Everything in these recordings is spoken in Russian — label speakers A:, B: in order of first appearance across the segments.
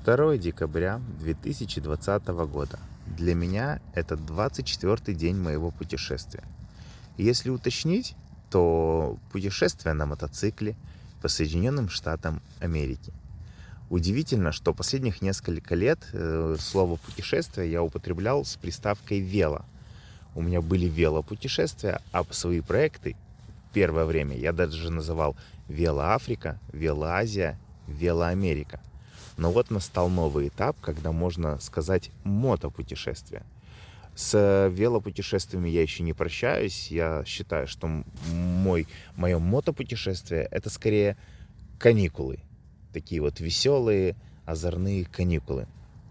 A: 2 декабря 2020 года. Для меня это 24-й день моего путешествия. Если уточнить, то путешествие на мотоцикле по Соединенным Штатам Америки. Удивительно, что последних несколько лет слово «путешествие» я употреблял с приставкой «вело». У меня были велопутешествия, а свои проекты первое время я даже называл «Велоафрика», «Велоазия», «Велоамерика». Но вот настал новый этап, когда можно сказать мотопутешествие. С велопутешествиями я еще не прощаюсь. Я считаю, что мое мотопутешествие — это скорее каникулы. Такие вот веселые, озорные каникулы.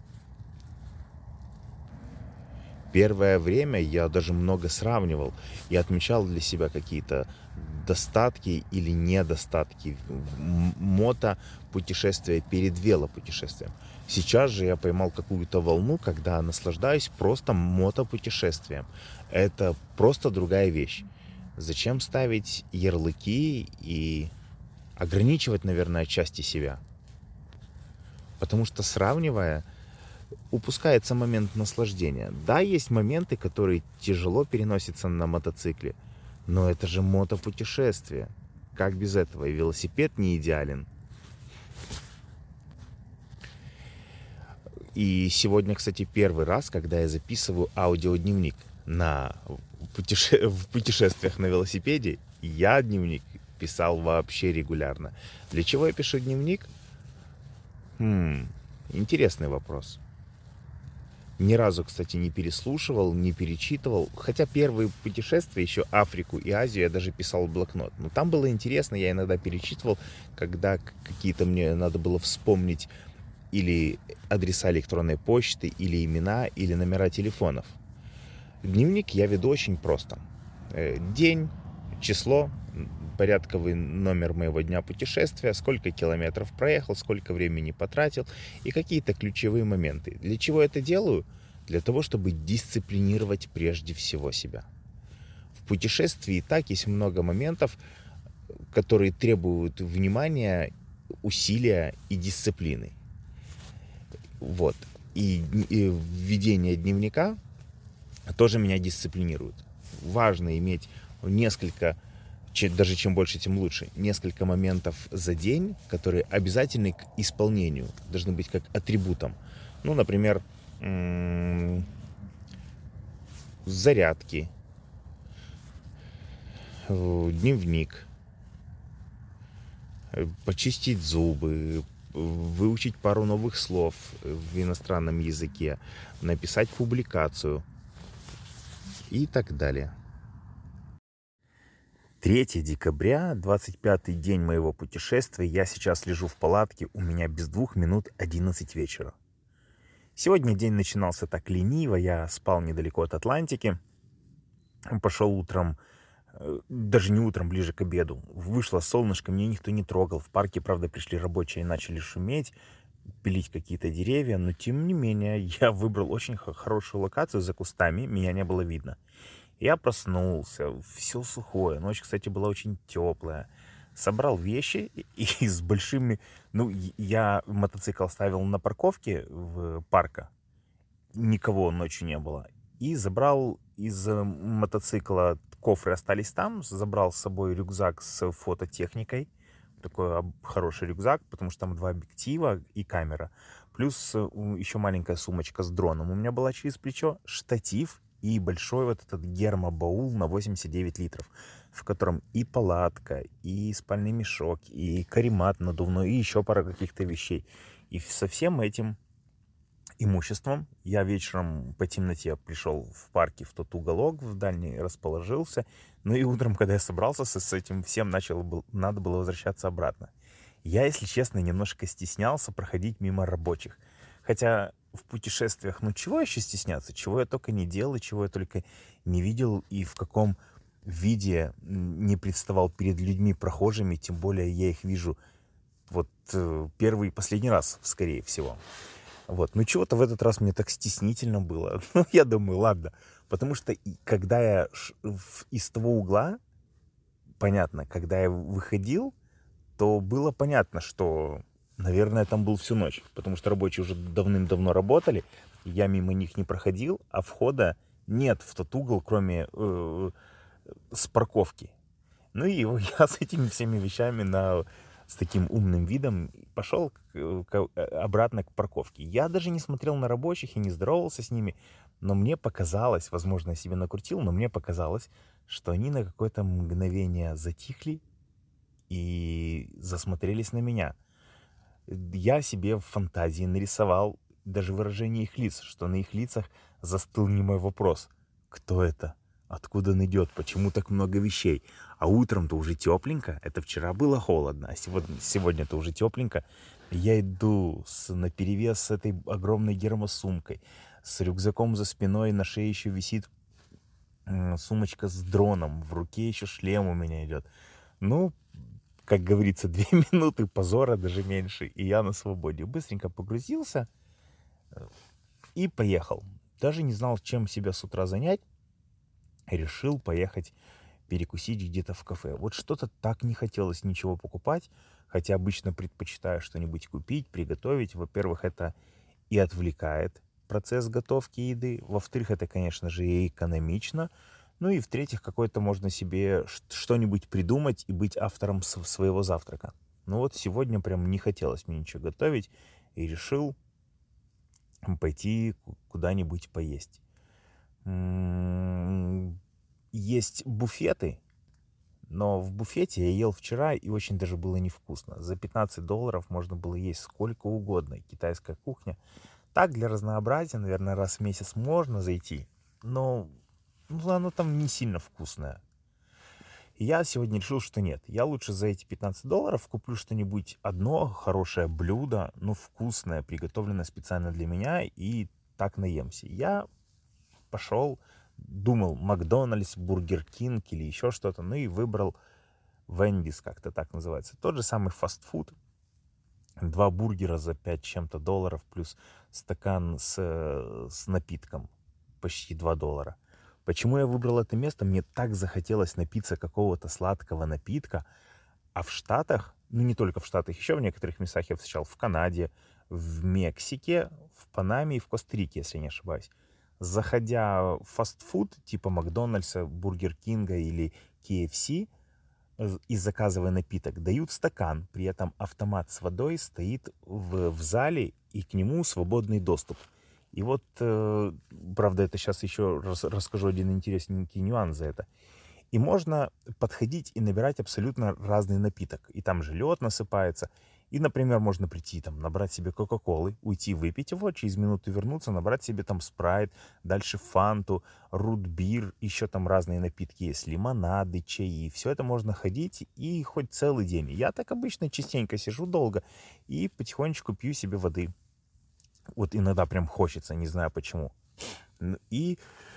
A: Первое время я даже много сравнивал и отмечал для себя какие-то достатки или недостатки мотопутешествия перед велопутешествием. Сейчас же я поймал какую-то волну, когда наслаждаюсь просто мотопутешествием. Это просто другая вещь. Зачем ставить ярлыки и ограничивать, наверное, части себя? Потому что, сравнивая, упускается момент наслаждения. Да, есть моменты, которые тяжело переносятся на мотоцикле, но это же мотопутешествие. Как без этого? И велосипед не идеален. И сегодня, кстати, первый раз, когда я записываю аудиодневник в путешествиях на велосипеде. Я дневник писал вообще регулярно. Для чего я пишу дневник? Интересный вопрос. Ни разу, кстати, не переслушивал, не перечитывал. Хотя первые путешествия, еще Африку и Азию, я даже писал в блокнот. Но там было интересно, я иногда перечитывал, когда какие-то мне надо было вспомнить или адреса электронной почты, или имена, или номера телефонов. Дневник я веду очень просто. День, число, порядковый номер моего дня путешествия, сколько километров проехал, сколько времени потратил и какие-то ключевые моменты. Для чего это делаю? Для того, чтобы дисциплинировать прежде всего себя. В путешествии и так есть много моментов, которые требуют внимания, усилия и дисциплины. Вот. И введение дневника тоже меня дисциплинирует. Важно иметь несколько, даже чем больше, тем лучше, несколько моментов за день, которые обязательны к исполнению, должны быть как атрибутом. Ну, например, зарядки, дневник, почистить зубы, выучить пару новых слов в иностранном языке, написать публикацию и так далее. 3 декабря, 25-й день моего путешествия. Я сейчас лежу в палатке, у меня без 2 минут 11 вечера. Сегодня день начинался так лениво, я спал недалеко от Атлантики. Пошел утром, даже не утром, ближе к обеду. Вышло солнышко, меня никто не трогал. В парке, правда, пришли рабочие и начали шуметь, пилить какие-то деревья. Но, тем не менее, я выбрал очень хорошую локацию за кустами, меня не было видно. Я проснулся, все сухое. Ночь, кстати, была очень теплая. Собрал вещи и с большими... Ну, я мотоцикл ставил на парковке в парка. Никого ночью не было. И забрал из мотоцикла, кофры остались там. Забрал с собой рюкзак с фототехникой. Такой хороший рюкзак, потому что там 2 объектива и камера. Плюс еще маленькая сумочка с дроном. У меня была через плечо штатив и большой вот этот гермобаул на 89 литров, в котором и палатка, и спальный мешок, и каремат надувной, и еще пара каких-то вещей. И со всем этим имуществом я вечером по темноте пришел в парке в тот уголок, в дальний, расположился. Ну и утром, когда я собрался с этим всем, надо было возвращаться обратно. Я, если честно, немножко стеснялся проходить мимо рабочих. Хотя в путешествиях, ну чего еще стесняться? Чего я только не делал, чего я только не видел и в каком виде не представал перед людьми прохожими, тем более я их вижу вот первый и последний раз, скорее всего. Вот. Ну чего-то в этот раз мне так стеснительно было. Ну, я думаю, ладно. Потому что когда я из того угла, понятно, когда я выходил, то было понятно, что Наверное, там был всю ночь, потому что рабочие уже давным-давно работали. Я мимо них не проходил, а входа нет в тот угол, кроме с парковки. Ну и я с этими всеми вещами с таким умным видом пошел обратно к парковке. Я даже не смотрел на рабочих и не здоровался с ними, но мне показалось, возможно, я себе накрутил, но мне показалось, что они на какое-то мгновение затихли и засмотрелись на меня. Я себе в фантазии нарисовал даже выражение их лиц, что на их лицах застыл немой вопрос. Кто это? Откуда он идет? Почему так много вещей? А утром-то уже тепленько. Это вчера было холодно, а сегодня-то уже тепленько. Я иду наперевес с этой огромной гермосумкой, с рюкзаком за спиной, на шее еще висит сумочка с дроном, в руке еще шлем у меня идет. Ну, как говорится, 2 минуты позора, даже меньше, и я на свободе. Быстренько погрузился и поехал. Даже не знал, чем себя с утра занять. Решил поехать перекусить где-то в кафе. Вот что-то так не хотелось ничего покупать, хотя обычно предпочитаю что-нибудь купить, приготовить. Во-первых, это и отвлекает процесс готовки еды. Во-вторых, это, конечно же, и экономично. Ну и в-третьих, какое-то можно себе что-нибудь придумать и быть автором своего завтрака. Ну вот сегодня прям не хотелось мне ничего готовить и решил пойти куда-нибудь поесть. Есть буфеты, но в буфете я ел вчера и очень даже было невкусно. За $15 можно было есть сколько угодно. Китайская кухня. Так, для разнообразия, наверное, раз в месяц можно зайти, но оно там не сильно вкусное. И я сегодня решил, что нет. Я лучше за эти $15 куплю что-нибудь одно хорошее блюдо, но вкусное, приготовленное специально для меня, и так наемся. Я пошел, думал, Макдональдс, Бургер Кинг или еще что-то, ну и выбрал Вендис, как-то так называется. Тот же самый фастфуд. 2 бургера за 5 чем-то долларов, плюс стакан с напитком, почти $2. Почему я выбрал это место? Мне так захотелось напиться какого-то сладкого напитка, а в Штатах, ну не только в Штатах, еще в некоторых местах я встречал, в Канаде, в Мексике, в Панаме и в Коста-Рике, если не ошибаюсь. Заходя в фастфуд типа Макдональдса, Бургер Кинга или KFC и заказывая напиток, дают стакан, при этом автомат с водой стоит в зале и к нему свободный доступ. И вот, правда, это сейчас еще расскажу один интересненький нюанс за это. И можно подходить и набирать абсолютно разный напиток. И там же лед насыпается. И, например, можно прийти, там, набрать себе кока-колы, уйти выпить его, через минуту вернуться, набрать себе там спрайт, дальше фанту, рутбир, еще там разные напитки есть, лимонады, чаи. Все это можно ходить и хоть целый день. Я так обычно частенько сижу долго и потихонечку пью себе воды. Вот иногда прям хочется, не знаю почему. И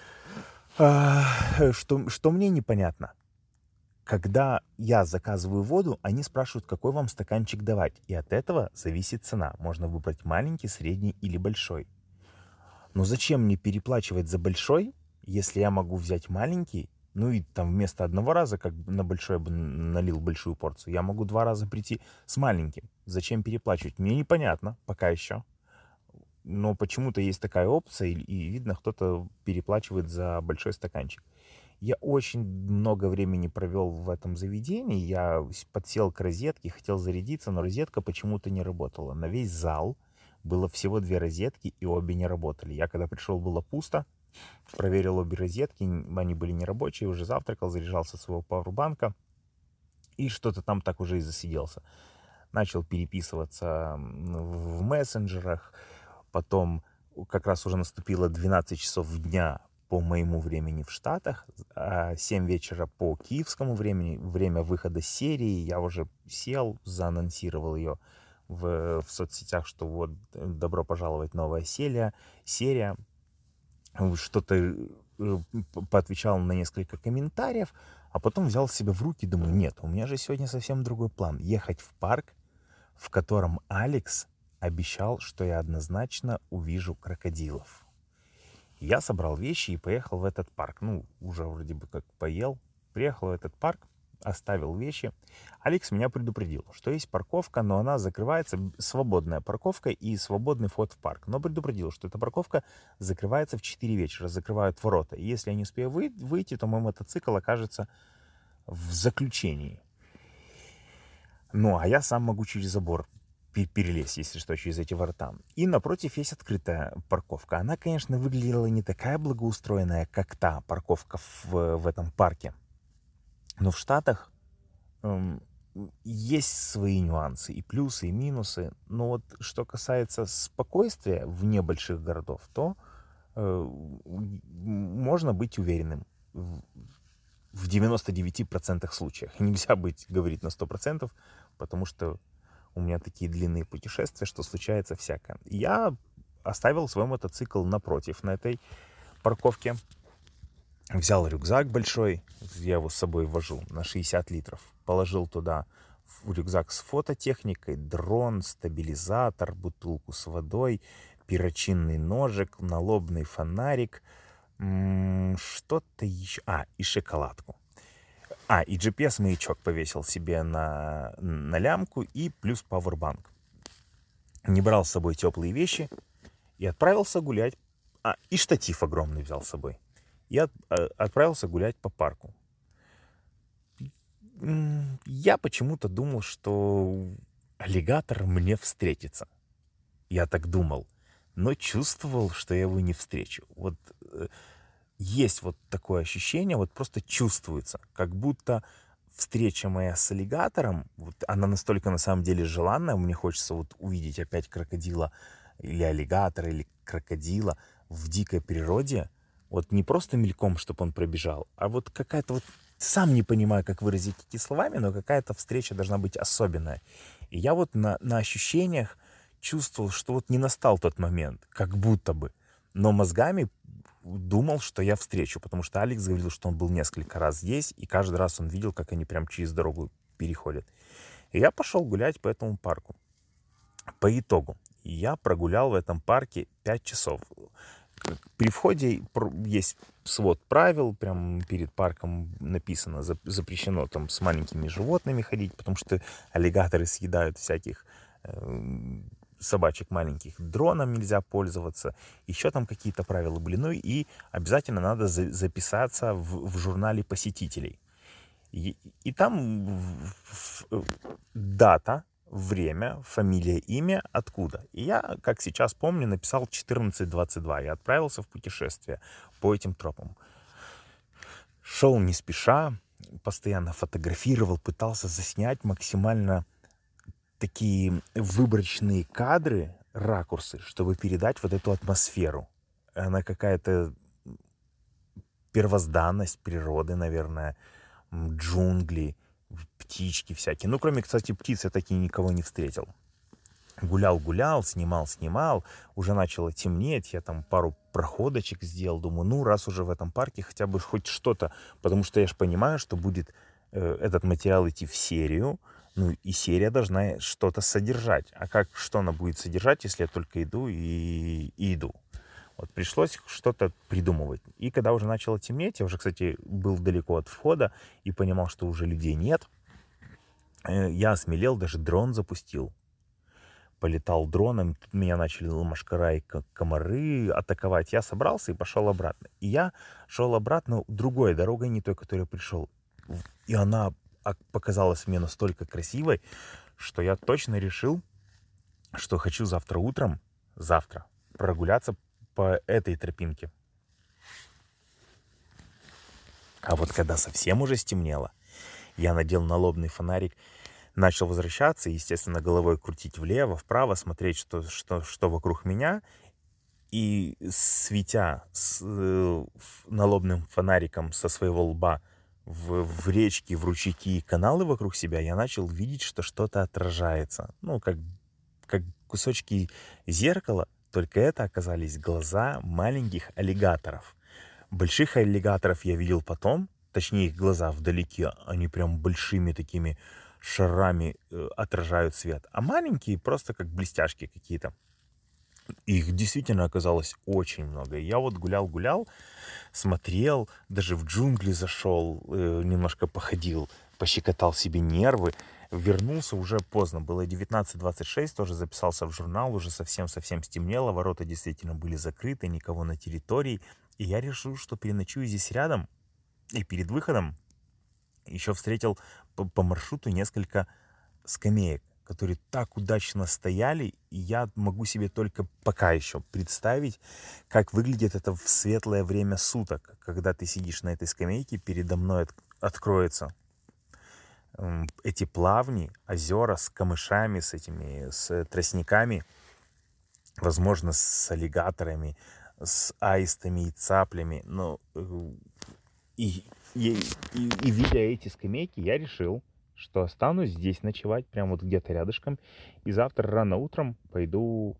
A: что мне непонятно. Когда я заказываю воду, они спрашивают, какой вам стаканчик давать. И от этого зависит цена. Можно выбрать маленький, средний или большой. Но зачем мне переплачивать за большой, если я могу взять маленький, ну и там вместо одного раза, как на большой бы налил большую порцию, я могу 2 раза прийти с маленьким. Зачем переплачивать? Мне непонятно пока еще. Но почему-то есть такая опция, и видно, кто-то переплачивает за большой стаканчик. Я очень много времени провел в этом заведении. Я подсел к розетке, хотел зарядиться, но розетка почему-то не работала. На весь зал было всего 2 розетки, и обе не работали. Я когда пришел, было пусто. Проверил обе розетки, они были нерабочие, уже завтракал, заряжался своего пауэрбанка. И что-то там так уже и засиделся. Начал переписываться в мессенджерах. Потом как раз уже наступило 12 часов дня по моему времени в Штатах, 7 вечера по киевскому времени, время выхода серии. Я уже сел, заанонсировал ее в соцсетях, что вот добро пожаловать, новая серия. Что-то поотвечал на несколько комментариев, а потом взял себя в руки, думаю, нет, у меня же сегодня совсем другой план. Ехать в парк, в котором Алекс обещал, что я однозначно увижу крокодилов. Я собрал вещи и поехал в этот парк. Ну, уже вроде бы как поел. Приехал в этот парк. оставил вещи. Алекс меня предупредил, что есть парковка, но она закрывается, свободная парковка и свободный вход в парк. Но предупредил, что эта парковка закрывается в 4 вечера, закрывают ворота. И если я не успею выйти, то мой мотоцикл окажется в заключении. Ну, а я сам могу через забор перелезть, если что, через эти ворота. И напротив есть открытая парковка. Она, конечно, выглядела не такая благоустроенная, как та парковка в этом парке. Но в Штатах есть свои нюансы, и плюсы, и минусы. Но вот что касается спокойствия вне больших городов, то можно быть уверенным в 99% случаях. Нельзя говорить на 100%, потому что у меня такие длинные путешествия, что случается всякое. Я оставил свой мотоцикл напротив на этой парковке. Взял рюкзак большой, я его с собой вожу на 60 литров. Положил туда в рюкзак с фототехникой, дрон, стабилизатор, бутылку с водой, перочинный ножик, налобный фонарик, что-то еще... и шоколадку. И GPS-маячок повесил себе на лямку и плюс пауэрбанк. Не брал с собой теплые вещи и отправился гулять. И штатив огромный взял с собой. Я отправился гулять по парку. Я почему-то думал, что аллигатор мне встретится. Я так думал. Но чувствовал, что я его не встречу. Вот есть вот такое ощущение, вот просто чувствуется, как будто встреча моя с аллигатором, вот она настолько на самом деле желанная, мне хочется вот увидеть опять крокодила или аллигатора, или крокодила в дикой природе, вот не просто мельком, чтобы он пробежал, а вот какая-то вот, сам не понимаю, как выразить эти словами, но какая-то встреча должна быть особенная. И я вот на ощущениях чувствовал, что вот не настал тот момент, как будто бы, но мозгами думал, что я встречу, потому что Алекс говорил, что он был несколько раз здесь, и каждый раз он видел, как они прям через дорогу переходят. И я пошел гулять по этому парку. По итогу я прогулял в этом парке 5 часов. При входе есть свод правил, прям перед парком написано, запрещено там с маленькими животными ходить, потому что аллигаторы съедают всяких собачек маленьких, дроном нельзя пользоваться, еще там какие-то правила были. Ну и обязательно надо записаться в журнале посетителей. И там дата, время, фамилия, имя, откуда. И я, как сейчас помню, написал 14:22 и отправился в путешествие по этим тропам. Шел не спеша, постоянно фотографировал, пытался заснять максимально такие выборочные кадры, ракурсы, чтобы передать вот эту атмосферу. Она какая-то первозданность природы, наверное, джунгли, птички всякие. Ну, кроме, кстати, птиц я таки никого не встретил. Гулял, снимал. Уже начало темнеть, я там пару проходочек сделал. Думаю, ну, раз уже в этом парке, хотя бы хоть что-то. Потому что я же понимаю, что будет этот материал идти в серию. Ну, и серия должна что-то содержать. А что она будет содержать, если я только иду и иду? Вот пришлось что-то придумывать. И когда уже начало темнеть, я уже, кстати, был далеко от входа и понимал, что уже людей нет, я осмелел, даже дрон запустил. Полетал дроном, тут меня начали мошкара и комары атаковать. Я собрался и пошел обратно. И я шел обратно другой дорогой, не той, которой пришел. И она показалась мне настолько красивой, что я точно решил, что хочу завтра утром, прогуляться по этой тропинке. А вот когда совсем уже стемнело, я надел налобный фонарик, начал возвращаться, естественно, головой крутить влево, вправо, смотреть, что вокруг меня. И светя налобным фонариком со своего лба в речки, в ручейки и каналы вокруг себя, я начал видеть, что что-то отражается. Ну, как кусочки зеркала, только это оказались глаза маленьких аллигаторов. Больших аллигаторов я видел потом, точнее их глаза вдалеке, они прям большими такими шарами отражают свет. А маленькие просто как блестяшки какие-то. Их действительно оказалось очень много. Я вот гулял, смотрел, даже в джунгли зашел, немножко походил, пощекотал себе нервы. Вернулся уже поздно, было 19:26, тоже записался в журнал, уже совсем-совсем стемнело, ворота действительно были закрыты, никого на территории. И я решил, что переночую здесь рядом. И перед выходом еще встретил по маршруту несколько скамеек, которые так удачно стояли, и я могу себе только пока еще представить, как выглядит это в светлое время суток, когда ты сидишь на этой скамейке, передо мной откроется эти плавни, озера с камышами, с тростниками, возможно, с аллигаторами, с аистами и цаплями. Но и, и, и видя эти скамейки, я решил, что останусь здесь ночевать, прямо вот где-то рядышком, и завтра рано утром пойду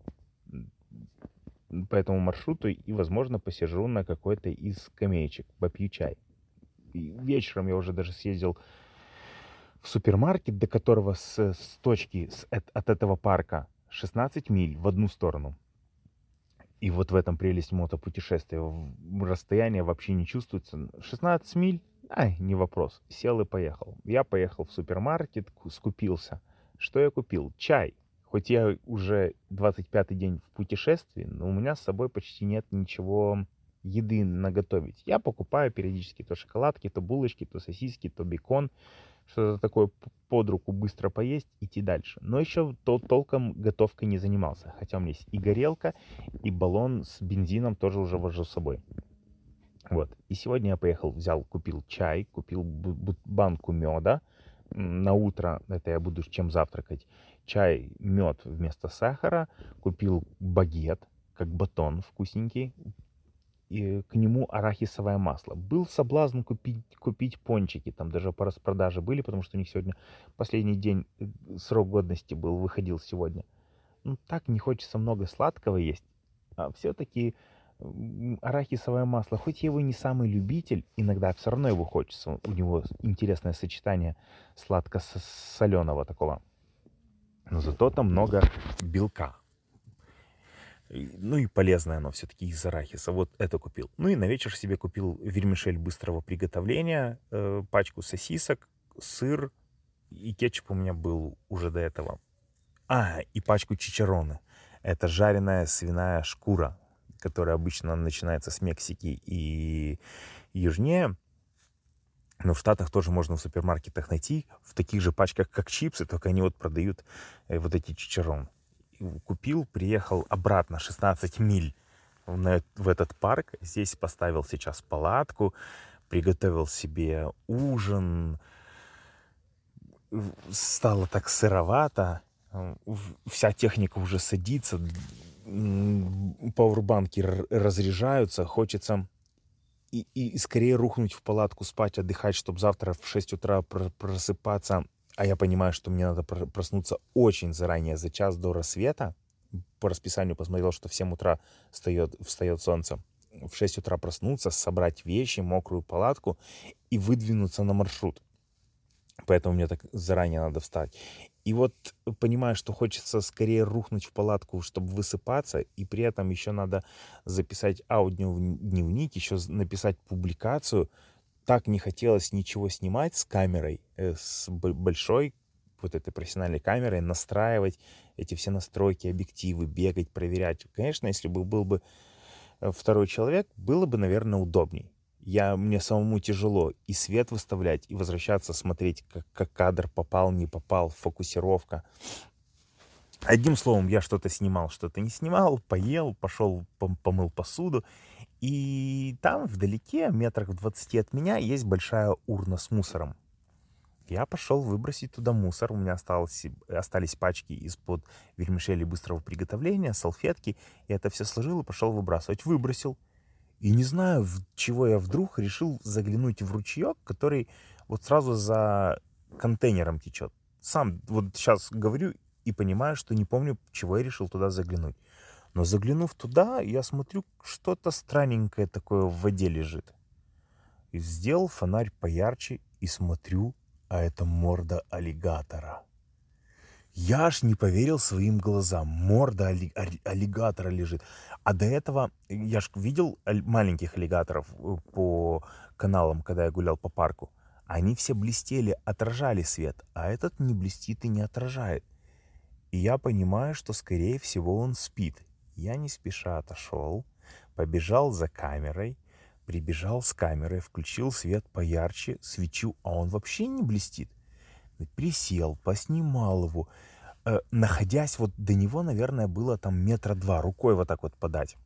A: по этому маршруту и, возможно, посижу на какой-то из скамеечек, попью чай. И вечером я уже даже съездил в супермаркет, до которого с точки от этого парка 16 миль в одну сторону. И вот в этом прелесть мотопутешествия. Расстояние вообще не чувствуется. 16 миль? Ай, не вопрос. Сел и поехал. Я поехал в супермаркет, скупился. Что я купил? Чай. Хоть я уже 25-й день в путешествии, но у меня с собой почти нет ничего еды наготовить. Я покупаю периодически то шоколадки, то булочки, то сосиски, то бекон. Что-то такое под руку быстро поесть, идти дальше. Но еще толком готовкой не занимался. Хотя у меня есть и горелка, и баллон с бензином тоже уже вожу с собой. Вот. И сегодня я поехал, купил чай, купил банку меда. На утро это я буду чем завтракать. Чай, мед вместо сахара. Купил багет, как батон вкусненький. И к нему арахисовое масло. Был соблазн купить пончики, там даже по распродаже были, потому что у них сегодня последний день, срок годности был, выходил сегодня. Ну, так не хочется много сладкого есть, а все-таки арахисовое масло, хоть я его не самый любитель, иногда все равно его хочется, у него интересное сочетание сладко-соленого такого, но зато там много белка. Ну и полезное оно все-таки из арахиса. Вот это купил. Ну и на вечер себе купил вермишель быстрого приготовления, пачку сосисок, сыр и кетчуп у меня был уже до этого. И пачку чичароны. Это жареная свиная шкура, которая обычно начинается с Мексики и южнее. Но в Штатах тоже можно в супермаркетах найти в таких же пачках, как чипсы, только они вот продают вот эти чичароны. Купил, приехал обратно 16 миль в этот парк. Здесь поставил сейчас палатку, приготовил себе ужин. Стало так сыровато. Вся техника уже садится. Пауэрбанки разряжаются. Хочется и скорее рухнуть в палатку, спать, отдыхать, чтобы завтра в 6 утра просыпаться. А я понимаю, что мне надо проснуться очень заранее, за час до рассвета. По расписанию посмотрел, что в 7 утра встает солнце. В 6 утра проснуться, собрать вещи, мокрую палатку и выдвинуться на маршрут. Поэтому мне так заранее надо встать. И вот понимаю, что хочется скорее рухнуть в палатку, чтобы высыпаться. И при этом еще надо записать аудиодневник, еще написать публикацию. Так не хотелось ничего снимать с камерой, с большой вот этой профессиональной камерой, настраивать эти все настройки, объективы, бегать, проверять. Конечно, если бы был бы второй человек, было бы, наверное, удобней. Мне самому тяжело и свет выставлять, и возвращаться, смотреть, как кадр попал, не попал, фокусировка. Одним словом, я что-то снимал, что-то не снимал, поел, пошел, помыл посуду. И там вдалеке, метрах в 20 от меня, есть большая урна с мусором. Я пошел выбросить туда мусор. У меня остались пачки из-под вермишели быстрого приготовления, салфетки. Я это все сложил и пошел выбрасывать. Выбросил. И не знаю, чего я вдруг решил заглянуть в ручеек, который вот сразу за контейнером течет. Сам вот сейчас говорю и понимаю, что не помню, чего я решил туда заглянуть. Но заглянув туда, я смотрю, что-то странненькое такое в воде лежит. И сделал фонарь поярче и смотрю, а это морда аллигатора. Я аж не поверил своим глазам. Морда аллигатора лежит. А до этого я ж видел маленьких аллигаторов по каналам, когда я гулял по парку. Они все блестели, отражали свет, а этот не блестит и не отражает. И я понимаю, что, скорее всего, он спит. Я не спеша отошел, побежал за камерой, прибежал с камерой, включил свет поярче, свечу, а он вообще не блестит. Присел, поснимал его, находясь вот до него, наверное, было там 2 метра, рукой вот так вот подать.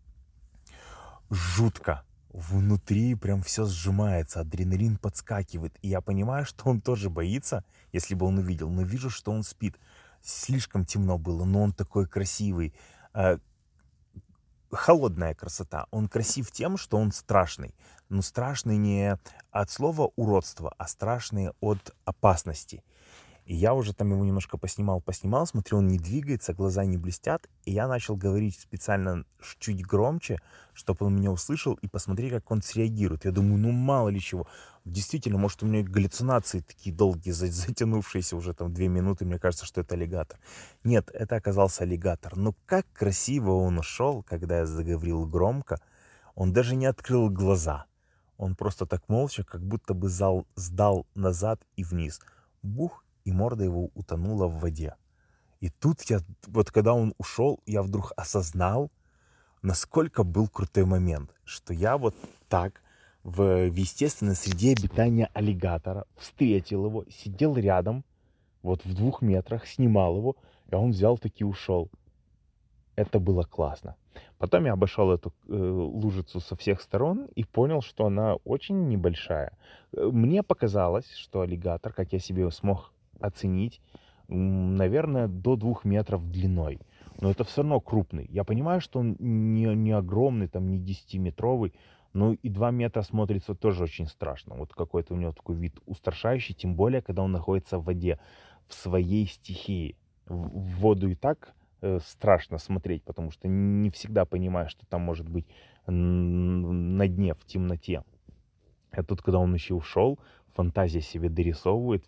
A: Жутко. Внутри прям все сжимается, адреналин подскакивает. И я понимаю, что он тоже боится, если бы он увидел. Но вижу, что он спит. Слишком темно было, но он такой красивый. Э, Холодная красота. Он красив тем, что он страшный. Но страшный не от слова уродства, а страшный от опасности. И я уже там его немножко поснимал, смотрю, он не двигается, глаза не блестят. И я начал говорить специально чуть громче, чтобы он меня услышал, и посмотреть, как он среагирует. Я думаю, ну мало ли чего. Действительно, может, у меня галлюцинации такие долгие, затянувшиеся уже там 2 минуты. Мне кажется, что это аллигатор. Нет, это оказался аллигатор. Но как красиво он ушел, когда я заговорил громко. Он даже не открыл глаза. Он просто так молча, как будто бы сдал назад и вниз. Бух, и морда его утонула в воде. И тут вот когда он ушел, я вдруг осознал, насколько был крутой момент, что я вот так в естественной среде обитания аллигатора встретил его, сидел рядом, вот в 2 метрах, снимал его, и он взял таки ушел. Это было классно. Потом я обошел эту лужицу со всех сторон и понял, что она очень небольшая. Мне показалось, что аллигатор, как я себе смог оценить, наверное, до 2 метров длиной. Но это все равно крупный. Я понимаю, что он не огромный, там, не 10-метровый, но и 2 метра смотрится тоже очень страшно. Вот какой-то у него такой вид устрашающий, тем более, когда он находится в воде, в своей стихии. В воду и так страшно смотреть, потому что не всегда понимаешь, что там может быть на дне, в темноте. А тут, когда он еще ушел, фантазия себе дорисовывает,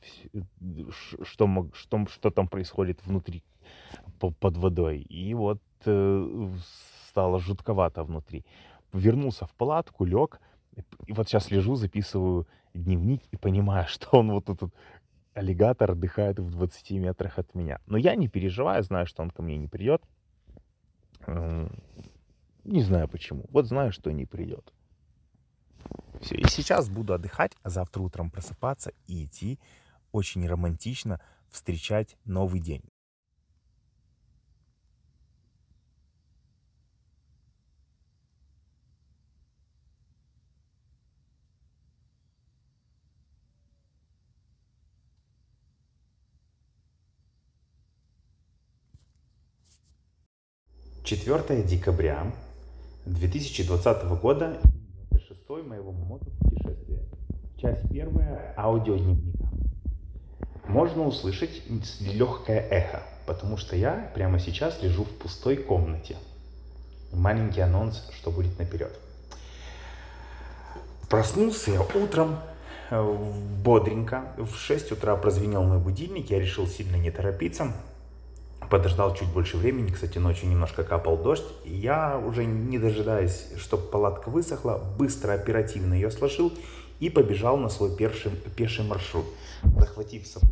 A: что там происходит внутри, под водой. И вот стало жутковато внутри. Вернулся в палатку, лег, и вот сейчас лежу, записываю дневник и понимаю, что он вот этот аллигатор отдыхает в 20 метрах от меня. Но я не переживаю, знаю, что он ко мне не придет. Не знаю почему. Вот знаю, что не придет. Все, и сейчас буду отдыхать, а завтра утром просыпаться и идти очень романтично встречать новый день. Четвертое декабря 2020 года, 26 моего мотопутешествия. Часть 1 аудиодневника. Можно услышать легкое эхо, потому что я прямо сейчас лежу в пустой комнате. Маленький анонс, что будет наперед. Проснулся я утром бодренько. В 6 утра прозвенел мой будильник, я решил сильно не торопиться. Подождал чуть больше времени, кстати, ночью немножко капал дождь. И я, уже не дожидаясь, чтобы палатка высохла, быстро, оперативно ее сложил и побежал на свой пеший маршрут, захватив с собой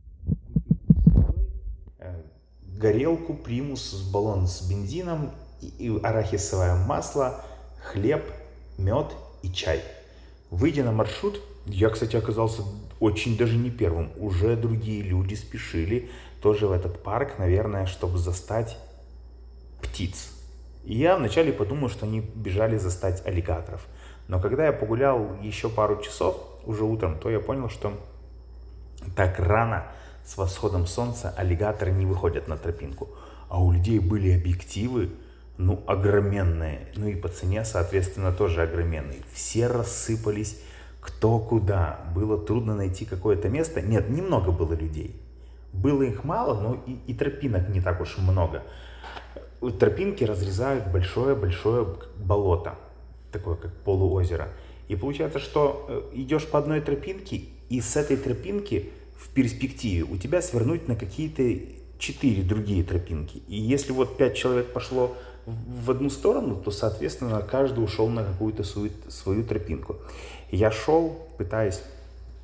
A: горелку, примус, баллон с бензином, и арахисовое масло, хлеб, мед и чай. Выйдя на маршрут, я, кстати, оказался очень даже не первым. Уже другие люди спешили тоже в этот парк, наверное, чтобы застать птиц. И я вначале подумал, что они бежали застать аллигаторов. Но когда я погулял еще пару часов, уже утром, то я понял, что так рано, с восходом солнца, аллигаторы не выходят на тропинку. А у людей были объективы, ну, огроменные. Ну и по цене, соответственно, тоже огроменные. Все рассыпались кто куда. Было трудно найти какое-то место. Нет, немного было людей. Было их мало, но и тропинок не так уж много. Тропинки разрезают большое-большое болото, такое как полуозеро. И получается, что идешь по одной тропинке, и с этой тропинки в перспективе у тебя свернуть на какие-то 4 другие тропинки. И если вот 5 человек пошло в одну сторону, то, соответственно, каждый ушел на какую-то свою тропинку. Я шел, пытаясь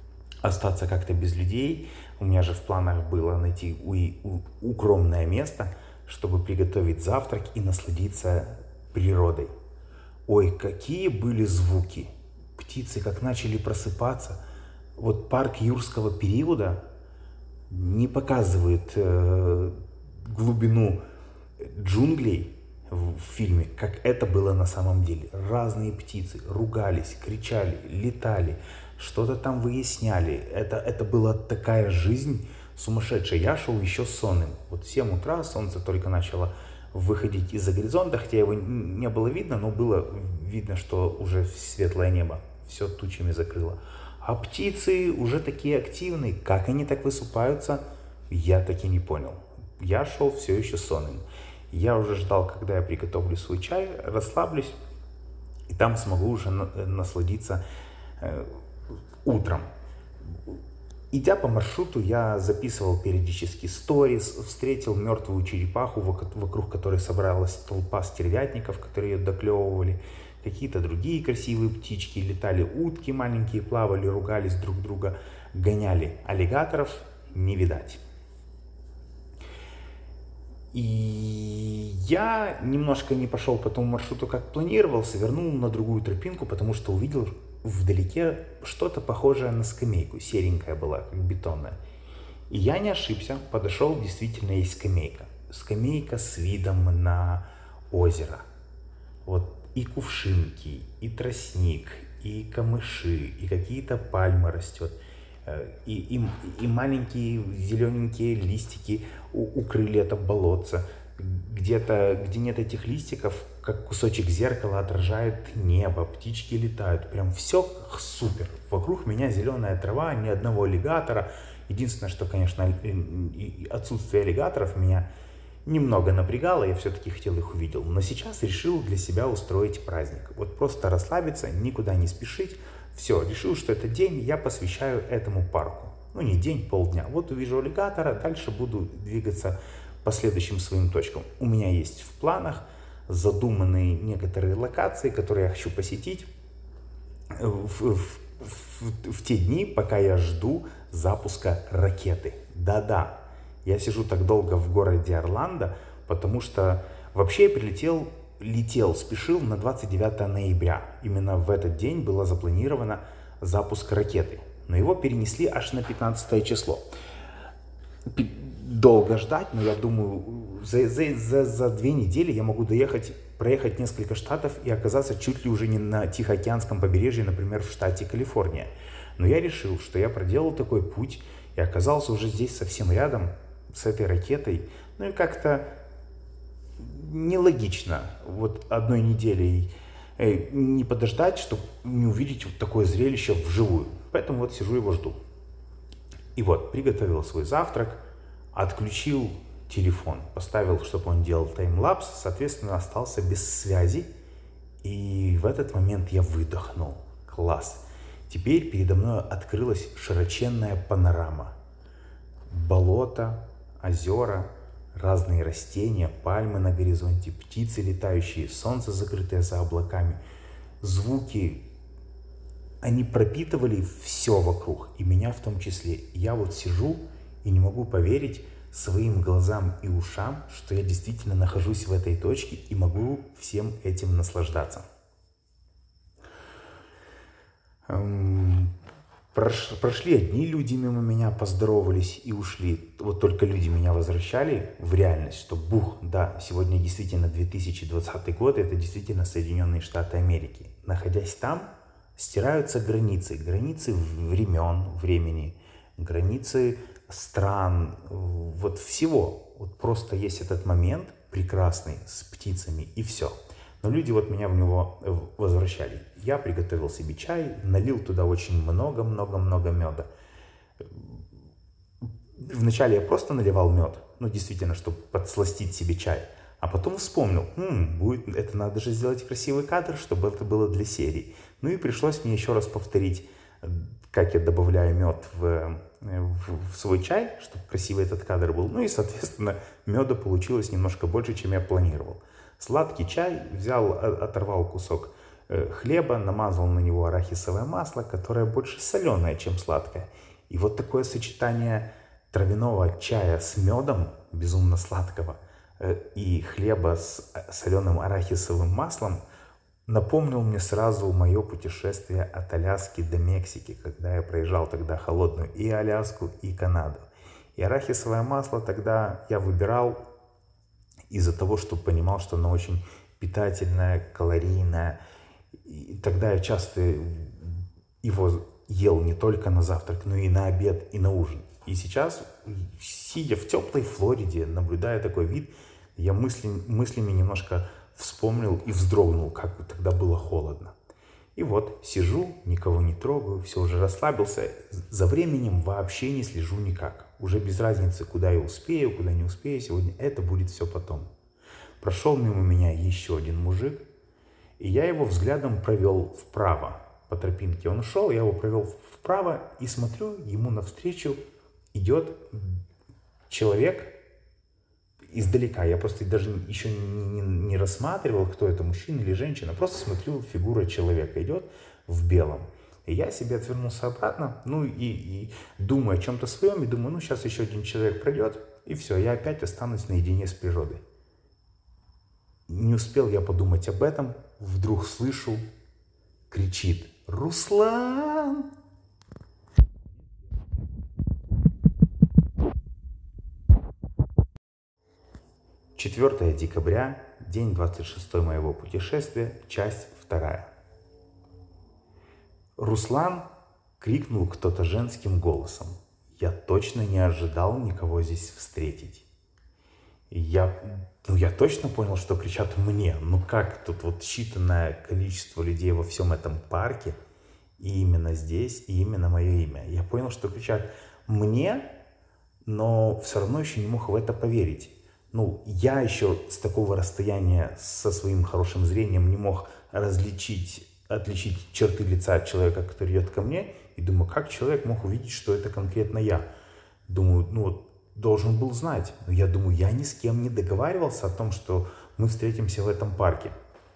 A: остаться как-то без людей. У меня же в планах было найти укромное место, чтобы приготовить завтрак и насладиться природой. Ой, какие были звуки! Птицы как начали просыпаться. Вот парк юрского периода не показывает глубину джунглей в фильме, как это было на самом деле. Разные птицы ругались, кричали, летали, что-то там выясняли. Это была такая жизнь сумасшедшая. Я шел еще сонным. Вот в 7 утра солнце только начало выходить из-за горизонта, хотя его не было видно, но было видно, что уже светлое небо все тучами закрыло. А птицы уже такие активные. Как они так высыпаются, я так и не понял. Я шел все еще сонным. Я уже ждал, когда я приготовлю свой чай, расслаблюсь, и там смогу уже насладиться утром. Идя по маршруту, я записывал периодически сторис, встретил мертвую черепаху, вокруг которой собралась толпа стервятников, которые ее доклевывали. Какие-то другие красивые птички, летали утки маленькие, плавали, ругались друг друга, гоняли. Аллигаторов не видать. И я немножко не пошел по тому маршруту, как планировал, свернул на другую тропинку, потому что увидел вдалеке что-то похожее на скамейку, серенькая была, как бетонная. И я не ошибся, подошел, действительно есть скамейка. Скамейка с видом на озеро. Вот и кувшинки, и тростник, и камыши, и какие-то пальмы растет. И маленькие зелененькие листики укрыли это болотце. Где-то, где нет этих листиков, как кусочек зеркала отражает небо, птички летают. Прям все супер. Вокруг меня зеленая трава, ни одного аллигатора. Единственное, что, конечно, отсутствие аллигаторов меня немного напрягало, я все-таки хотел их увидеть. Но сейчас решил для себя устроить праздник. Вот просто расслабиться, никуда не спешить. Все, решил, что этот день я посвящаю этому парку. Ну, не день, полдня. Вот увижу аллигатора, дальше буду двигаться по следующим своим точкам. У меня есть в планах задуманные некоторые локации, которые я хочу посетить в те дни, пока я жду запуска ракеты. Да-да, я сижу так долго в городе Орландо, потому что вообще я спешил на 29 ноября. Именно в этот день было запланировано запуск ракеты. Но его перенесли аж на 15 число. Долго ждать, но я думаю, за 2 недели я могу проехать несколько штатов и оказаться чуть ли уже не на Тихоокеанском побережье, например, в штате Калифорния. Но я решил, что я проделал такой путь и оказался уже здесь совсем рядом с этой ракетой. Ну и как-то нелогично вот одной неделей не подождать, чтобы не увидеть вот такое зрелище вживую. Поэтому вот сижу его жду. И вот, приготовил свой завтрак, отключил телефон, поставил, чтобы он делал таймлапс, соответственно, остался без связи. И в этот момент я выдохнул. Класс. Теперь передо мной открылась широченная панорама. Болото, озера, разные растения, пальмы на горизонте, птицы летающие, солнце закрытое за облаками. Звуки, они пропитывали все вокруг, и меня в том числе. Я вот сижу и не могу поверить своим глазам и ушам, что я действительно нахожусь в этой точке и могу всем этим наслаждаться. Прошли одни люди мимо меня, поздоровались и ушли. Вот только люди меня возвращали в реальность, что бух, да, сегодня действительно 2020 год, это действительно Соединенные Штаты Америки. Находясь там, стираются границы времени, границы стран, вот всего. Вот просто есть этот момент прекрасный с птицами и все. Но люди вот меня в него возвращали. Я приготовил себе чай, налил туда очень много меда. Вначале я просто наливал мед, ну действительно, чтобы подсластить себе чай. А потом вспомнил, это надо же сделать красивый кадр, чтобы это было для серии. Ну и пришлось мне еще раз повторить, как я добавляю мед в свой чай, чтобы красивый этот кадр был. Ну и, соответственно, меда получилось немножко больше, чем я планировал. Сладкий чай, оторвал кусок хлеба, намазал на него арахисовое масло, которое больше соленое, чем сладкое. И вот такое сочетание травяного чая с медом, безумно сладкого, и хлеба с соленым арахисовым маслом напомнил мне сразу мое путешествие от Аляски до Мексики, когда я проезжал тогда холодную и Аляску, и Канаду. И арахисовое масло тогда я выбирал из-за того, что понимал, что оно очень питательное, калорийное. И тогда я часто его ел не только на завтрак, но и на обед, и на ужин. И сейчас, сидя в теплой Флориде, наблюдая такой вид, я мыслями немножко вспомнил и вздрогнул, как тогда было холодно. И вот сижу, никого не трогаю, все уже расслабился. За временем вообще не слежу никак. Уже без разницы, куда я успею, куда не успею. Сегодня это будет все потом. Прошел мимо меня еще один мужик, и я его взглядом провел вправо по тропинке. Он ушел, я его провел вправо и смотрю, ему навстречу идет человек издалека. Я просто даже еще не рассматривал, кто это, мужчина или женщина. Просто смотрю, фигура человека идет в белом. И я себе отвернулся обратно, ну и думаю о чем-то своем, и думаю, ну сейчас еще один человек пройдет, и все, я опять останусь наедине с природой. Не успел я подумать об этом, вдруг слышу, кричит: «Руслан!» 4 декабря, день 26 моего путешествия, часть 2. «Руслан!» — крикнул кто-то женским голосом. Я точно не ожидал никого здесь встретить. Я точно понял, что кричат мне. Ну как, тут вот считанное количество людей во всем этом парке, и именно здесь, и именно мое имя. Я понял, что кричат мне, но все равно еще не мог в это поверить. Ну, я еще с такого расстояния со своим хорошим зрением не мог отличить черты лица человека, который идет ко мне, и думаю, как человек мог увидеть, что это конкретно я? Думаю, ну вот, должен был знать. Но я думаю, я ни с кем не договаривался о том, что мы встретимся в этом парке.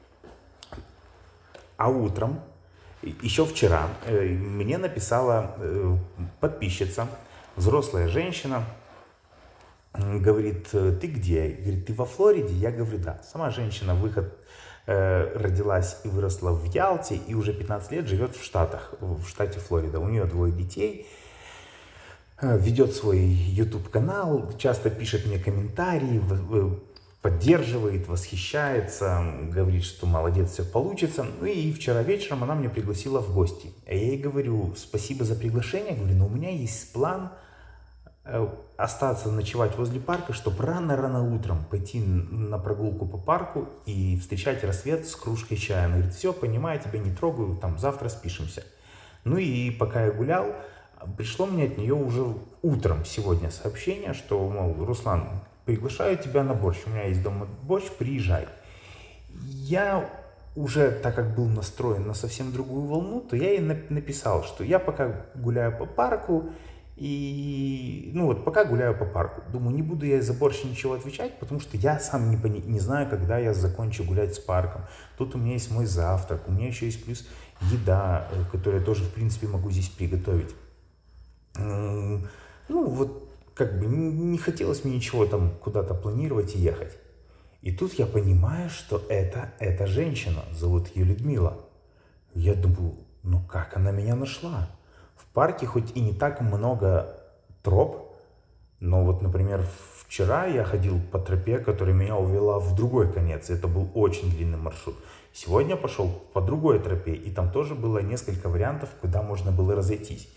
A: А утром, еще вчера, мне написала подписчица, взрослая женщина, говорит: ты где? Говорит, ты во Флориде? Я говорю, да. Сама женщина родилась и выросла в Ялте, и уже 15 лет живет в Штатах, в штате Флорида. У нее 2 детей, ведет свой YouTube-канал, часто пишет мне комментарии, поддерживает, восхищается, говорит, что молодец, все получится. Ну и вчера вечером она меня пригласила в гости. А я ей говорю: спасибо за приглашение, говорю, но у меня есть план остаться ночевать возле парка, чтобы рано-рано утром пойти на прогулку по парку и встречать рассвет с кружкой чая. Она говорит, все, понимаю, тебя не трогаю, там завтра спишемся. Ну и пока я гулял, пришло мне от нее уже утром сегодня сообщение, что, мол, Руслан, приглашаю тебя на борщ, у меня есть дома борщ, приезжай. Я уже, так как был настроен на совсем другую волну, то я ей написал, что я пока гуляю по парку, и, ну вот, пока гуляю по парку. Думаю, не буду я за борщ ничего отвечать, потому что я сам не знаю, когда я закончу гулять с парком. Тут у меня есть мой завтрак, у меня еще есть плюс еда, которую я тоже, в принципе, могу здесь приготовить. Ну, вот, как бы, не хотелось мне ничего там куда-то планировать и ехать. И тут я понимаю, что эта женщина, зовут ее Людмила. Я думаю, ну как она меня нашла? В парке хоть и не так много троп, но вот, например, вчера я ходил по тропе, которая меня увела в другой конец. Это был очень длинный маршрут. Сегодня пошел по другой тропе, и там тоже было несколько вариантов, куда можно было разойтись.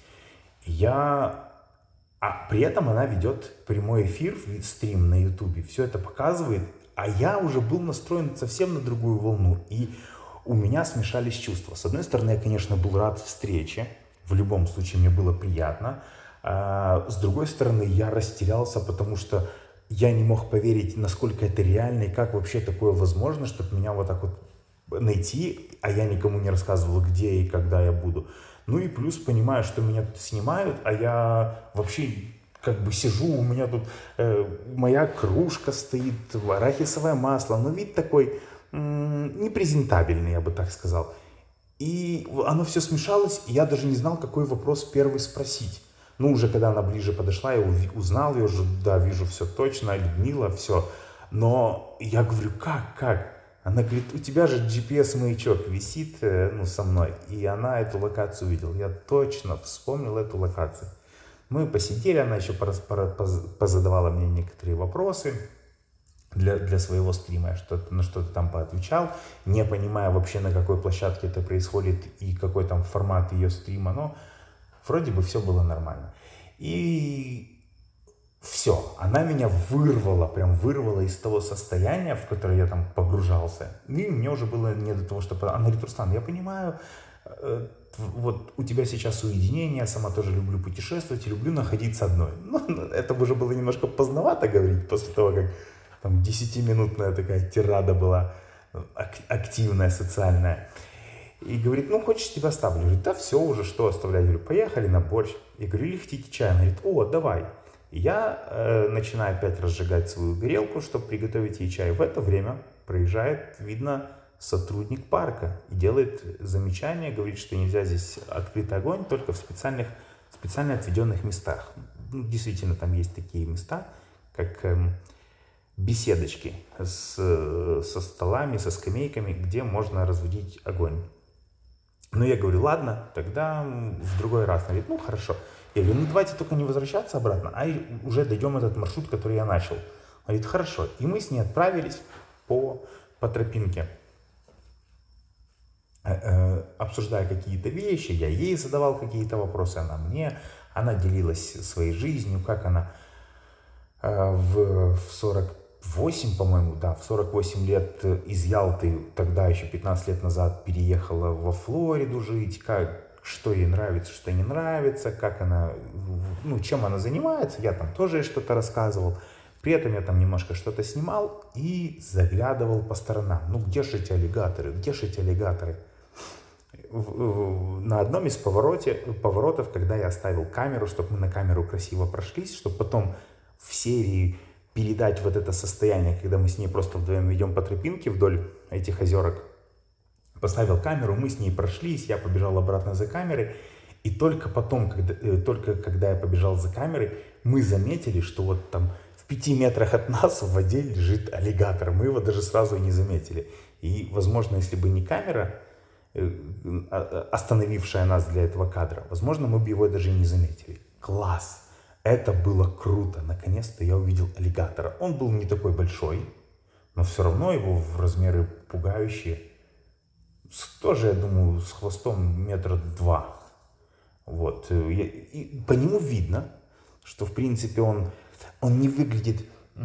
A: При этом она ведет прямой эфир, стрим на ютубе, все это показывает, а я уже был настроен совсем на другую волну, и у меня смешались чувства. С одной стороны, я, конечно, был рад встрече, в любом случае мне было приятно. С другой стороны, я растерялся, потому что я не мог поверить, насколько это реально и как вообще такое возможно, чтобы меня вот так вот найти, а я никому не рассказывал, где и когда я буду. Ну и плюс понимаю, что меня тут снимают, а я вообще как бы сижу, у меня тут моя кружка стоит, арахисовое масло, но вид такой непрезентабельный, я бы так сказал. И оно все смешалось, и я даже не знал, какой вопрос первый спросить. Ну, уже когда она ближе подошла, я узнал ее уже, да, вижу все точно, Людмила, все. Но я говорю, как? Она говорит, у тебя же GPS-маячок висит, ну, со мной. И она эту локацию увидела. Я точно вспомнил эту локацию. Мы посидели, она еще позадавала мне некоторые вопросы для своего стрима, на что-то там поотвечал, не понимая вообще, на какой площадке это происходит и какой там формат ее стрима, но вроде бы все было нормально. И все, она меня вырвала, прям вырвала из того состояния, в которое я там погружался. И мне уже было не до того, что... Она говорит, Руслан, я понимаю, вот у тебя сейчас уединение, я сама тоже люблю путешествовать и люблю находиться одной. Ну, это уже было немножко поздновато говорить, после того, как там 10-минутная такая тирада была, активная, социальная. И говорит, ну, хочешь, тебя оставлю? Я говорю, да все уже, что оставлять? Я говорю, поехали на борщ. Я говорю, или хотите чай? Она говорит, о, давай. И я начинаю опять разжигать свою горелку, чтобы приготовить ей чай. В это время проезжает, видно, сотрудник парка и делает замечание, говорит, что нельзя здесь открытый огонь, только в специально отведенных местах. Ну, действительно, там есть такие места, как беседочки со столами, со скамейками, где можно разводить огонь. Ну, я говорю, ладно, тогда в другой раз. Она говорит, ну, хорошо. Я говорю, ну, давайте только не возвращаться обратно, а уже дойдем этот маршрут, который я начал. Она говорит, хорошо. И мы с ней отправились по тропинке, обсуждая какие-то вещи. Я ей задавал какие-то вопросы, она мне. Она делилась своей жизнью, как она в 48, по-моему, да, в 48 лет из Ялты, тогда еще 15 лет назад, переехала во Флориду жить, что ей нравится, что не нравится, как она, ну, чем она занимается, я там тоже что-то рассказывал. При этом я там немножко что-то снимал и заглядывал по сторонам. Ну, где же эти аллигаторы, где же эти аллигаторы? На одном из поворотов, когда я оставил камеру, чтобы мы на камеру красиво прошлись, чтобы потом в серии передать вот это состояние, когда мы с ней просто вдвоем идем по тропинке вдоль этих озерок. Поставил камеру, мы с ней прошлись, я побежал обратно за камерой. И только потом, когда я побежал за камерой, мы заметили, что вот там в 5 метрах от нас в воде лежит аллигатор. Мы его даже сразу и не заметили. И, возможно, если бы не камера, остановившая нас для этого кадра, возможно, мы бы его даже и не заметили. Класс! Это было круто. Наконец-то я увидел аллигатора. Он был не такой большой, но все равно его в размеры пугающие. Тоже, я думаю, с хвостом 2 метра. Вот. И по нему видно, что, в принципе, он не выглядит...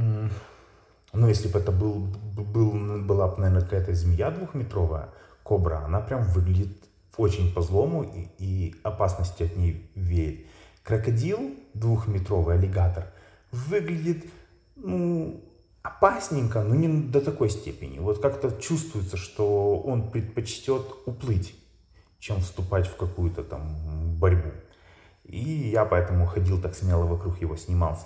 A: Ну, если бы это была бы, наверное, какая-то змея 2-метровая, кобра, она прям выглядит очень по-злому, и опасности от ней веет. Крокодил 2-метровый, аллигатор, выглядит, ну, опасненько, но не до такой степени. Вот как-то чувствуется, что он предпочтет уплыть, чем вступать в какую-то там борьбу. И я поэтому ходил так смело вокруг его, снимал.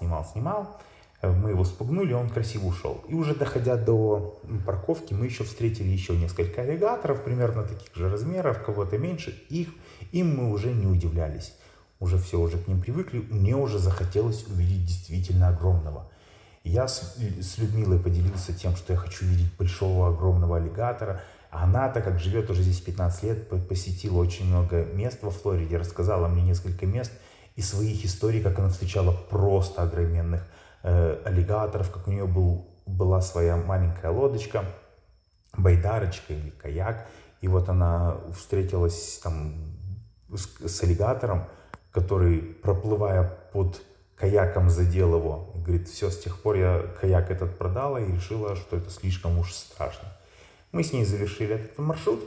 A: Мы его спугнули, он красиво ушел. И уже доходя до парковки, мы еще встретили еще несколько аллигаторов, примерно таких же размеров, кого-то меньше. Им мы уже не удивлялись. Уже к ним привыкли. Мне уже захотелось увидеть действительно огромного. Я с Людмилой поделился тем, что я хочу видеть большого, огромного аллигатора. А она, так как живет уже здесь 15 лет, посетила очень много мест во Флориде, рассказала мне несколько мест и своих историй, как она встречала просто огроменных аллигаторов, как у нее была своя маленькая лодочка, байдарочка или каяк. И вот она встретилась там с аллигатором, который, проплывая под каяком, задел его. Говорит, все, с тех пор я каяк этот продала и решила, что это слишком уж страшно. Мы с ней завершили этот маршрут.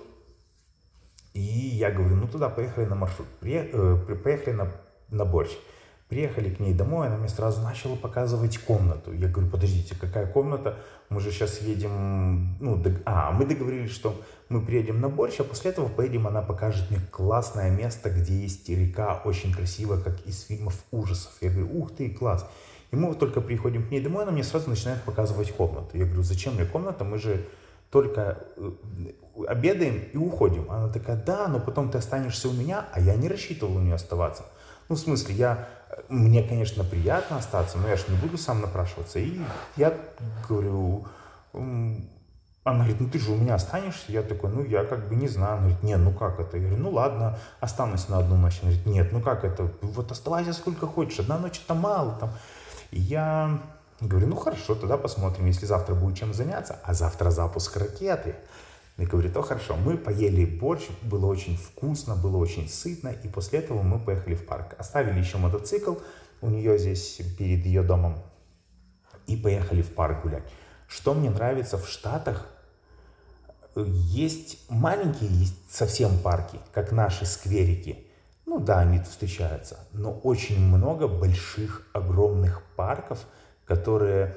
A: И я говорю, ну туда поехали на маршрут. Поехали на борщ. Приехали к ней домой, она мне сразу начала показывать комнату. Я говорю, подождите, какая комната? Мы же сейчас едем... мы договорились, что мы приедем на борщ, а после этого поедем, она покажет мне классное место, где есть река, очень красиво, как из фильмов ужасов. Я говорю, ух ты, класс. И мы вот только приходим к ней домой, она мне сразу начинает показывать комнату. Я говорю, зачем мне комната? Мы же только обедаем и уходим. Она такая, да, но потом ты останешься у меня, а я не рассчитывал у нее оставаться. Ну, в смысле, я Мне, конечно, приятно остаться, но я же не буду сам напрашиваться. И я говорю, она говорит, ну ты же у меня останешься? Я такой, ну я как бы не знаю. Она говорит, нет, ну как это? Я говорю, ну ладно, останусь на одну ночь. Она говорит, нет, ну как это? Вот оставайся сколько хочешь, одна ночь это мало. Там. И я говорю, ну хорошо, тогда посмотрим, если завтра будет чем заняться. А завтра запуск ракеты. И говорит, о, хорошо, мы поели борщ, было очень вкусно, было очень сытно, и после этого мы поехали в парк. Оставили еще мотоцикл у нее здесь, перед ее домом, и поехали в парк гулять. Что мне нравится в Штатах, есть маленькие, есть совсем парки, как наши скверики. Ну да, они встречаются, но очень много больших, огромных парков, которые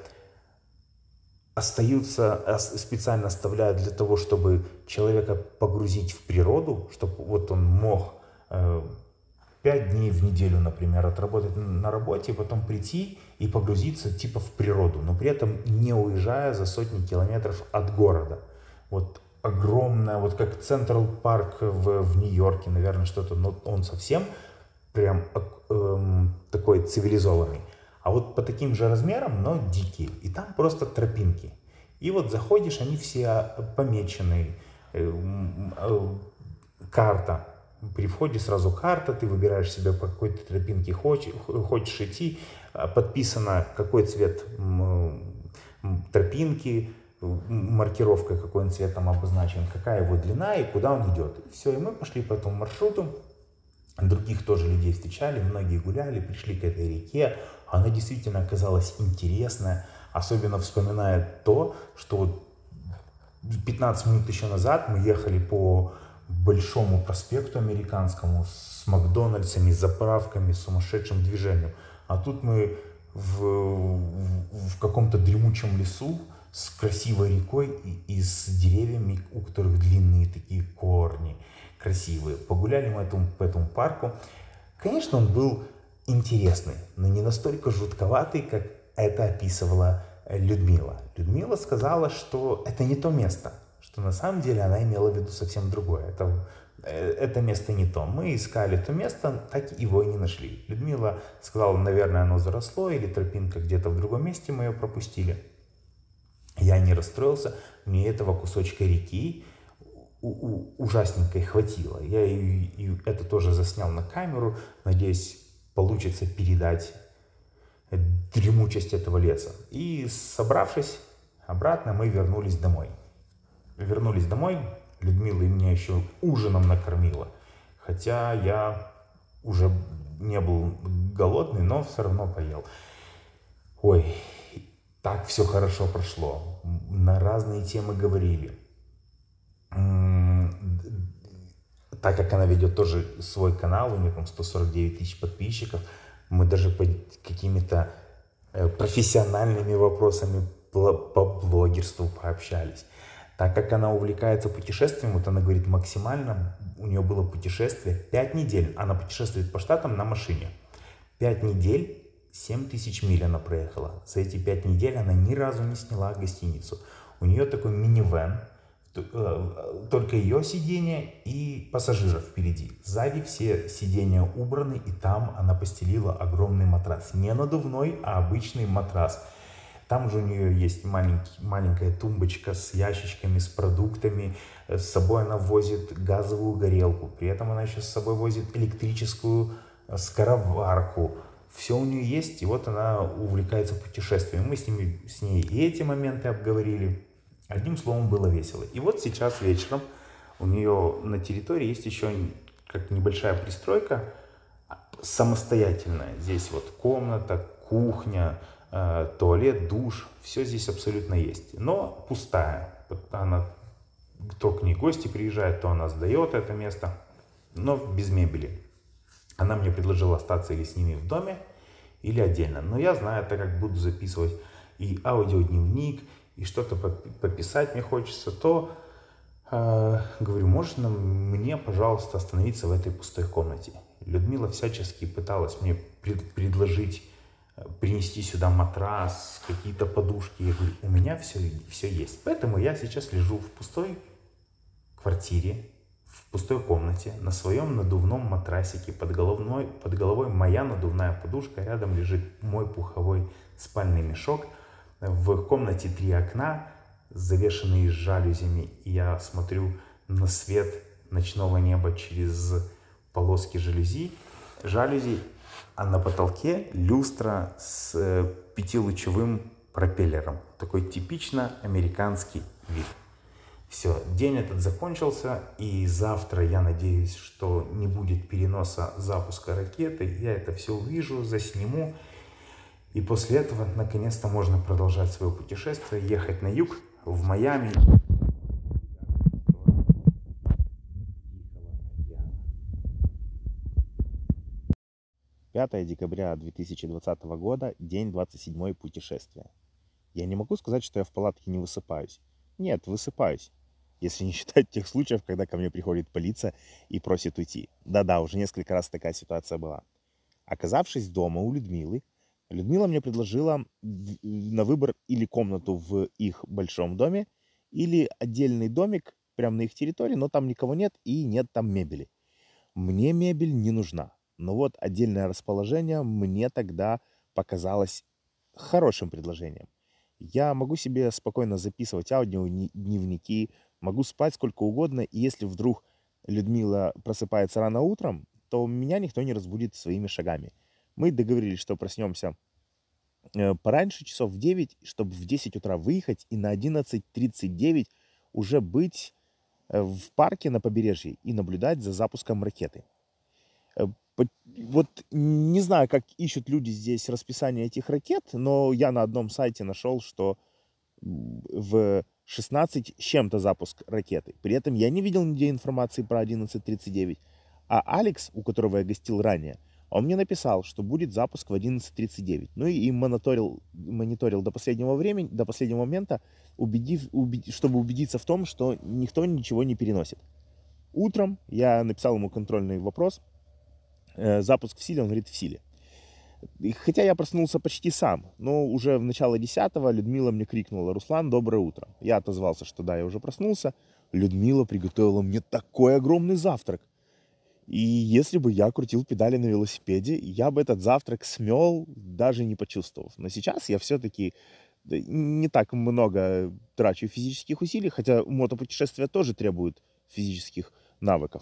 A: остаются, специально оставляют для того, чтобы человека погрузить в природу, чтобы вот он мог 5 дней в неделю, например, отработать на работе, потом прийти и погрузиться типа в природу, но при этом не уезжая за сотни километров от города. Вот огромная, вот как Централ Парк в Нью-Йорке, наверное, что-то, но он совсем прям такой цивилизованный. А вот по таким же размерам, но дикие. И там просто тропинки. И вот заходишь, они все помечены. Карта. При входе сразу карта, ты выбираешь себе по какой-то тропинке хочешь идти. Подписано, какой цвет тропинки, маркировка, какой он цветом обозначен, какая его длина и куда он идет. И все, и мы пошли по этому маршруту. Других тоже людей встречали, многие гуляли, пришли к этой реке. Она действительно оказалась интересная, особенно вспоминая то, что 15 минут еще назад мы ехали по большому проспекту американскому с Макдональдсами, заправками, сумасшедшим движением. А тут мы в каком-то дремучем лесу с красивой рекой и с деревьями, у которых длинные такие корни, красивые. Погуляли мы по этому парку. Конечно, он был интересный, но не настолько жутковатый, как это описывала Людмила. Людмила сказала, что это не то место, что на самом деле она имела в виду совсем другое. Это место не то. Мы искали то место, так его и не нашли. Людмила сказала, наверное, оно заросло, или тропинка где-то в другом месте, мы ее пропустили. Я не расстроился, мне этого кусочка реки ужасненько хватило. Я и это тоже заснял на камеру, надеюсь, получится передать дремучесть этого леса. И собравшись обратно, мы вернулись домой. Людмила и меня еще ужином накормила. Хотя я уже не был голодный, но все равно поел. Ой, так все хорошо прошло. На разные темы говорили. Так как она ведет тоже свой канал, у нее там 149 тысяч подписчиков, мы даже по какими-то профессиональными вопросами по блогерству пообщались. Так как она увлекается путешествием, вот она говорит, максимально у нее было путешествие 5 недель. Она путешествует по штатам на машине. 5 недель, 7000 миль она проехала. За эти 5 недель она ни разу не сняла гостиницу. У нее такой минивэн, только ее сиденье и пассажиров впереди. Сзади все сиденья убраны, и там она постелила огромный матрас. Не надувной, а обычный матрас. Там же у нее есть маленькая тумбочка с ящичками, с продуктами. С собой она возит газовую горелку. При этом она еще с собой возит электрическую скороварку. Все у нее есть, и вот она увлекается путешествием. Мы с ней и эти моменты обговорили. Одним словом, было весело. И вот сейчас вечером у нее на территории есть еще как небольшая пристройка самостоятельная. Здесь вот комната, кухня, туалет, душ. Все здесь абсолютно есть. Но пустая. Она, то к ней гости приезжают, то она сдает это место. Но без мебели. Она мне предложила остаться или с ними в доме, или отдельно. Но я знаю, так как буду записывать и аудиодневник, и что-то пописать мне хочется, то говорю, можно мне, пожалуйста, остановиться в этой пустой комнате. Людмила всячески пыталась мне предложить принести сюда матрас, какие-то подушки. Я говорю, у меня все есть. Поэтому я сейчас лежу в пустой квартире, В пустой комнате на своем надувном матрасике под головой моя надувная подушка, рядом лежит мой пуховой спальный мешок. В комнате 3 окна, завешенные жалюзями, и я смотрю на свет ночного неба через полоски жалюзей, а на потолке люстра с пятилучевым пропеллером. Такой типично американский вид. Все, день этот закончился, и завтра я надеюсь, что не будет переноса запуска ракеты. Я это все увижу, засниму, и после этого наконец-то можно продолжать свое путешествие, ехать на юг, в Майами. 5 декабря 2020 года, день 27 путешествия. Я не могу сказать, что я в палатке не высыпаюсь. Нет, высыпаюсь. Если не считать тех случаев, когда ко мне приходит полиция и просит уйти. Да-да, уже несколько раз такая ситуация была. Оказавшись дома у Людмилы, Людмила мне предложила на выбор или комнату в их большом доме, или отдельный домик прямо на их территории, но там никого нет и нет там мебели. Мне мебель не нужна. Но вот отдельное расположение мне тогда показалось хорошим предложением. Я могу себе спокойно записывать аудиодневники, могу спать сколько угодно, и если вдруг Людмила просыпается рано утром, то меня никто не разбудит своими шагами. Мы договорились, что проснемся пораньше, часов в 9, чтобы в 10 утра выехать и на 11:39 уже быть в парке на побережье и наблюдать за запуском ракеты. Вот не знаю, как ищут люди здесь расписание этих ракет, но я на одном сайте нашел, что в 16 с чем-то запуск ракеты. При этом я не видел нигде информации про 11:39. А Алекс, у которого я гостил ранее, он мне написал, что будет запуск в 11:39. Ну и мониторил до последнего времени, до последнего момента, чтобы убедиться в том, что никто ничего не переносит. Утром я написал ему контрольный вопрос. Запуск в силе? Он говорит, в силе. И хотя я проснулся почти сам, но уже в начало 10-го Людмила мне крикнула: «Руслан, доброе утро». Я отозвался, что да, я уже проснулся. Людмила приготовила мне такой огромный завтрак. И если бы я крутил педали на велосипеде, я бы этот завтрак смел, даже не почувствовав. Но сейчас я все-таки не так много трачу физических усилий, хотя мотопутешествия тоже требуют физических навыков.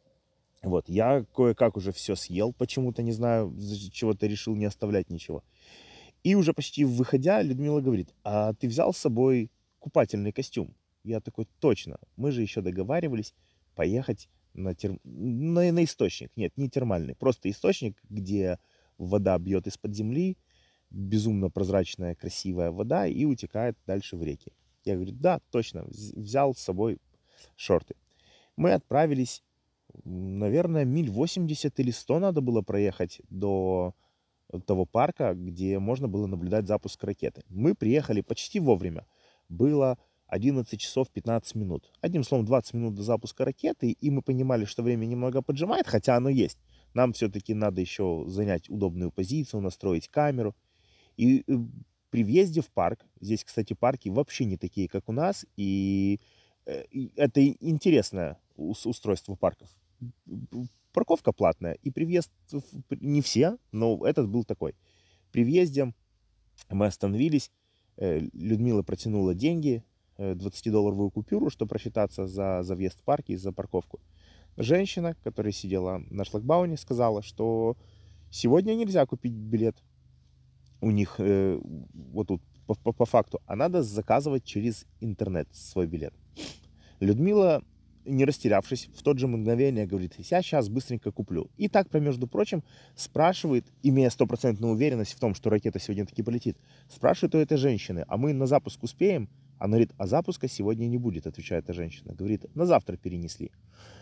A: Вот, я кое-как уже все съел, почему-то, не знаю, чего-то решил не оставлять ничего. И уже почти выходя, Людмила говорит: «А ты взял с собой купательный костюм?» Я такой: «Точно, мы же еще договаривались поехать на источник». Нет, не термальный, просто источник, где вода бьет из-под земли, безумно прозрачная, красивая вода и утекает дальше в реки. Я говорю: «Да, точно, взял с собой шорты». Мы отправились. Наверное, миль 80 или 100 надо было проехать до того парка, где можно было наблюдать запуск ракеты. Мы приехали почти вовремя. Было 11 часов 15 минут. Одним словом, 20 минут до запуска ракеты, и мы понимали, что время немного поджимает, хотя оно есть. Нам все-таки надо еще занять удобную позицию, настроить камеру. И при въезде в парк, здесь, кстати, парки вообще не такие, как у нас, и это интересное устройство парков. Парковка платная, и при въезде не все, но этот был такой. При въезде мы остановились, Людмила протянула деньги, 20-долларовую купюру, чтобы рассчитаться за въезд в парк и за парковку. Женщина, которая сидела на шлагбауме, сказала, что сегодня нельзя купить билет у них вот тут по факту, а надо заказывать через интернет свой билет. Людмила, не растерявшись, в то же мгновение говорит: «Я сейчас быстренько куплю». И так, между прочим, спрашивает, имея стопроцентную уверенность в том, что ракета сегодня таки полетит, спрашивает у этой женщины: «А мы на запуск успеем?» Она говорит: «А запуска сегодня не будет», отвечает эта женщина. Говорит: «На завтра перенесли».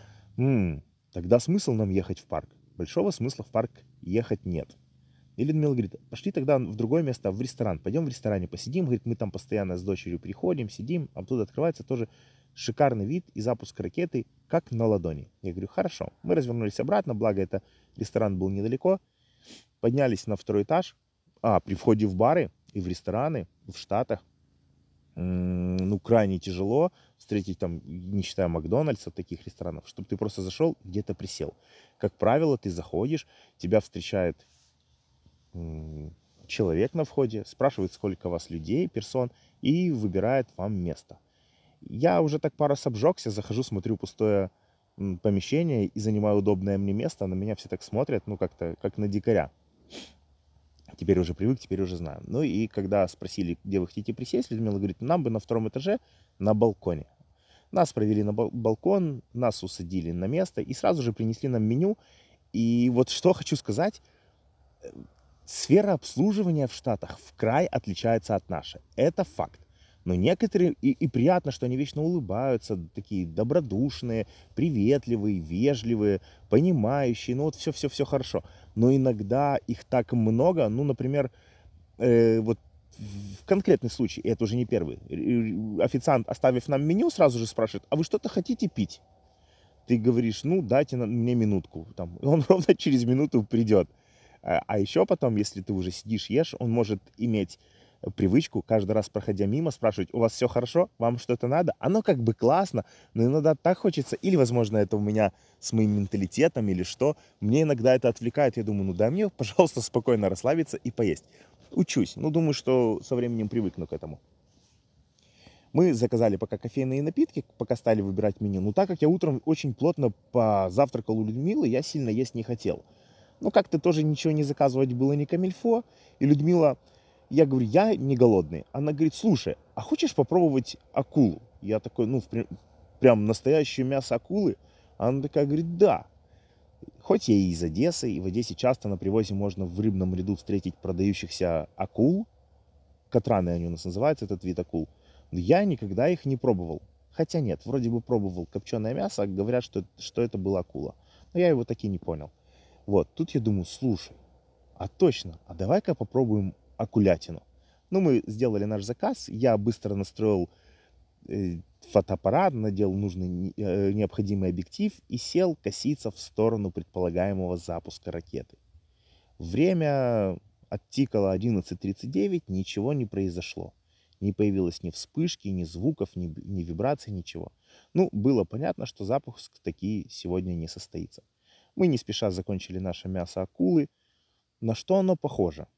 A: Тогда смысл нам ехать в парк? Большого смысла в парк ехать нет. И Людмила говорит: «Пошли тогда в другое место, в ресторан. Пойдем в ресторане посидим». Говорит: «Мы там постоянно с дочерью приходим, сидим, а оттуда открывается тоже шикарный вид и запуск ракеты, как на ладони». Я говорю: «Хорошо». Мы развернулись обратно, благо это ресторан был недалеко. Поднялись на второй этаж. При входе в бары и в рестораны в Штатах ну, крайне тяжело встретить там, не считая Макдональдса, таких ресторанов, чтобы ты просто зашел, где-то присел. Как правило, ты заходишь, тебя встречает человек на входе, спрашивает, сколько вас людей, персон, и выбирает вам место. Я уже так пару раз обжегся, захожу, смотрю пустое помещение и занимаю удобное мне место, на меня все так смотрят, ну, как-то, как на дикаря. Теперь уже привык, теперь уже знаю. Ну и когда спросили, где вы хотите присесть, Людмила говорит, нам бы на втором этаже на балконе. Нас провели на балкон, нас усадили на место и сразу же принесли нам меню. И вот что хочу сказать, сфера обслуживания в Штатах в край отличается от нашей. Это факт. Но некоторые, и приятно, что они вечно улыбаются, такие добродушные, приветливые, вежливые, понимающие, ну вот все хорошо. Но иногда их так много, ну, например, вот в конкретный случай, и это уже не первый, официант, оставив нам меню, сразу же спрашивает, а вы что-то хотите пить? Ты говоришь, ну, дайте мне минутку, там, и он ровно через минуту придет. А еще потом, если ты уже сидишь, ешь, он может иметь привычку, каждый раз проходя мимо, спрашивать, у вас все хорошо, вам что-то надо? Оно как бы классно, но иногда так хочется, или, возможно, это у меня с моим менталитетом, или что, мне иногда это отвлекает, я думаю, ну дай мне, пожалуйста, спокойно расслабиться и поесть. Учусь, ну думаю, что со временем привыкну к этому. Мы заказали пока кофейные напитки, пока стали выбирать меню, но так как я утром очень плотно позавтракал у Людмилы, я сильно есть не хотел. Ну, как-то тоже ничего не заказывать было не камильфо. И Людмила, я говорю, я не голодный. Она говорит, слушай, а хочешь попробовать акулу? Я такой, ну, прям настоящее мясо акулы. Она такая говорит, да. Хоть я и из Одессы, и в Одессе часто на привозе можно в рыбном ряду встретить продающихся акул. Катраны они у нас называются, этот вид акул. Но я никогда их не пробовал. Хотя нет, вроде бы пробовал копченое мясо, а говорят, что это была акула. Но я его таки не понял. Вот, тут я думаю, слушай, а точно, а давай-ка попробуем окулятину. Ну, мы сделали наш заказ, я быстро настроил фотоаппарат, надел нужный необходимый объектив и сел коситься в сторону предполагаемого запуска ракеты. Время оттикало 11:39, ничего не произошло. Не появилось ни вспышки, ни звуков, ни вибраций, ничего. Ну, было понятно, что запуск таки сегодня не состоится. Мы не спеша закончили наше мясо акулы. На что оно похоже?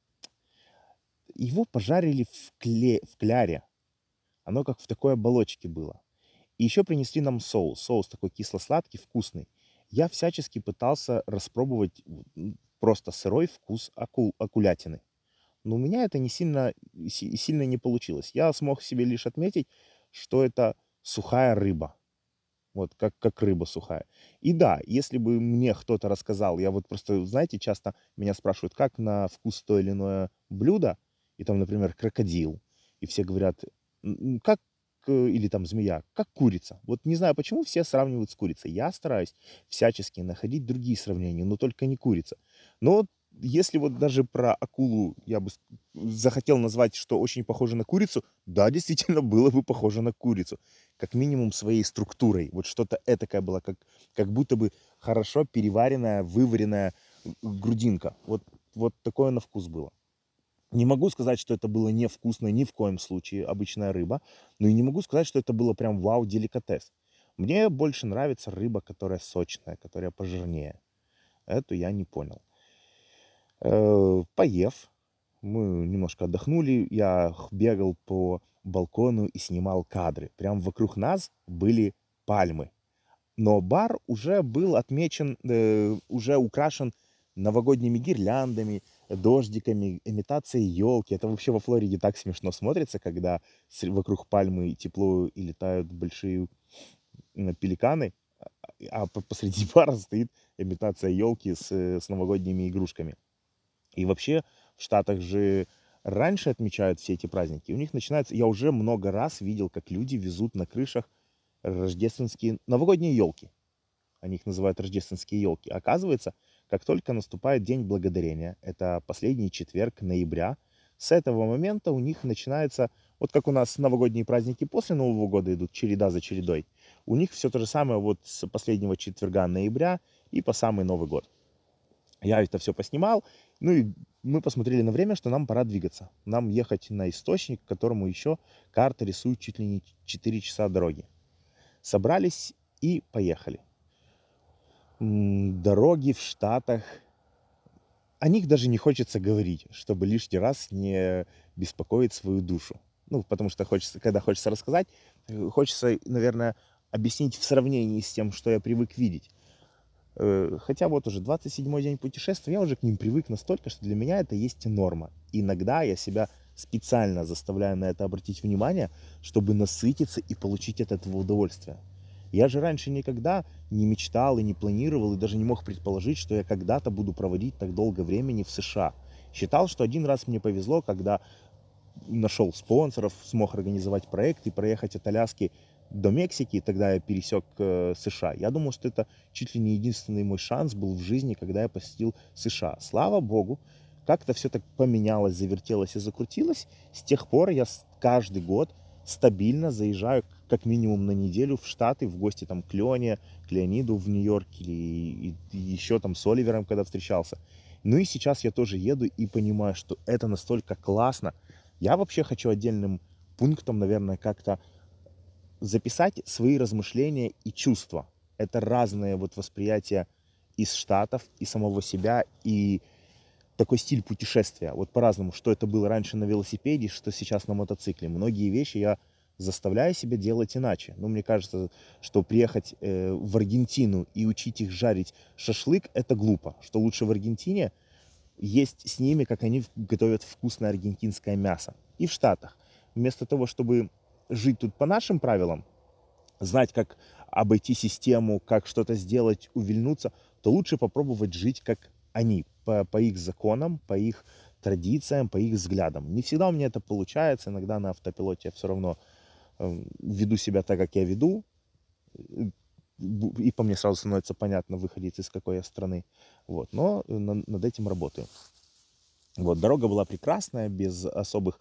A: Его пожарили в кляре. Оно как в такой оболочке было. И еще принесли нам соус. Соус такой кисло-сладкий, вкусный. Я всячески пытался распробовать просто сырой вкус окулятины. Но у меня это сильно не получилось. Я смог себе лишь отметить, что это сухая рыба. Вот как рыба сухая. И да, если бы мне кто-то рассказал, я вот просто, знаете, часто меня спрашивают, как на вкус то или иное блюдо, и там, например, крокодил, и все говорят, как, или там змея, как курица. Вот не знаю, почему все сравнивают с курицей. Я стараюсь всячески находить другие сравнения, но только не курица. Но вот если вот даже про акулу я бы захотел назвать, что очень похоже на курицу, да, действительно было бы похоже на курицу. Как минимум своей структурой. Вот что-то этакое было, как будто бы хорошо переваренная, вываренная грудинка. Вот такое на вкус было. Не могу сказать, что это было невкусно ни в коем случае, обычная рыба, но и не могу сказать, что это было прям вау-деликатес. Мне больше нравится рыба, которая сочная, которая пожирнее. Эту я не понял. Поев, мы немножко отдохнули, я бегал по балкону и снимал кадры. Прям вокруг нас были пальмы. Но бар уже был отмечен, уже украшен новогодними гирляндами, дождиками, имитацией елки. Это вообще во Флориде так смешно смотрится, когда вокруг пальмы тепло и летают большие пеликаны, а посреди бара стоит имитация елки с новогодними игрушками. И вообще в Штатах же раньше отмечают все эти праздники. У них начинается... Я уже много раз видел, как люди везут на крышах рождественские новогодние елки. Они их называют рождественские елки. Оказывается, как только наступает День Благодарения, это последний четверг ноября, с этого момента у них начинается, вот как у нас новогодние праздники после Нового года идут череда за чередой, у них все то же самое вот с последнего четверга ноября и по самый Новый год. Я это все поснимал, ну и мы посмотрели на время, что нам пора двигаться. Нам ехать на источник, к которому еще карта рисует чуть ли не 4 часа дороги. Собрались и поехали. Дороги в Штатах, о них даже не хочется говорить, чтобы лишний раз не беспокоить свою душу. Ну, потому что хочется, когда хочется рассказать, хочется, наверное, объяснить в сравнении с тем, что я привык видеть. Хотя вот уже 27-й день путешествия, я уже к ним привык настолько, что для меня это есть норма. Иногда я себя специально заставляю на это обратить внимание, чтобы насытиться и получить от этого удовольствие. Я же раньше никогда не мечтал и не планировал, и даже не мог предположить, что я когда-то буду проводить так долго времени в США. Считал, что один раз мне повезло, когда нашел спонсоров, смог организовать проект и проехать от Аляски до Мексики, и тогда я пересек США. Я думал, что это чуть ли не единственный мой шанс был в жизни, когда я посетил США. Слава богу, как-то все так поменялось, завертелось и закрутилось. С тех пор я каждый год стабильно заезжаю как минимум на неделю в Штаты, в гости там к Лене, к Леониду в Нью-Йорк или еще там с Оливером, когда встречался. Ну и сейчас я тоже еду и понимаю, что это настолько классно. Я вообще хочу отдельным пунктом, наверное, как-то записать свои размышления и чувства. Это разные вот восприятия из Штатов, и самого себя, и такой стиль путешествия. Вот по-разному, что это было раньше на велосипеде, что сейчас на мотоцикле. Многие вещи я заставляю себя делать иначе. Ну, мне кажется, что приехать в Аргентину и учить их жарить шашлык, это глупо. Что лучше в Аргентине есть с ними, как они готовят вкусное аргентинское мясо. И в Штатах. Вместо того, чтобы жить тут по нашим правилам, знать, как обойти систему, как что-то сделать, увильнуться, то лучше попробовать жить, как они, по их законам, по их традициям, по их взглядам. Не всегда у меня это получается, иногда на автопилоте я все равно веду себя так, как я веду, и по мне сразу становится понятно, выходец из какой я страны. Вот. Но над этим работаю. Вот. Дорога была прекрасная, без особых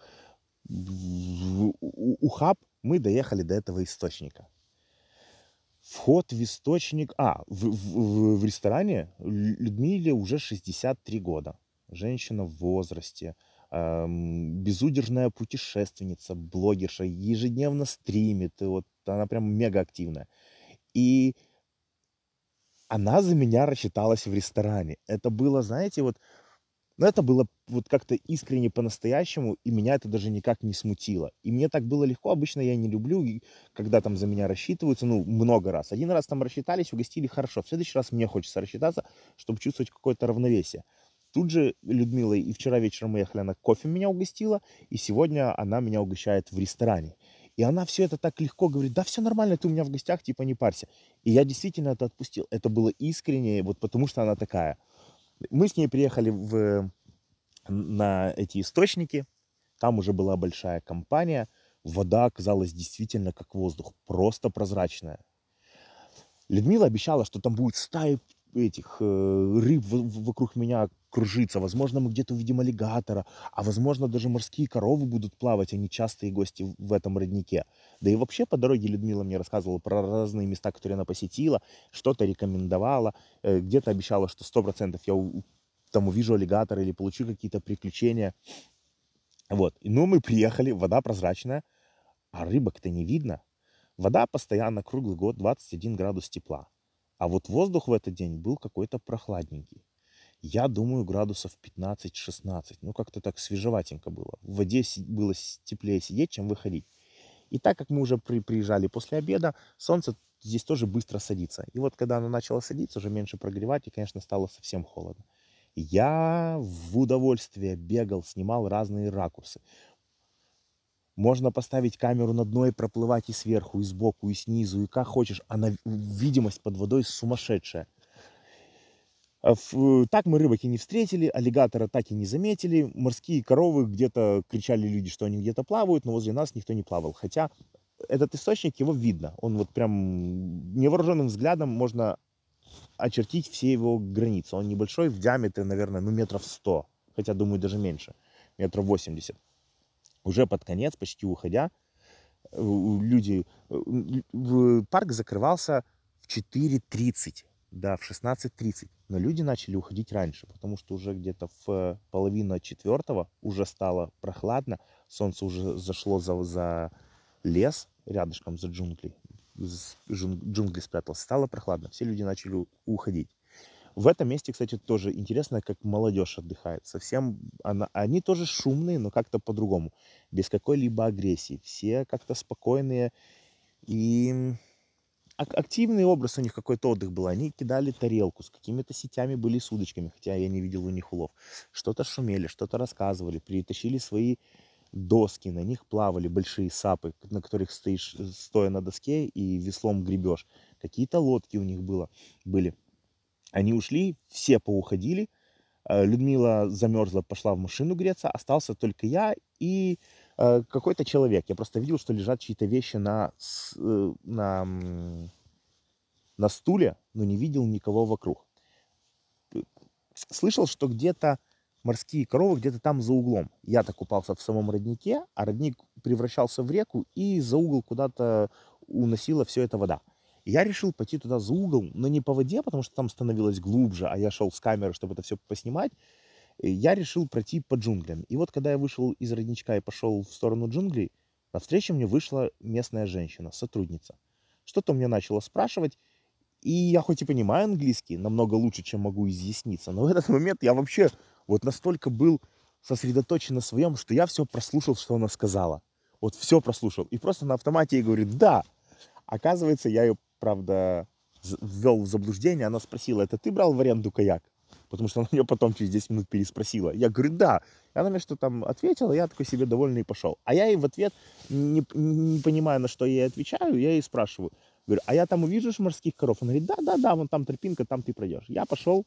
A: ухаб. Мы доехали до этого источника. Вход в источник... в ресторане Людмиле уже 63 года. Женщина в возрасте, безудержная путешественница, блогерша, ежедневно стримит. И вот она прям мега активная. И она за меня рассчиталась в ресторане. Это было, знаете, вот, ну, это было вот как-то искренне по-настоящему, и меня это даже никак не смутило. И мне так было легко. Обычно я не люблю, когда там за меня рассчитываются, ну, много раз. Один раз там рассчитались, угостили, хорошо. В следующий раз мне хочется рассчитаться, чтобы чувствовать какое-то равновесие. Тут же Людмила и вчера вечером мы ехали, она кофе меня угостила, и сегодня она меня угощает в ресторане. И она все это так легко говорит: да все нормально, ты у меня в гостях, типа не парься. И я действительно это отпустил. Это было искренне, вот потому что она такая. Мы с ней приехали на эти источники. Там уже была большая компания. Вода оказалась действительно как воздух, просто прозрачная. Людмила обещала, что там будет стаи этих рыб вокруг меня кружиться. Возможно, мы где-то увидим аллигатора, а возможно, даже морские коровы будут плавать, они частые гости в этом роднике. Да и вообще по дороге Людмила мне рассказывала про разные места, которые она посетила, что-то рекомендовала, где-то обещала, что 100% я там увижу аллигатора или получу какие-то приключения. Вот. Ну, мы приехали, вода прозрачная, а рыбок-то не видно. Вода постоянно круглый год 21 градус тепла. А вот воздух в этот день был какой-то прохладненький. Я думаю, градусов 15-16. Ну, как-то так свежеватенько было. В воде было теплее сидеть, чем выходить. И так как мы уже приезжали после обеда, солнце здесь тоже быстро садится. И вот когда оно начало садиться, уже меньше прогревать, и, конечно, стало совсем холодно. Я в удовольствие бегал, снимал разные ракурсы. Можно поставить камеру на дно и проплывать и сверху, и сбоку, и снизу, и как хочешь. Видимость под водой сумасшедшая. Так мы рыбок и не встретили, аллигатора так и не заметили. Морские коровы, где-то кричали люди, что они где-то плавают, но возле нас никто не плавал. Хотя этот источник, его видно. Он вот прям невооруженным взглядом можно очертить все его границы. Он небольшой, в диаметре, наверное, ну метров 100. Хотя, думаю, даже меньше. Метров 80. Уже под конец, почти уходя, парк закрывался в 4:30. да, в 16:30. Но люди начали уходить раньше, потому что уже где-то в половина четвертого уже стало прохладно, солнце уже зашло за лес рядышком, за джунгли, джунгли спряталось, стало прохладно, все люди начали уходить. В этом месте, кстати, тоже интересно, как молодежь отдыхает. Совсем они тоже шумные, но как-то по-другому, без какой-либо агрессии. Все как-то спокойные и активный образ у них какой-то отдых был. Они кидали тарелку, с какими-то сетями были, с удочками, хотя я не видел у них улов. Что-то шумели, что-то рассказывали, притащили свои доски, на них плавали большие сапы, на которых стоишь, стоя на доске и веслом гребешь. Какие-то лодки у них были. Они ушли, все поуходили. Людмила замерзла, пошла в машину греться. Остался только я и какой-то человек. Я просто видел, что лежат чьи-то вещи на стуле, но не видел никого вокруг. Слышал, что где-то морские коровы где-то там за углом. Я-то купался в самом роднике, а родник превращался в реку, и за угол куда-то уносила все это вода. И я решил пойти туда за угол, но не по воде, потому что там становилось глубже, а я шел с камерой, чтобы это все поснимать. И я решил пройти по джунглям. И вот когда я вышел из родничка и пошел в сторону джунглей, навстречу мне вышла местная женщина, сотрудница. Что-то мне начала спрашивать, и я хоть и понимаю английский намного лучше, чем могу изъясниться, но в этот момент я вообще вот настолько был сосредоточен на своем, что я все прослушал, что она сказала. Вот все прослушал. И просто на автомате ей говорю «да». Оказывается, я ее, правда, ввел в заблуждение. Она спросила: это ты брал в аренду каяк? Потому что она меня потом через 10 минут переспросила. Я говорю: да. И она мне что там ответила, я такой себе довольный и пошел. А я ей в ответ, не понимая, на что я ей отвечаю, я ей спрашиваю. Говорю: а я там увижу морских коров? Она говорит: да, вон там тропинка, там ты пройдешь. Я пошел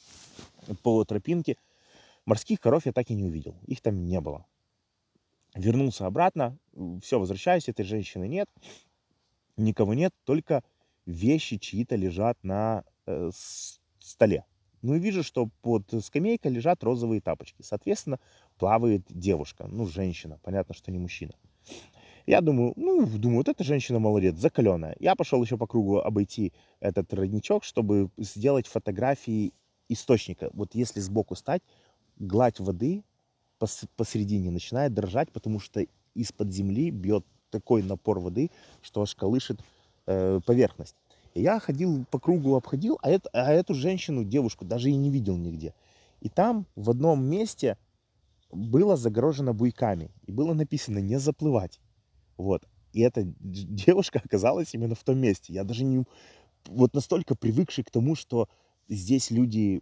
A: по тропинке. Морских коров я так и не увидел. Их там не было. Вернулся обратно. Все, возвращаюсь, этой женщины нет. Никого нет, только вещи чьи-то лежат на столе. Ну и вижу, что под скамейкой лежат розовые тапочки. Соответственно, плавает девушка, ну, женщина. Понятно, что не мужчина. Я думаю, вот эта женщина молодец, закаленная. Я пошел еще по кругу обойти этот родничок, чтобы сделать фотографии источника. Вот если сбоку стать, гладь воды посередине начинает дрожать, потому что из-под земли бьет такой напор воды, что аж колышет поверхность. И я ходил по кругу, обходил, а эту женщину, девушку, даже и не видел нигде. И там в одном месте было загорожено буйками, и было написано «не заплывать». Вот. И эта девушка оказалась именно в том месте. Я даже не... Вот настолько привыкший к тому, что здесь люди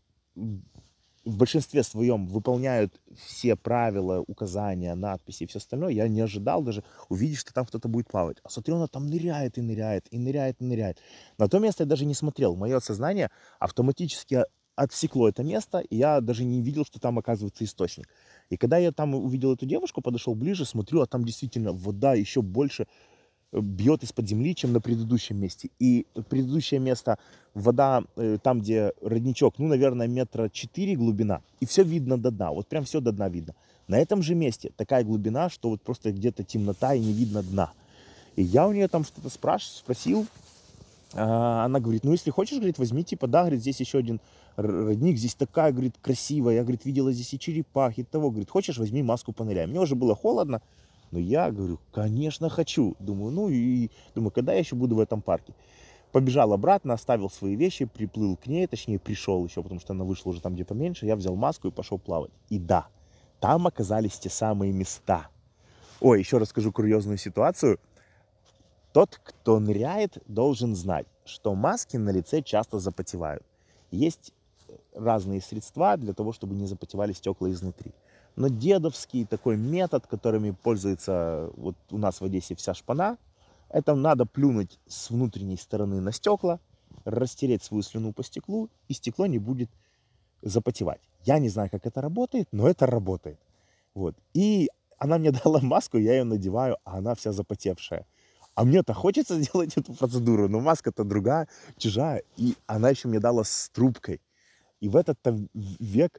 A: в большинстве своем выполняют все правила, указания, надписи и все остальное, я не ожидал даже увидеть, что там кто-то будет плавать. А смотрю, она там ныряет и ныряет, и ныряет, и ныряет. На то место я даже не смотрел. Мое сознание автоматически отсекло это место, и я даже не видел, что там оказывается источник. И когда я там увидел эту девушку, подошел ближе, смотрю, а там действительно вода еще больше бьет из-под земли, чем на предыдущем месте. И предыдущее место, вода там, где родничок, наверное, 4 метра глубина, и все видно до дна, вот прям все до дна видно. На этом же месте такая глубина, что вот просто где-то темнота и не видно дна. И я у нее там что-то спросил, она говорит: если хочешь, говорит, возьми, типа, да, говорит, здесь еще один родник, здесь такая, говорит, красивая, я, говорит, видела здесь и черепах, и того, говорит, хочешь, возьми маску, поныряй. Мне уже было холодно, но я говорю: конечно, хочу. Думаю, когда я еще буду в этом парке? Побежал обратно, оставил свои вещи, приплыл к ней, точнее, пришел еще, потому что она вышла уже там, где поменьше. Я взял маску и пошел плавать. И да, там оказались те самые места. Ой, еще расскажу курьезную ситуацию. Тот, кто ныряет, должен знать, что маски на лице часто запотевают. Есть разные средства для того, чтобы не запотевали стекла изнутри. Но дедовский такой метод, которыми пользуется вот у нас в Одессе вся шпана, это надо плюнуть с внутренней стороны на стекла, растереть свою слюну по стеклу, и стекло не будет запотевать. Я не знаю, как это работает, но это работает. Вот. И она мне дала маску, я ее надеваю, а она вся запотевшая. А мне-то хочется сделать эту процедуру, но маска-то другая, чужая. И она еще мне дала с трубкой. И в этот век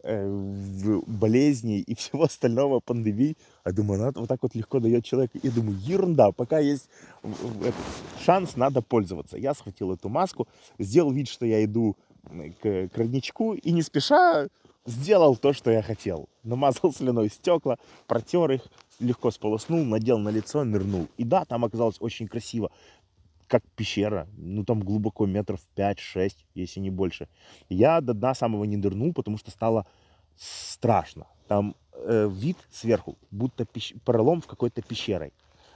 A: болезней и всего остального, пандемий. Я думаю, она вот так вот легко дает человеку. Я думаю, ерунда, пока есть этот шанс, надо пользоваться. Я схватил эту маску, сделал вид, что я иду к родничку и не спеша сделал то, что я хотел. Намазал слюной стекла, протер их, легко сполоснул, надел на лицо, нырнул. И да, там оказалось очень красиво, как пещера, ну там глубоко метров 5-6, если не больше. Я до дна самого не нырнул, потому что стало страшно. Там вид сверху, будто пролом в какой-то пещерой,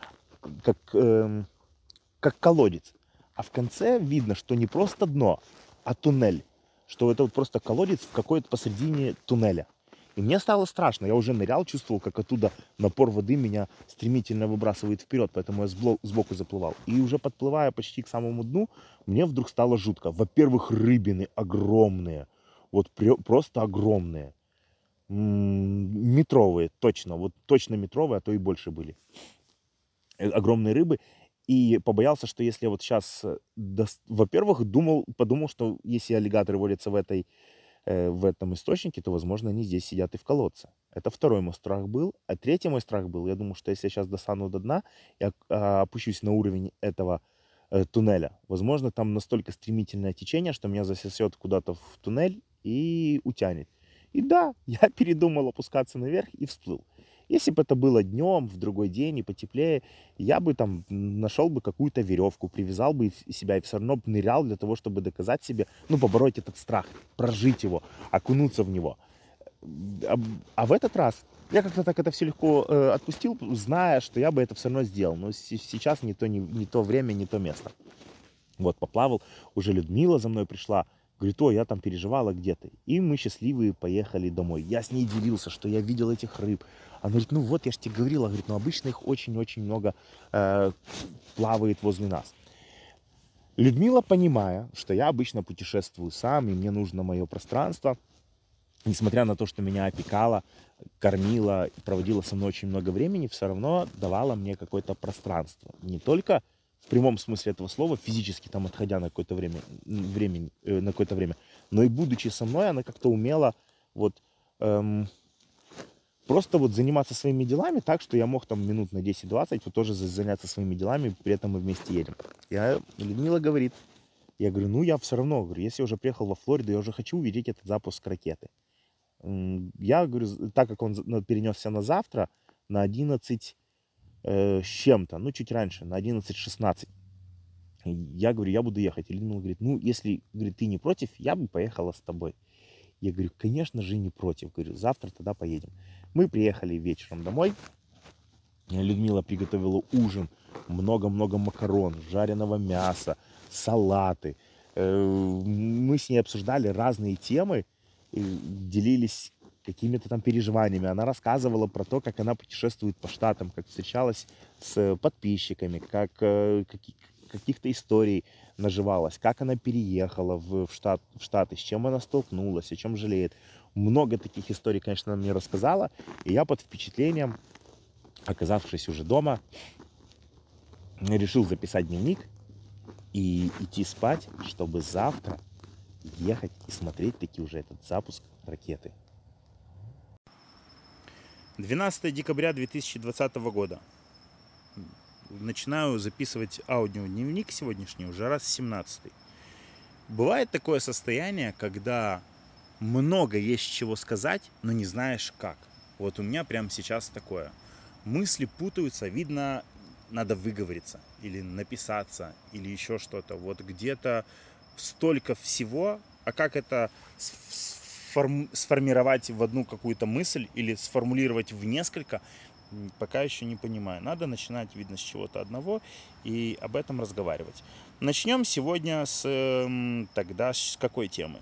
A: как колодец. А в конце видно, что не просто дно, а туннель. Что это вот просто колодец в какой-то посредине туннеля. И мне стало страшно. Я уже нырял, чувствовал, как оттуда напор воды меня стремительно выбрасывает вперед, поэтому я сбоку заплывал. И уже подплывая почти к самому дну, мне вдруг стало жутко. Во-первых, рыбины огромные. Вот просто огромные. Метровые, точно. Вот точно метровые, а то и больше были. Огромные рыбы. И побоялся, что если я вот сейчас... Во-первых, подумал, что если аллигаторы водятся в этом источнике, то, возможно, они здесь сидят и в колодце. Это второй мой страх был. А третий мой страх был, я думал, что если я сейчас достану до дна и опущусь на уровень этого туннеля, возможно, там настолько стремительное течение, что меня засосет куда-то в туннель и утянет. И да, я передумал опускаться наверх и всплыл. Если бы это было днем, в другой день и потеплее, я бы там нашел бы какую-то веревку, привязал бы себя и все равно нырял для того, чтобы доказать себе, ну, побороть этот страх, прожить его, окунуться в него. А в этот раз я как-то так это все легко отпустил, зная, что я бы это все равно сделал. Но сейчас не то время, не то место. Вот, поплавал, уже Людмила за мной пришла. Говорит, я там переживала, где ты. И мы счастливые поехали домой. Я с ней делился, что я видел этих рыб. Она говорит, ну вот, я же тебе говорила, говорит, ну обычно их очень-очень много плавает возле нас. Людмила, понимая, что я обычно путешествую сам, и мне нужно мое пространство, несмотря на то, что меня опекала, кормила, проводила со мной очень много времени, все равно давала мне какое-то пространство. Не только в прямом смысле этого слова, физически там отходя на какое-то время, но и будучи со мной, она как-то умела вот просто вот заниматься своими делами так, что я мог там минут на 10-20 вот тоже заняться своими делами, при этом мы вместе едем. Людмила говорит, я говорю, ну я все равно, говорю, если я уже приехал во Флориду, я уже хочу увидеть этот запуск ракеты. Я говорю, так как он перенесся на завтра, на 11 с чем-то, ну чуть раньше, на 11:16. Я говорю, я буду ехать. И Людмила говорит, ну если, говорит, ты не против, я бы поехала с тобой. Я говорю, конечно же не против. Говорю, завтра тогда поедем. Мы приехали вечером домой. Людмила приготовила ужин, много-много макарон, жареного мяса, салаты. Мы с ней обсуждали разные темы, делились какими-то там переживаниями. Она рассказывала про то, как она путешествует по Штатам, как встречалась с подписчиками, как каких-то историй наживалась, как она переехала в Штаты, с чем она столкнулась, о чем жалеет. Много таких историй, конечно, она мне рассказала, и я под впечатлением, оказавшись уже дома, решил записать дневник и идти спать, чтобы завтра ехать и смотреть таки уже этот запуск ракеты. 12 декабря 2020 года. Начинаю записывать аудиодневник сегодняшний уже раз 17. Бывает такое состояние, когда много есть чего сказать, но не знаешь как. Вот у меня прямо сейчас такое. Мысли путаются, видно, надо выговориться или написаться, или еще что-то. Вот где-то столько всего, а как это сформировать в одну какую-то мысль или сформулировать в несколько, пока еще не понимаю. Надо начинать, видно, с чего-то одного и об этом разговаривать. Начнем сегодня тогда с какой темы?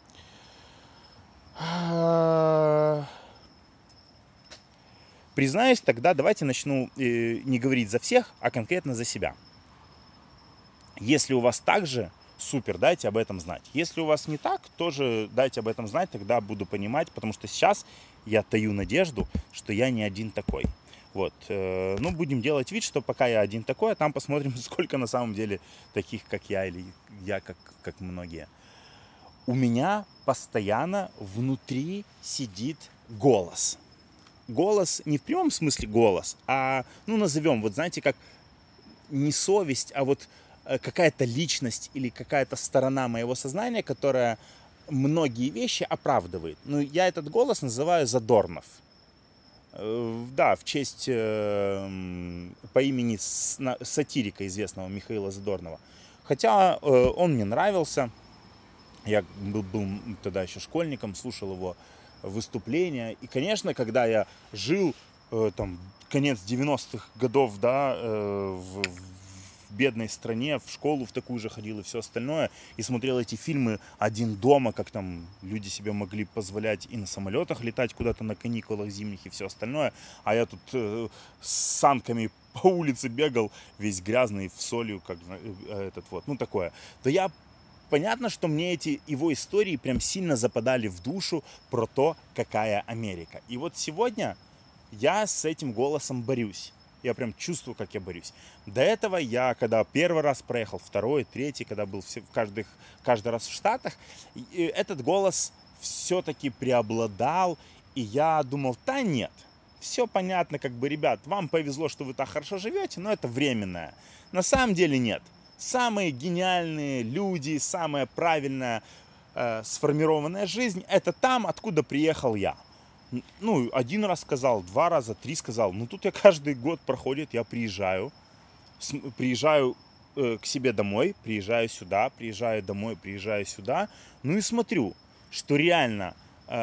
A: Признаюсь, тогда давайте начну не говорить за всех, а конкретно за себя. Если у вас так же, супер, дайте об этом знать. Если у вас не так, тоже дайте об этом знать, тогда буду понимать, потому что сейчас я таю надежду, что я не один такой. Вот, ну, будем делать вид, что пока я один такой, а там посмотрим, сколько на самом деле таких, как я, или я, как многие. У меня постоянно внутри сидит голос. Голос не в прямом смысле голос, а, ну, назовем, вот знаете, как не совесть, а вот какая-то личность или какая-то сторона моего сознания, которая многие вещи оправдывает. Ну, я этот голос называю Задорнов. Да, в честь по имени сатирика известного Михаила Задорнова. Хотя он мне нравился. Я был тогда еще школьником, слушал его выступления. И, конечно, когда я жил, там, конец 90-х годов, да, в бедной стране, в школу в такую же ходил и все остальное, и смотрел эти фильмы «Один дома», как там люди себе могли позволять и на самолетах летать куда-то на каникулах зимних и все остальное, а я тут с санками по улице бегал, весь грязный, в солью, как этот вот, ну такое. То я понятно, что мне эти его истории прям сильно западали в душу про то, какая Америка. И вот сегодня я с этим голосом борюсь. Я прям чувствую, как я борюсь. До этого я, когда первый раз проехал, второй, третий, когда был каждый раз в Штатах, этот голос все-таки преобладал. И я думал, да нет, все понятно, как бы, ребят, вам повезло, что вы так хорошо живете, но это временное. На самом деле нет. Самые гениальные люди, самая правильная сформированная жизнь — это там, откуда приехал я. Ну, один раз сказал, два раза, три сказал. Ну, тут я каждый год проходит, я приезжаю к себе домой, приезжаю сюда, приезжаю домой, приезжаю сюда. Ну и смотрю, что реально,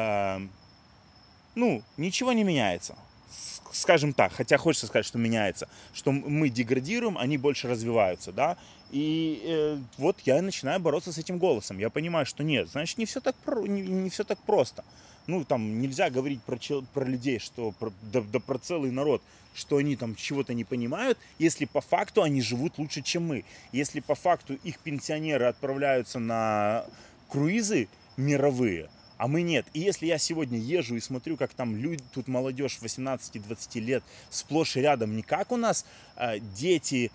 A: ну, ничего не меняется. Скажем так, хотя хочется сказать, что меняется, что мы деградируем, они больше развиваются, да. И вот я начинаю бороться с этим голосом. Я понимаю, что нет, значит, не все так просто. Ну, там нельзя говорить про людей, что да про целый народ, что они там чего-то не понимают, если по факту они живут лучше, чем мы. Если по факту их пенсионеры отправляются на круизы мировые, а мы нет. И если я сегодня езжу и смотрю, как там люди, тут молодежь 18-20 лет, сплошь и рядом, не как у нас дети,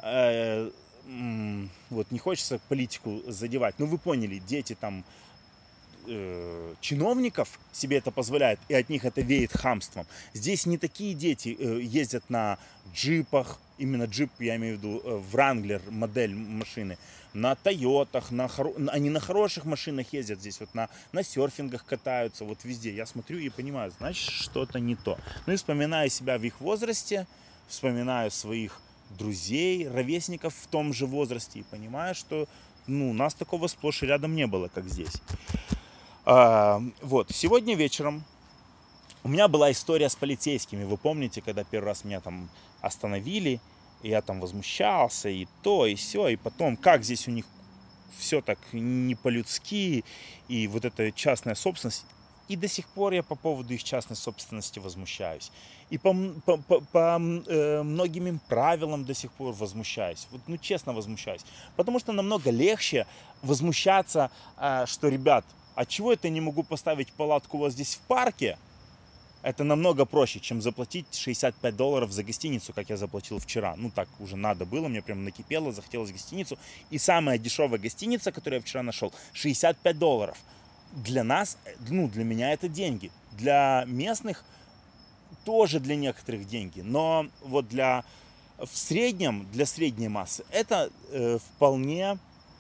A: вот не хочется политику задевать, но вы поняли, дети там чиновников себе это позволяют, и от них это веет хамством. Здесь не такие дети ездят на джипах, именно джип, я имею в виду Wrangler, модель машины, на Тойотах, они на хороших машинах ездят здесь, вот на серфингах катаются, вот везде. Я смотрю и понимаю, значит, что-то не то. Ну и вспоминаю себя в их возрасте, вспоминаю своих друзей, ровесников в том же возрасте, и понимаю, что, ну, у нас такого сплошь и рядом не было, как здесь. Вот, сегодня вечером у меня была история с полицейскими. Вы помните, когда первый раз меня там остановили, и я там возмущался, и то, и сё, и потом, как здесь у них все так не по-людски, и вот эта частная собственность. И до сих пор я по поводу их частной собственности возмущаюсь. И по многим правилам до сих пор возмущаюсь. Вот, ну, честно возмущаюсь. Потому что намного легче возмущаться, что, ребят, а чего это я не могу поставить палатку у вас здесь в парке? Это намного проще, чем заплатить $65 за гостиницу, как я заплатил вчера. Ну, так уже надо было, мне прям накипело, захотелось гостиницу. И самая дешевая гостиница, которую я вчера нашел, $65. Для нас, ну, для меня это деньги. Для местных тоже для некоторых деньги. Но вот для средней массы это вполне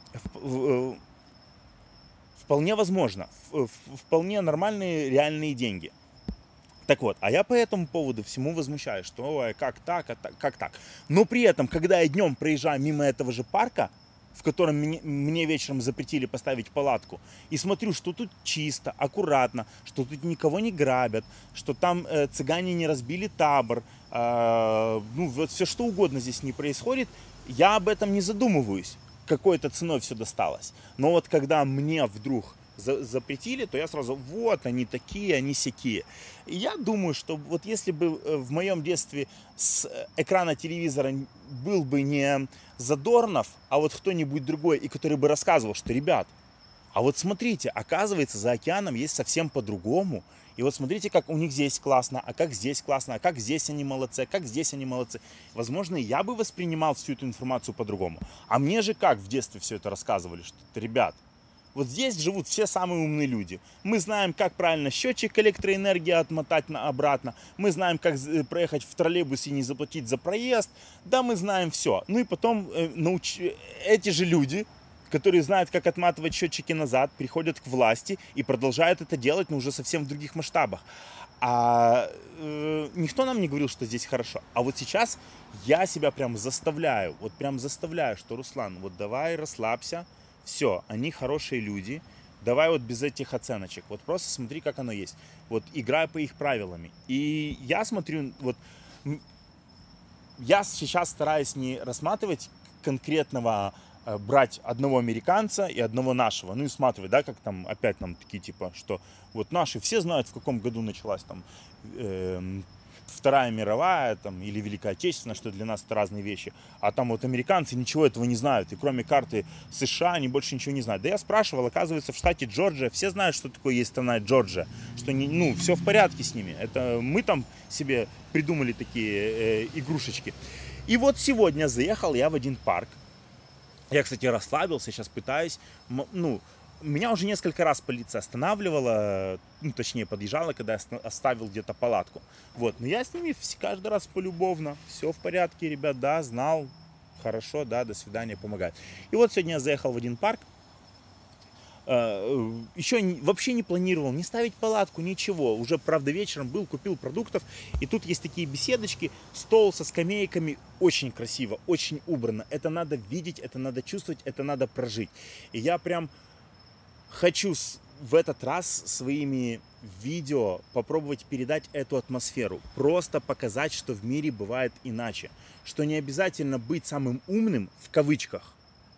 A: возможно, вполне нормальные реальные деньги. Так вот, а я по этому поводу всему возмущаюсь, что как так, как так. Но при этом, когда я днем проезжаю мимо этого же парка, в котором мне вечером запретили поставить палатку, и смотрю, что тут чисто, аккуратно, что тут никого не грабят, что там цыгане не разбили табор, ну вот все что угодно здесь не происходит, я об этом не задумываюсь. Какой-то ценой все досталось. Но вот когда мне вдруг запретили, то я сразу, вот они такие, они сякие. И я думаю, что вот если бы в моем детстве с экрана телевизора был бы не Задорнов, а вот кто-нибудь другой, и который бы рассказывал, что, ребят, а вот смотрите, оказывается, за океаном есть совсем по-другому. И вот смотрите, как у них здесь классно, а как здесь классно, а как здесь они молодцы, а как здесь они молодцы. Возможно, я бы воспринимал всю эту информацию по-другому. А мне же как в детстве все это рассказывали, что, ребят, Вот здесь живут все самые умные люди. Мы знаем, как правильно счетчик электроэнергии отмотать обратно. Мы знаем, как проехать в троллейбусе и не заплатить за проезд. Да, мы знаем все. Ну и потом эти же люди, которые знают, как отматывать счетчики назад, приходят к власти и продолжают это делать, но уже совсем в других масштабах. А никто нам не говорил, что здесь хорошо. А вот сейчас я себя прям заставляю, что, Руслан, вот давай расслабься, все, они хорошие люди, давай вот без этих оценочек, вот просто смотри, как оно есть, вот играй по их правилам. И я смотрю, вот я сейчас стараюсь не рассматривать конкретного, брать одного американца и одного нашего, ну и смотреть, да, как там опять нам такие типа, что вот наши все знают, в каком году началась там Вторая мировая там, или Великая Отечественная, что для нас это разные вещи. А там вот американцы ничего этого не знают. И кроме карты США они больше ничего не знают. Да я спрашивал, оказывается, в штате Джорджия все знают, что такое есть страна Джорджия. Что ну, все в порядке с ними. Это мы там себе придумали такие игрушечки. И вот сегодня заехал я в один парк. Я, кстати, расслабился, сейчас пытаюсь, ну, меня уже несколько раз полиция останавливала, ну, точнее, подъезжала, когда я оставил где-то палатку. Вот, но я с ними каждый раз полюбовно. Все в порядке, ребят, да, знал, хорошо, да, до свидания, помогает. И вот сегодня я заехал в один парк. Еще вообще не планировал не ставить палатку, ничего. Уже, правда, вечером был, купил продуктов. И тут есть такие беседочки, стол со скамейками. Очень красиво, очень убрано. Это надо видеть, это надо чувствовать, это надо прожить. И я прям хочу в этот раз своими видео попробовать передать эту атмосферу. Просто показать, что в мире бывает иначе. Что не обязательно быть самым умным, в кавычках.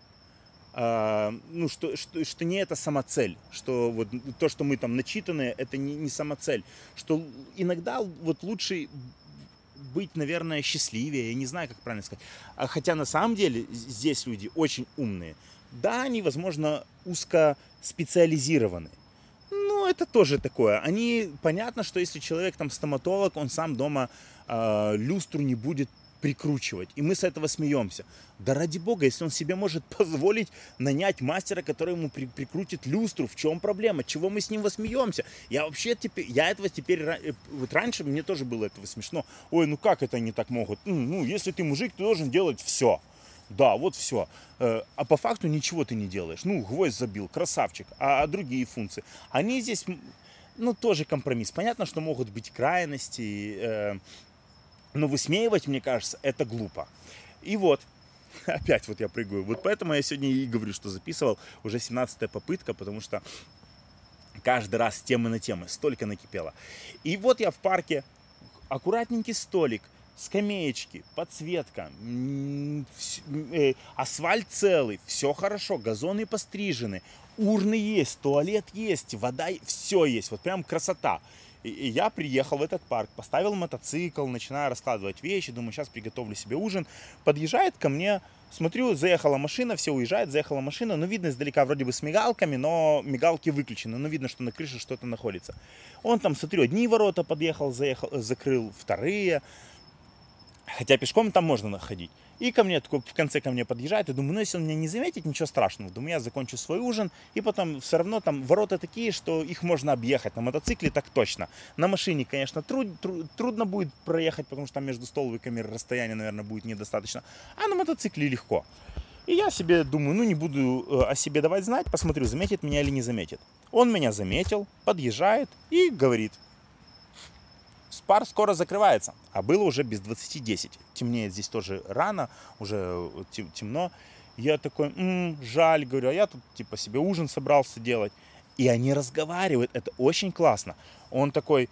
A: Ну, что не это самоцель, что вот то, что мы там начитанные, это не самоцель, что иногда вот лучше быть, наверное, счастливее, я не знаю, как правильно сказать, хотя на самом деле здесь люди очень умные, да, они, возможно, узкоспециализированы, но это тоже такое, понятно, что если человек там стоматолог, он сам дома люстру не будет прикручивать. И мы с этого смеемся. Да ради бога, если он себе может позволить нанять мастера, который ему прикрутит люстру, в чем проблема? Чего мы с ним смеемся? Я этого теперь, вот раньше мне тоже было этого смешно. Ой, ну как это они так могут? Ну, если ты мужик, ты должен делать все. Да, вот все. А по факту ничего ты не делаешь. Ну, гвоздь забил, красавчик. А другие функции? Они здесь, ну, тоже компромисс. Понятно, что могут быть крайности, но высмеивать, мне кажется, это глупо. И вот, опять вот я прыгаю. Вот поэтому я сегодня и говорю, что записывал уже 17-я попытка, потому что каждый раз с темы на темы столько накипело. И вот я в парке, аккуратненький столик, скамеечки, подсветка, асфальт целый, все хорошо, газоны пострижены, урны есть, туалет есть, вода, все есть, вот прям красота. И я приехал в этот парк, поставил мотоцикл, начинаю раскладывать вещи, думаю, сейчас приготовлю себе ужин. Подъезжает ко мне, смотрю, заехала машина, все уезжает, заехала машина, ну видно издалека вроде бы с мигалками, но мигалки выключены, но видно, что на крыше что-то находится. Он там, смотрю, одни ворота подъехал, закрыл, вторые, хотя пешком там можно находить. И ко мне, в конце ко мне подъезжает, и думаю, ну если он меня не заметит, ничего страшного. Думаю, я закончу свой ужин, и потом все равно там ворота такие, что их можно объехать. На мотоцикле так точно. На машине, конечно, трудно будет проехать, потому что там между столбиками расстояние, наверное, будет недостаточно. А на мотоцикле легко. И я себе думаю, ну не буду о себе давать знать, посмотрю, заметит меня или не заметит. Он меня заметил, подъезжает и говорит: пар скоро закрывается, а было уже без 20:10. Темнеет здесь тоже рано, уже темно. Я такой, жаль, говорю, а я тут типа себе ужин собрался делать. И они разговаривают, это очень классно. Он такой,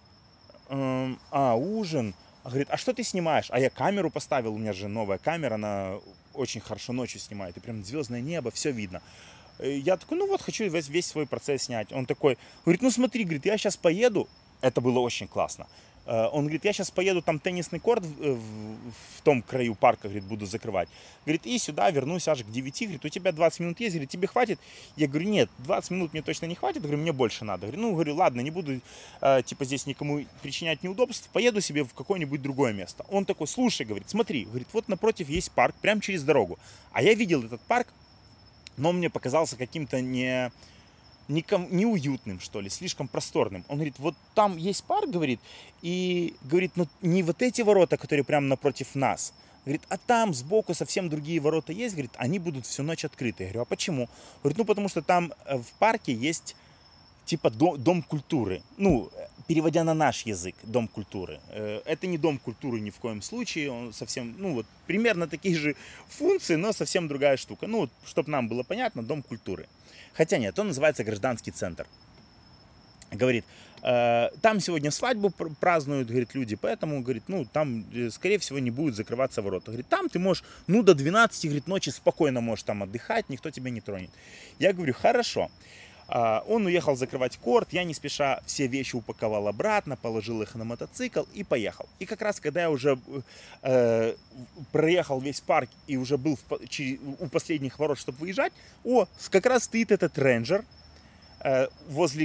A: ужин. Говорит, а что ты снимаешь? А я камеру поставил, у меня же новая камера, она очень хорошо ночью снимает. И прям звездное небо, все видно. Я такой, ну вот, хочу весь свой процесс снять. Он такой, говорит, ну смотри, говорит, я сейчас поеду. Это было очень классно. Он говорит, я сейчас поеду, там теннисный корт в том краю парка, говорит, буду закрывать. Говорит, и сюда вернусь аж к 9. Говорит, у тебя 20 минут есть, говорит, тебе хватит? Я говорю, нет, 20 минут мне точно не хватит. Говорю, мне больше надо. Говорю, ладно, не буду типа здесь никому причинять неудобств, поеду себе в какое-нибудь другое место. Он такой, слушай, говорит, смотри, говорит, вот напротив есть парк, прямо через дорогу. А я видел этот парк но он мне показался каким-то неуютным, что ли, слишком просторным. Он говорит, вот там есть парк, говорит, и говорит, ну не вот эти ворота, которые прямо напротив нас, говорит, а там сбоку совсем другие ворота есть, говорит, они будут всю ночь открыты. Я говорю, а почему? Говорит, ну потому что там в парке есть типа дом культуры. Ну, переводя на наш язык, дом культуры. Это не дом культуры ни в коем случае, он совсем, ну вот, примерно такие же функции, но совсем другая штука. Ну, вот, чтобы нам было понятно, дом культуры. Хотя нет, он называется гражданский центр. Говорит, там сегодня свадьбу празднуют, говорит, люди, поэтому, говорит, ну, там, скорее всего, не будут закрываться ворота. Говорит, там ты можешь, ну, до 12, говорит, ночи спокойно можешь там отдыхать, никто тебя не тронет. Я говорю, хорошо. Он уехал закрывать корт, я не спеша все вещи упаковал обратно, положил их на мотоцикл и поехал. И как раз, когда я уже проехал весь парк и уже был у последних ворот, чтобы выезжать, как раз стоит этот рейнджер возле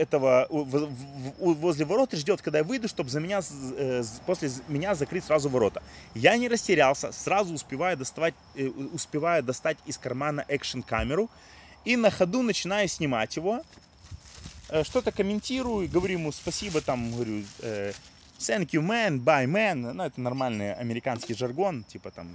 A: ворот и ждет, когда я выйду, чтобы после меня закрыть сразу ворота. Я не растерялся, сразу успеваю достать из кармана экшн-камеру, и на ходу начинаю снимать его, что-то комментирую, говорю ему спасибо, там, говорю, thank you man, bye man, ну это нормальный американский жаргон, типа там,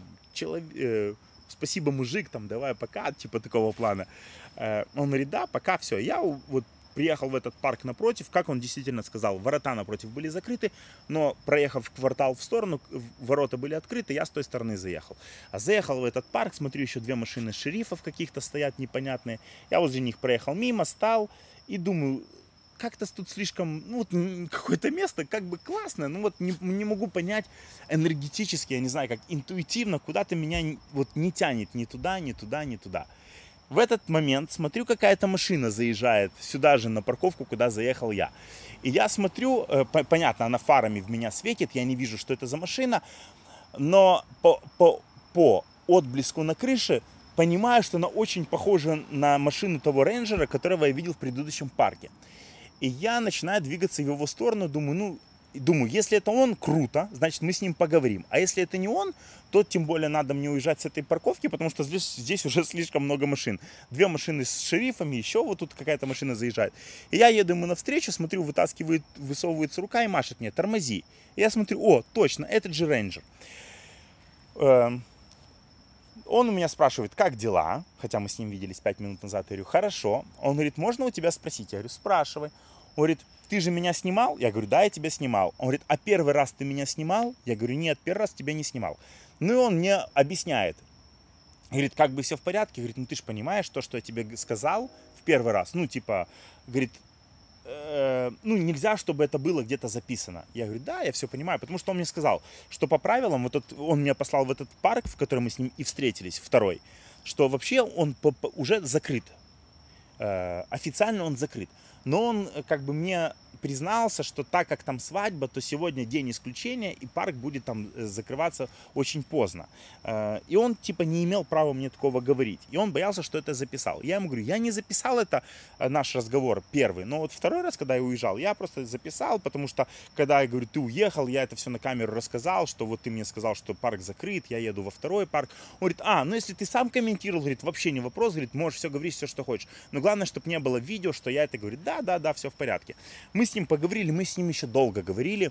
A: спасибо мужик, там, давай пока, типа такого плана. Он говорит, да, пока, все, я вот приехал в этот парк напротив, как он действительно сказал, ворота напротив были закрыты, но проехав квартал в сторону, ворота были открыты, я с той стороны заехал. А заехал в этот парк, смотрю, еще две машины шерифов каких-то стоят непонятные. Я возле них проехал мимо, стал и думаю, как-то тут слишком, ну вот какое-то место как бы классное, ну вот не могу понять энергетически, я не знаю, как интуитивно, куда-то меня вот не тянет ни туда, ни туда, ни туда. В этот момент смотрю, какая-то машина заезжает сюда же на парковку, куда заехал я. И я смотрю, понятно, она фарами в меня светит, я не вижу, что это за машина, но по отблеску на крыше понимаю, что она очень похожа на машину того рейнджера, которого я видел в предыдущем парке. И я начинаю двигаться в его сторону, думаю, если это он, круто, значит мы с ним поговорим. А если это не он, то тем более надо мне уезжать с этой парковки, потому что здесь уже слишком много машин. Две машины с шерифами, еще вот тут какая-то машина заезжает. И я еду ему навстречу, смотрю, высовывается рука и машет мне, тормози. И я смотрю, точно, этот же рейнджер. Он у меня спрашивает, как дела? Хотя мы с ним виделись 5 минут назад. Я говорю, хорошо. Он говорит, можно у тебя спросить? Я говорю, спрашивай. Он говорит, ты же меня снимал? Я говорю, да, я тебя снимал. Он говорит, а первый раз ты меня снимал? Я говорю, нет, первый раз тебя не снимал. Ну и он мне объясняет. Говорит, как бы все в порядке? Говорит, ну ты же понимаешь то, что я тебе сказал в первый раз. Ну типа, говорит, ну нельзя, чтобы это было где-то записано. Я говорю, да, я все понимаю. Потому что он мне сказал, что по правилам, он меня послал в этот парк, в котором мы с ним и встретились, второй, что вообще он уже закрыт. Официально он закрыт. Но он как бы мне признался, что так как там свадьба, то сегодня день исключения, и парк будет там закрываться очень поздно. И он типа не имел права мне такого говорить. И он боялся, что это записал. Я ему говорю, я не записал это, наш разговор первый. Но вот второй раз, когда я уезжал, я просто записал, потому что когда я говорю, ты уехал, я это все на камеру рассказал, что вот ты мне сказал, что парк закрыт, я еду во второй парк. Он говорит, ну если ты сам комментировал, говорит, вообще не вопрос, говорит, можешь все говорить, все, что хочешь. Но главное, чтобы не было видео, что я это говорю, да, все в порядке. Мы с ним поговорили, мы с ним еще долго говорили.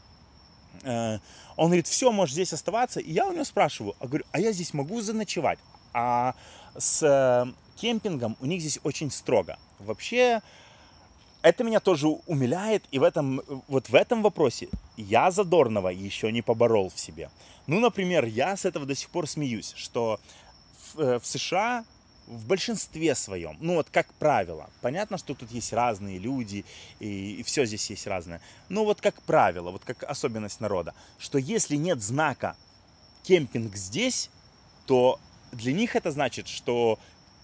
A: Он говорит, все, можешь здесь оставаться. И я у него спрашиваю, говорю, а я здесь могу заночевать? А с кемпингом у них здесь очень строго. Вообще, это меня тоже умиляет. И в этом вопросе я задорного еще не поборол в себе. Ну, например, я с этого до сих пор смеюсь, что в США в большинстве своем, ну вот как правило, понятно, что тут есть разные люди, и все здесь есть разное, но вот как правило, вот как особенность народа, что если нет знака «кемпинг здесь», то для них это значит, что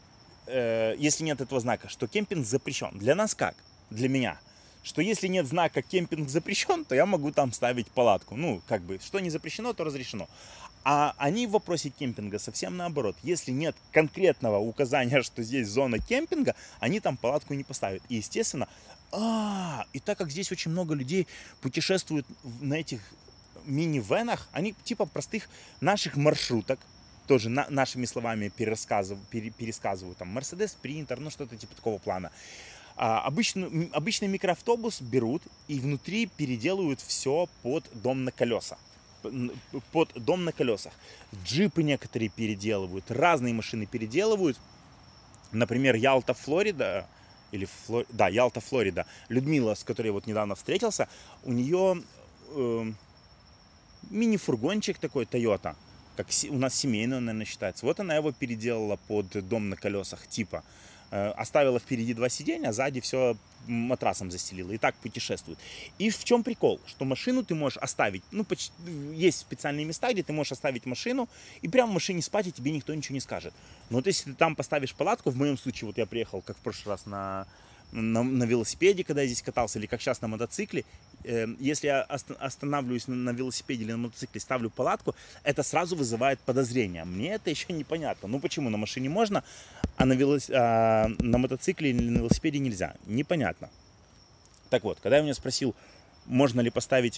A: если нет этого знака, что кемпинг запрещен. Для нас как? Для меня. Что если нет знака «кемпинг запрещен», то я могу там ставить палатку. Ну, как бы, что не запрещено, то разрешено. А они в вопросе кемпинга совсем наоборот. Если нет конкретного указания, что здесь зона кемпинга, они там палатку не поставят. И, естественно, и так как здесь очень много людей путешествуют на этих мини-венах, они типа простых наших маршруток. тоже нашими словами пересказываю, там, Mercedes Sprinter, ну, что-то типа такого плана. Обычный микроавтобус берут и внутри переделывают все под дом на колеса. Под дом на колесах. Джипы некоторые переделывают, разные машины переделывают. Например, Ялта, Флорида, Ялта, Флорида. Людмила, с которой я вот недавно встретился, у нее мини-фургончик такой Toyota, как у нас семейный, он, наверное, считается. Вот она его переделала под дом на колесах, типа. Оставила впереди 2 сиденья, а сзади все матрасом застелила. И так путешествует. И в чем прикол? Что машину ты можешь оставить. Ну, есть специальные места, где ты можешь оставить машину и прямо в машине спать, и тебе никто ничего не скажет. Но вот если ты там поставишь палатку, в моем случае, вот я приехал, как в прошлый раз, на велосипеде, когда я здесь катался, или как сейчас на мотоцикле, если я останавливаюсь на велосипеде или на мотоцикле, ставлю палатку, это сразу вызывает подозрения. Мне это еще непонятно. Ну почему на машине можно, а на мотоцикле или на велосипеде нельзя? Непонятно. Так вот, когда я у него спросил, можно ли поставить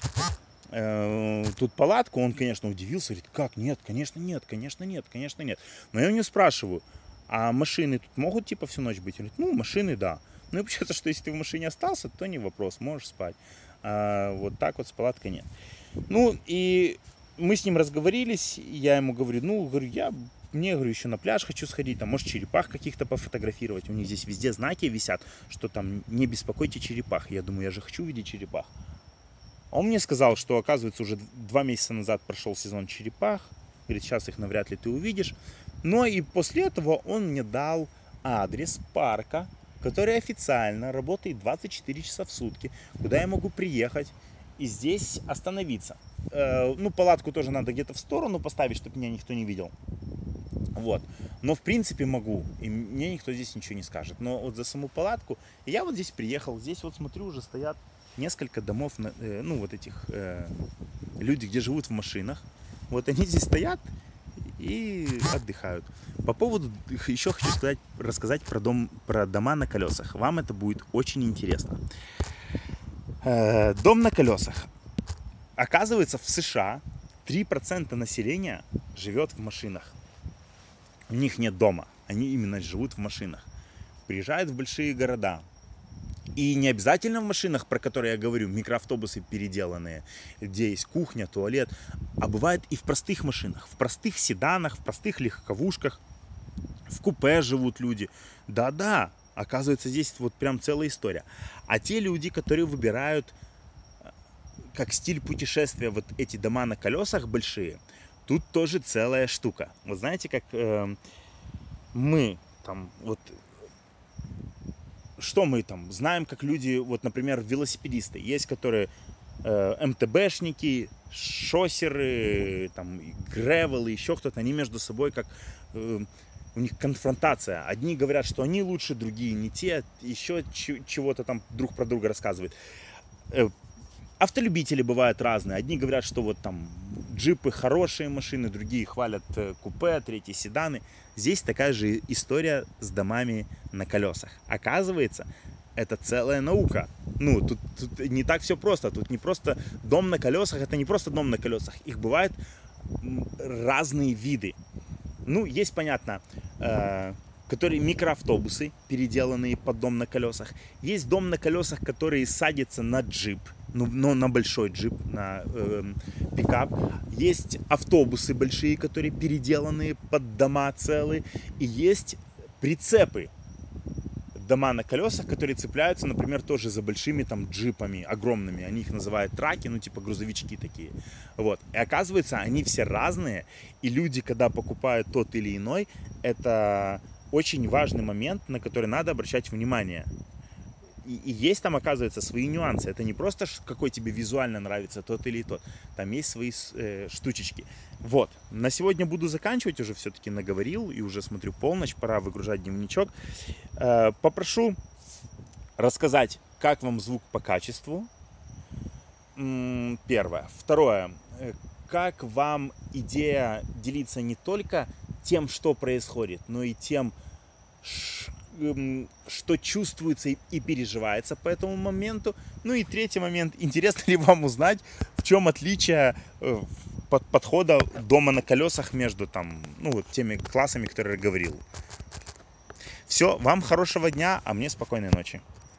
A: тут палатку, он, конечно, удивился, говорит, как, нет, конечно, нет, конечно, нет, конечно, нет. Но я у него спрашиваю, а машины тут могут типа всю ночь быть? Он говорит, ну, машины, да. Ну и получается, что если ты в машине остался, то не вопрос, можешь спать. А вот так вот с палаткой нет. Ну и мы с ним разговорились, я ему говорю, мне еще на пляж хочу сходить, там, может, черепах каких-то пофотографировать. У них здесь везде знаки висят, что там не беспокойте черепах. Я думаю, я же хочу видеть черепах. Он мне сказал, что, оказывается, уже 2 месяца назад прошел сезон черепах. Говорит, сейчас их навряд ли ты увидишь. Но и после этого он мне дал адрес парка, который официально работает 24 часа в сутки, куда я могу приехать и здесь остановиться. Ну, палатку тоже надо где-то в сторону поставить, чтобы меня никто не видел. Вот. Но, в принципе, могу. И мне никто здесь ничего не скажет. Но вот за саму палатку я вот здесь приехал. Здесь вот смотрю, уже стоят несколько домов, ну, вот этих люди, где живут в машинах. Вот они здесь стоят и отдыхают. По поводу, еще хочу рассказать про дома на колесах. Вам это будет очень интересно. Дом на колесах. Оказывается, в США 3% населения живет в машинах. У них нет дома, они именно живут в машинах. Приезжают в большие города. И не обязательно в машинах, про которые я говорю, микроавтобусы переделанные, где есть кухня, туалет, а бывает и в простых машинах, в простых седанах, в простых легковушках, в купе живут люди. Да-да, оказывается, здесь вот прям целая история. А те люди, которые выбирают как стиль путешествия вот эти дома на колесах большие, тут тоже целая штука. Вот знаете, как мы там вот... Что мы там знаем, как люди, вот, например, велосипедисты, есть, которые МТБшники, шоссеры, там, гревелы, еще кто-то, они между собой как у них конфронтация. Одни говорят, что они лучше, другие не те, еще чего-то там друг про друга рассказывают. Автолюбители бывают разные. Одни говорят, что вот там джипы хорошие машины, другие хвалят купе, третьи седаны. Здесь такая же история с домами на колесах. Оказывается, это целая наука. Ну, тут не так все просто. Тут не просто дом на колесах, это не просто дом на колесах. Их бывают разные виды. Ну, есть, понятно, которые микроавтобусы, переделанные под дом на колесах. Есть дом на колесах, который садится на джип, но на большой джип, на пикап. Есть автобусы большие, которые переделанные под дома целые. И есть прицепы, дома на колесах, которые цепляются, например, тоже за большими там джипами огромными. Они их называют траки, ну типа грузовички такие. Вот. И оказывается, они все разные. И люди, когда покупают тот или иной, это очень важный момент, на который надо обращать внимание. И есть там, оказывается, свои нюансы. Это не просто какой тебе визуально нравится тот или тот. Там есть свои штучечки. Вот. На сегодня буду заканчивать. Уже все-таки наговорил. И уже смотрю, полночь. Пора выгружать дневничок. Попрошу рассказать, как вам звук по качеству. Первое. Второе. Как вам идея делиться не только тем, что происходит, но и тем, что чувствуется и переживается по этому моменту. Ну и третий момент. Интересно ли вам узнать, в чем отличие подхода дома на колесах между там, ну, вот теми классами, которые я говорил. Все, вам хорошего дня, а мне спокойной ночи.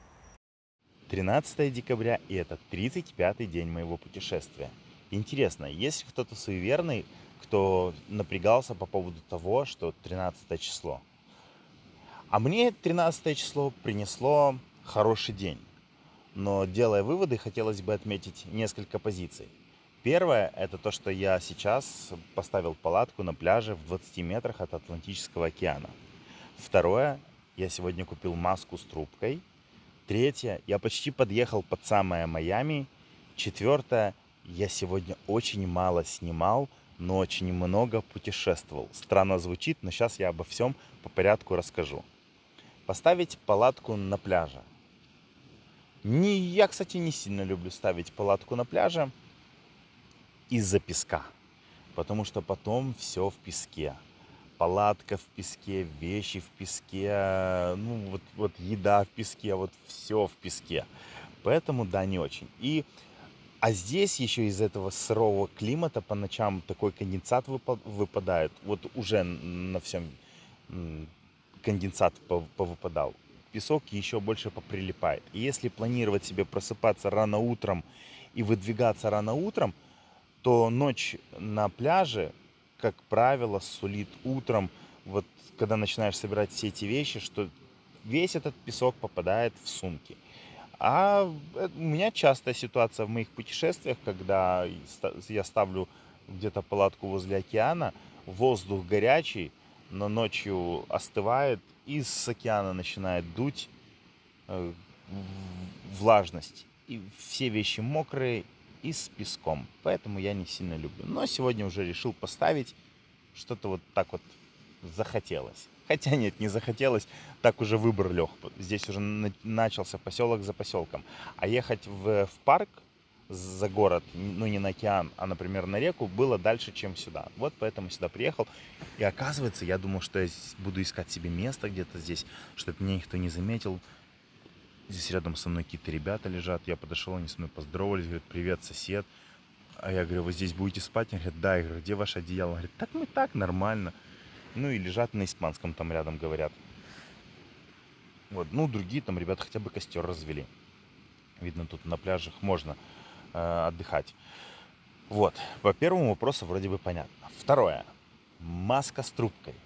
A: 13 декабря, и это 35-й день моего путешествия. Интересно, есть ли кто-то суеверный, кто напрягался по поводу того, что 13 число? А мне 13 число принесло хороший день. Но делая выводы, хотелось бы отметить несколько позиций. Первое, это то, что я сейчас поставил палатку на пляже в 20 метрах от Атлантического океана. Второе, я сегодня купил маску с трубкой. Третье, я почти подъехал под самое Майами. Четвертое, я сегодня очень мало снимал, но очень много путешествовал. Странно звучит, но сейчас я обо всем по порядку расскажу. Поставить палатку на пляже. Я, кстати, не сильно люблю ставить палатку на пляже из-за песка. Потому что потом все в песке. Палатка в песке, вещи в песке, ну вот еда в песке, вот все в песке. Поэтому да, не очень. А здесь еще из этого сырого климата по ночам такой конденсат выпадает. Вот уже на всем конденсат повыпадал. Песок еще больше поприлипает. И если планировать себе просыпаться рано утром и выдвигаться рано утром, то ночь на пляже, как правило, сулит утром, вот когда начинаешь собирать все эти вещи, что весь этот песок попадает в сумки. А у меня частая ситуация в моих путешествиях, когда я ставлю где-то палатку возле океана, воздух горячий, но ночью остывает, и с океана начинает дуть влажность. И все вещи мокрые и с песком. Поэтому я не сильно люблю. Но сегодня уже решил поставить. Что-то вот так вот захотелось. Хотя нет, не захотелось, так уже выбор лег. Здесь уже начался поселок за поселком. А ехать в парк за город, ну не на океан, а, например, на реку, было дальше, чем сюда. Вот поэтому сюда приехал. И оказывается, я думал, что я буду искать себе место где-то здесь, чтобы меня никто не заметил. Здесь рядом со мной какие-то ребята лежат. Я подошел, они со мной поздоровались, говорят: привет, сосед. А я говорю: вы здесь будете спать? Они говорят: да. Я говорю: где ваше одеяло? Он говорит: так мы так, нормально. Ну и лежат на испанском там рядом, говорят. Вот, ну другие там ребята хотя бы костер развели. Видно, тут на пляжах можно отдыхать. Вот, по первому вопросу вроде бы понятно. Второе. Маска с трубкой.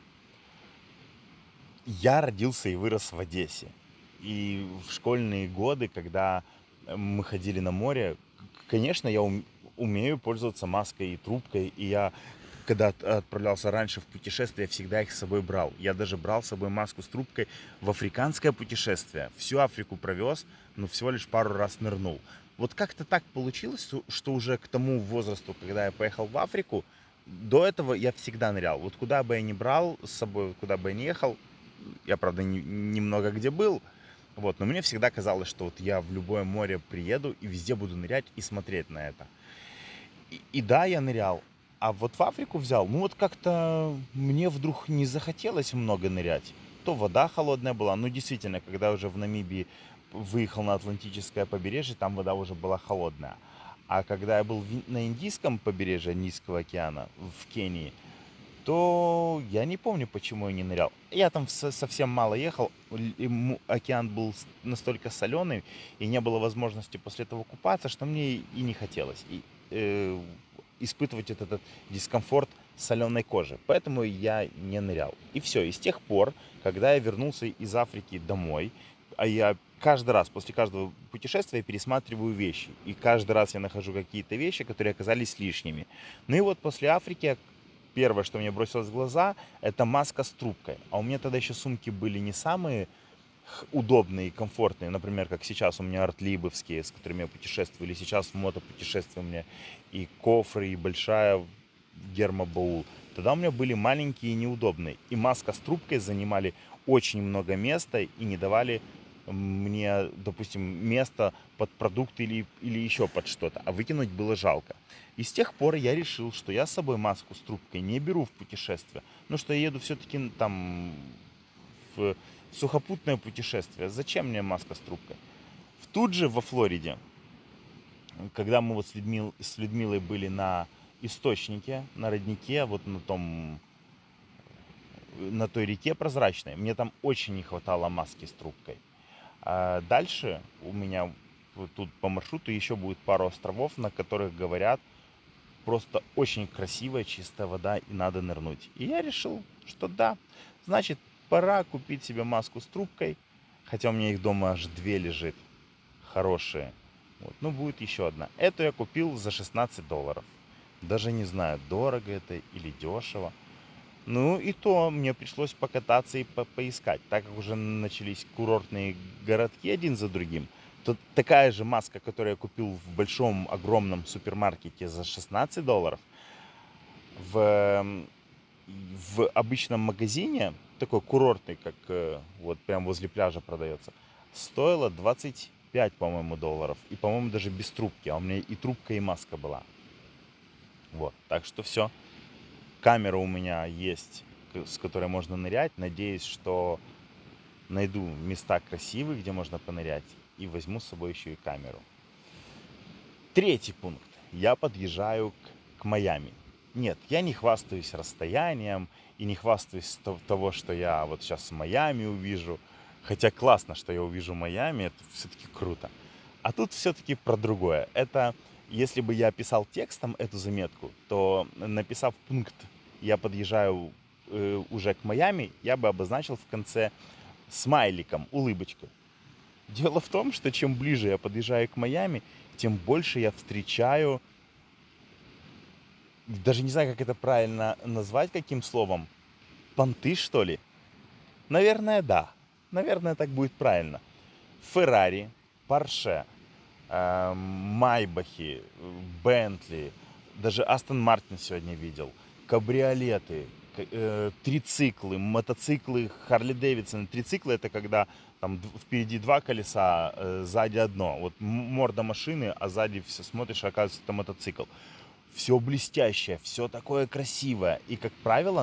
A: Я родился и вырос в Одессе. И в школьные годы, когда мы ходили на море, конечно, я умею пользоваться маской и трубкой. И я, когда отправлялся раньше в путешествие, всегда их с собой брал. Я даже брал с собой маску с трубкой в африканское путешествие. Всю Африку провез, но всего лишь пару раз нырнул. Вот как-то так получилось, что уже к тому возрасту, когда я поехал в Африку, до этого я всегда нырял. Вот куда бы я ни брал с собой, куда бы я ни ехал, я, правда, немного где был, вот, но мне всегда казалось, что вот я в любое море приеду и везде буду нырять и смотреть на это. И да, я нырял. А вот в Африку взял, ну вот как-то мне вдруг не захотелось много нырять. То вода холодная была, ну действительно, когда уже в Намибии выехал на Атлантическое побережье, там вода уже была холодная. А когда я был на Индийском побережье Индийского океана, в Кении, то я не помню, почему я не нырял. Я там совсем мало ехал, и океан был настолько соленый, и не было возможности после этого купаться, что мне и не хотелось испытывать этот дискомфорт соленой кожи. Поэтому я не нырял. И все. И с тех пор, когда я вернулся из Африки домой, а я каждый раз, после каждого путешествия пересматриваю вещи. И каждый раз я нахожу какие-то вещи, которые оказались лишними. Ну и вот после Африки первое, что мне бросилось в глаза, это маска с трубкой. А у меня тогда еще сумки были не самые удобные и комфортные, например, как сейчас у меня артлибовские, с которыми я путешествую, или сейчас в мотопутешествии у меня и кофры, и большая гермобаул. Тогда у меня были маленькие и неудобные. И маска с трубкой занимали очень много места и не давали мне, допустим, место под продукты или еще под что-то, а выкинуть было жалко. И с тех пор я решил, что я с собой маску с трубкой не беру в путешествие, но что я еду все-таки там в сухопутное путешествие. Зачем мне маска с трубкой? Тут же во Флориде, когда мы вот с Людмилой были на источнике, на роднике, вот на той реке прозрачной. Мне там очень не хватало маски с трубкой. А дальше у меня вот тут по маршруту еще будет пару островов, на которых говорят просто очень красивая чистая вода и надо нырнуть. И я решил, что да, значит, пора купить себе маску с трубкой. Хотя у меня их дома аж две лежит, хорошие. Вот, ну будет еще одна. Эту я купил за $16. Даже не знаю, дорого это или дешево. Ну и то мне пришлось покататься и поискать. Так как уже начались курортные городки один за другим, то такая же маска, которую я купил в большом, огромном супермаркете за $16, в, в обычном магазине, такой курортный, как вот прям возле пляжа продается, стоила 25, по-моему, долларов. И, по-моему, даже без трубки. А у меня и трубка, и маска была. Вот, так что все. Камера у меня есть, с которой можно нырять. Надеюсь, что найду места красивые, где можно понырять. И возьму с собой еще и камеру. Третий пункт. Я подъезжаю к Майами. Нет, я не хвастаюсь расстоянием и не хвастаюсь того, что я вот сейчас в Майами увижу. Хотя классно, что я увижу Майами, это все-таки круто. А тут все-таки про другое. Это если бы я писал текстом эту заметку, то написав пункт «Я подъезжаю уже к Майами», я бы обозначил в конце смайликом, улыбочкой. Дело в том, что чем ближе я подъезжаю к Майами, тем больше я встречаю, даже не знаю, как это правильно назвать, каким словом, понты, что ли? Наверное, да. Наверное, так будет правильно. Феррари, Порше, Майбахи, Бентли, даже Астон Мартин сегодня видел, кабриолеты, трициклы, мотоциклы, Харли Дэвидсон. Трициклы это когда там впереди два колеса, сзади одно. Вот морда машины, а сзади все смотришь, оказывается, это мотоцикл. Все блестящее, все такое красивое. И, как правило,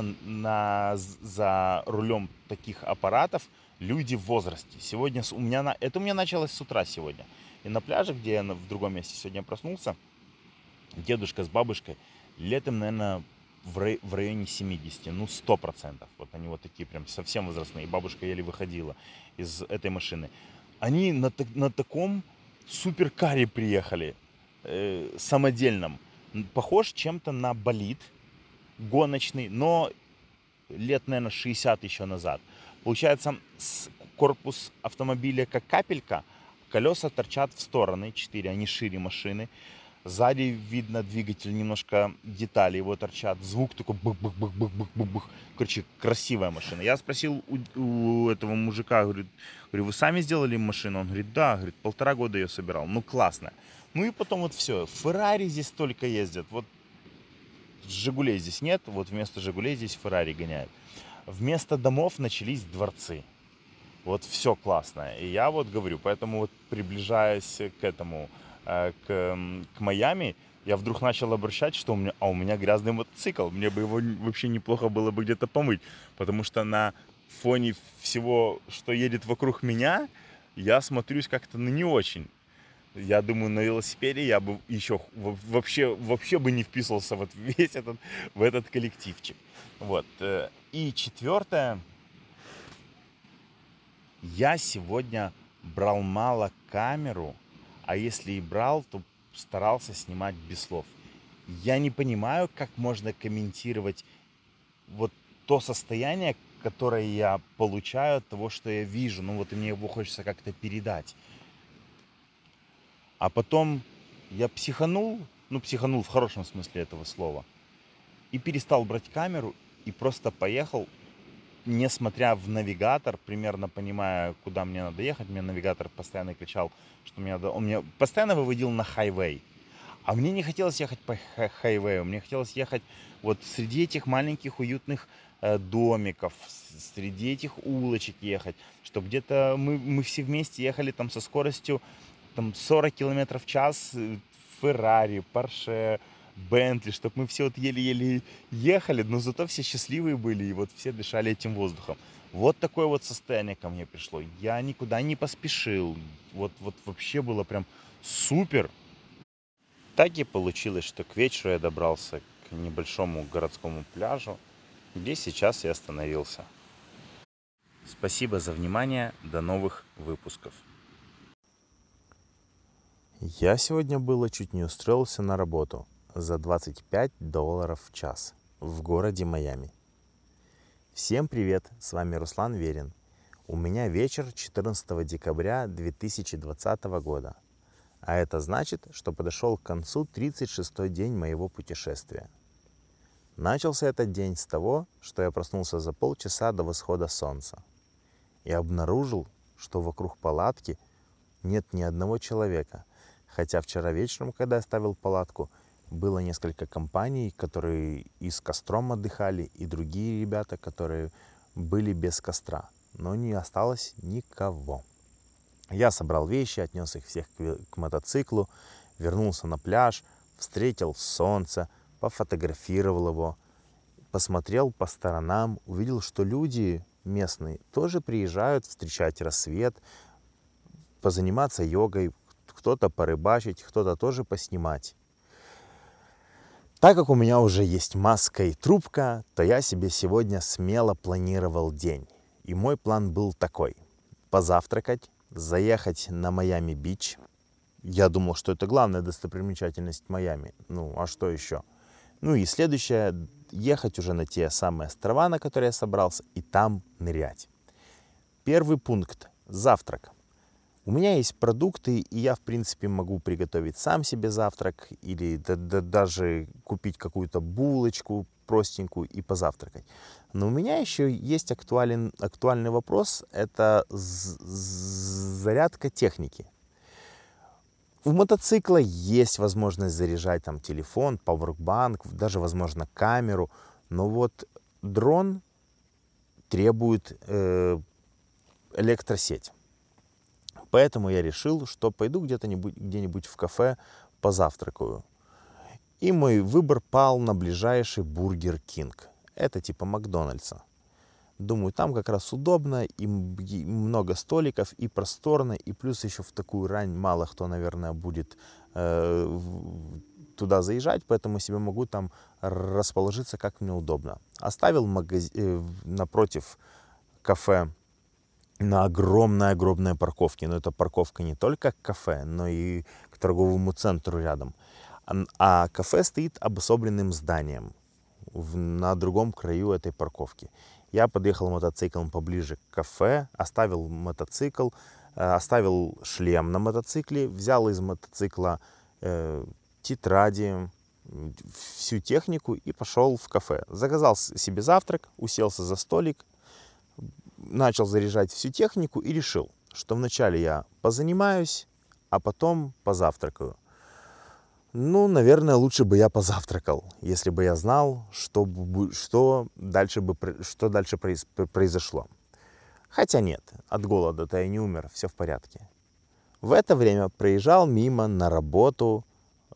A: за рулем таких аппаратов люди в возрасте. Сегодня это у меня началось с утра сегодня. И на пляже, где я в другом месте сегодня проснулся, дедушка с бабушкой, летом, наверное, в районе 70, ну 100%. Вот они вот такие прям совсем возрастные. И бабушка еле выходила из этой машины. Они на таком суперкаре приехали, самодельном. Похож чем-то на болид гоночный, но лет, наверное, 60 еще назад. Получается, корпус автомобиля как капелька, колеса торчат в стороны, 4, они шире машины. Сзади видно двигатель, немножко детали его торчат. Звук такой бух-бух-бух-бух-бух-бух. Короче, красивая машина. Я спросил у этого мужика, говорю, вы сами сделали машину? Он говорит, да, говорит, 1,5 года ее собирал. Ну, классно. Ну и потом вот все. Феррари здесь только ездят. Вот Жигулей здесь нет, вот вместо Жигулей здесь Феррари гоняют. Вместо домов начались дворцы. Вот все классно. И я вот говорю, поэтому вот приближаясь к этому, к Майами, я вдруг начал обращать, что у меня грязный мотоцикл. Мне бы его вообще неплохо было бы где-то помыть. Потому что на фоне всего, что едет вокруг меня, я смотрюсь как-то не очень. Я думаю, на велосипеде я бы еще вообще бы не вписывался вот в этот коллективчик. Вот. И четвертое. Я сегодня брал мало камеру, а если и брал, то старался снимать без слов. Я не понимаю, как можно комментировать вот то состояние, которое я получаю от того, что я вижу. Ну вот и мне его хочется как-то передать. А потом я психанул, ну психанул в хорошем смысле этого слова, и перестал брать камеру, и просто поехал, не смотря в навигатор, примерно понимая, куда мне надо ехать. Мне навигатор постоянно кричал, что он меня постоянно выводил на хайвей. А мне не хотелось ехать по хайвею, мне хотелось ехать вот среди этих маленьких уютных домиков, среди этих улочек ехать, чтобы где-то мы все вместе ехали там со скоростью там 40 км в час, Феррари, Порше, Бентли, чтобы мы все вот еле-еле ехали, но зато все счастливые были, и вот все дышали этим воздухом. Вот такое вот состояние ко мне пришло. Я никуда не поспешил. Вот вообще было прям супер. Так и получилось, что к вечеру я добрался к небольшому городскому пляжу, где сейчас и остановился. Спасибо за внимание, до новых выпусков. Я сегодня было чуть не устроился на работу за $25 в час в городе Майами. Всем привет, с вами Руслан Верин. У меня вечер 14 декабря 2020 года. А это значит, что подошел к концу 36-й день моего путешествия. Начался этот день с того, что я проснулся за полчаса до восхода солнца и обнаружил, что вокруг палатки нет ни одного человека. Хотя вчера вечером, когда я ставил палатку, было несколько компаний, которые и с костром отдыхали, и другие ребята, которые были без костра. Но не осталось никого. Я собрал вещи, отнес их всех к мотоциклу, вернулся на пляж, встретил солнце, пофотографировал его, посмотрел по сторонам, увидел, что люди местные тоже приезжают встречать рассвет, позаниматься йогой, кто-то порыбачить, кто-то тоже поснимать. Так как у меня уже есть маска и трубка, то я себе сегодня смело планировал день. И мой план был такой: позавтракать, заехать на Майами-Бич. Я думал, что это главная достопримечательность Майами. Ну, а что еще? Ну и следующее, ехать уже на те самые острова, на которые я собрался, и там нырять. Первый пункт – завтрак. У меня есть продукты, и я, в принципе, могу приготовить сам себе завтрак или даже купить какую-то булочку простенькую и позавтракать. Но у меня еще есть актуальный вопрос – это зарядка техники. У мотоцикла есть возможность заряжать там телефон, пауэрбанк, даже, возможно, камеру. Но вот дрон требует электросеть. Поэтому я решил, что пойду где-нибудь в кафе позавтракаю. И мой выбор пал на ближайший Бургер Кинг. Это типа Макдональдса. Думаю, там как раз удобно, и много столиков, и просторно, и плюс еще в такую рань мало кто, наверное, будет туда заезжать, поэтому себе могу там расположиться, как мне удобно. Оставил напротив кафе на огромной парковке. Но эта парковка не только к кафе, но и к торговому центру рядом. А кафе стоит обособленным зданием на другом краю этой парковки. Я подъехал мотоциклом поближе к кафе, оставил мотоцикл, оставил шлем на мотоцикле, взял из мотоцикла тетради, всю технику и пошел в кафе. Заказал себе завтрак, уселся за столик, начал заряжать всю технику и решил, что вначале я позанимаюсь, а потом позавтракаю. Ну, наверное, лучше бы я позавтракал, если бы я знал, что дальше произошло. Хотя нет, от голода-то я не умер, все в порядке. В это время проезжал мимо на работу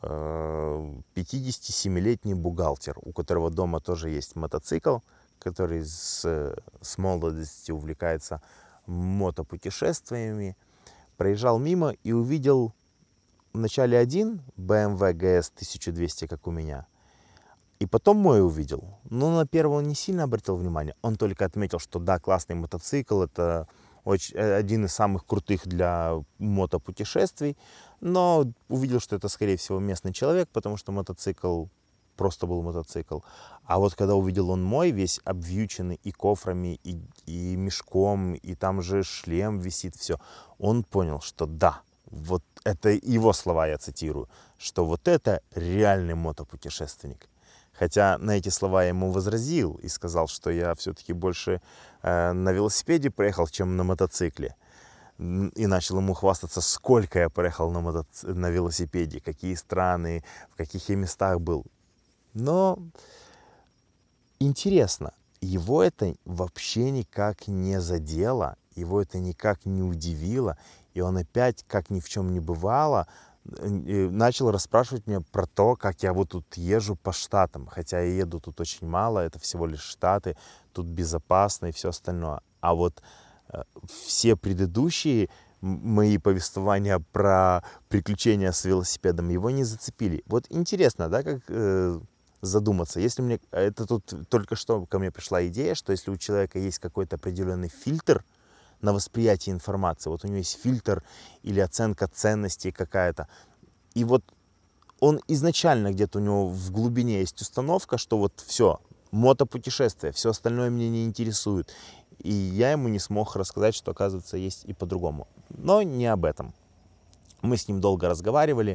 A: 57-летний бухгалтер, у которого дома тоже есть мотоцикл, который с молодости увлекается мотопутешествиями. Проезжал мимо и увидел вначале один BMW GS 1200, как у меня, и потом мой увидел. Но на первого он не сильно обратил внимание. Он только отметил, что да, классный мотоцикл, это один из самых крутых для мотопутешествий. Но увидел, что это, скорее всего, местный человек, потому что мотоцикл просто был мотоцикл. А вот когда увидел он мой, весь обвьюченный и кофрами, и мешком, и там же шлем висит, все, он понял, что да, вот это его слова я цитирую, что вот это реальный мотопутешественник. Хотя на эти слова я ему возразил и сказал, что я все-таки больше на велосипеде проехал, чем на мотоцикле. И начал ему хвастаться, сколько я проехал на велосипеде, какие страны, в каких я местах был. Но интересно, его это вообще никак не задело, его это никак не удивило. И он опять, как ни в чем не бывало, начал расспрашивать меня про то, как я вот тут езжу по штатам. Хотя я еду тут очень мало, это всего лишь штаты, тут безопасно и все остальное. А вот все предыдущие мои повествования про приключения с велосипедом, его не зацепили. Вот интересно, да, как задуматься. Если мне, это тут только что ко мне пришла идея, что если у человека есть какой-то определенный фильтр на восприятие информации, вот у него есть фильтр или оценка ценностей какая-то, и вот он изначально где-то у него в глубине есть установка, что вот все, мотопутешествие, все остальное меня не интересует. И я ему не смог рассказать, что, оказывается, есть и по-другому. Но не об этом. Мы с ним долго разговаривали.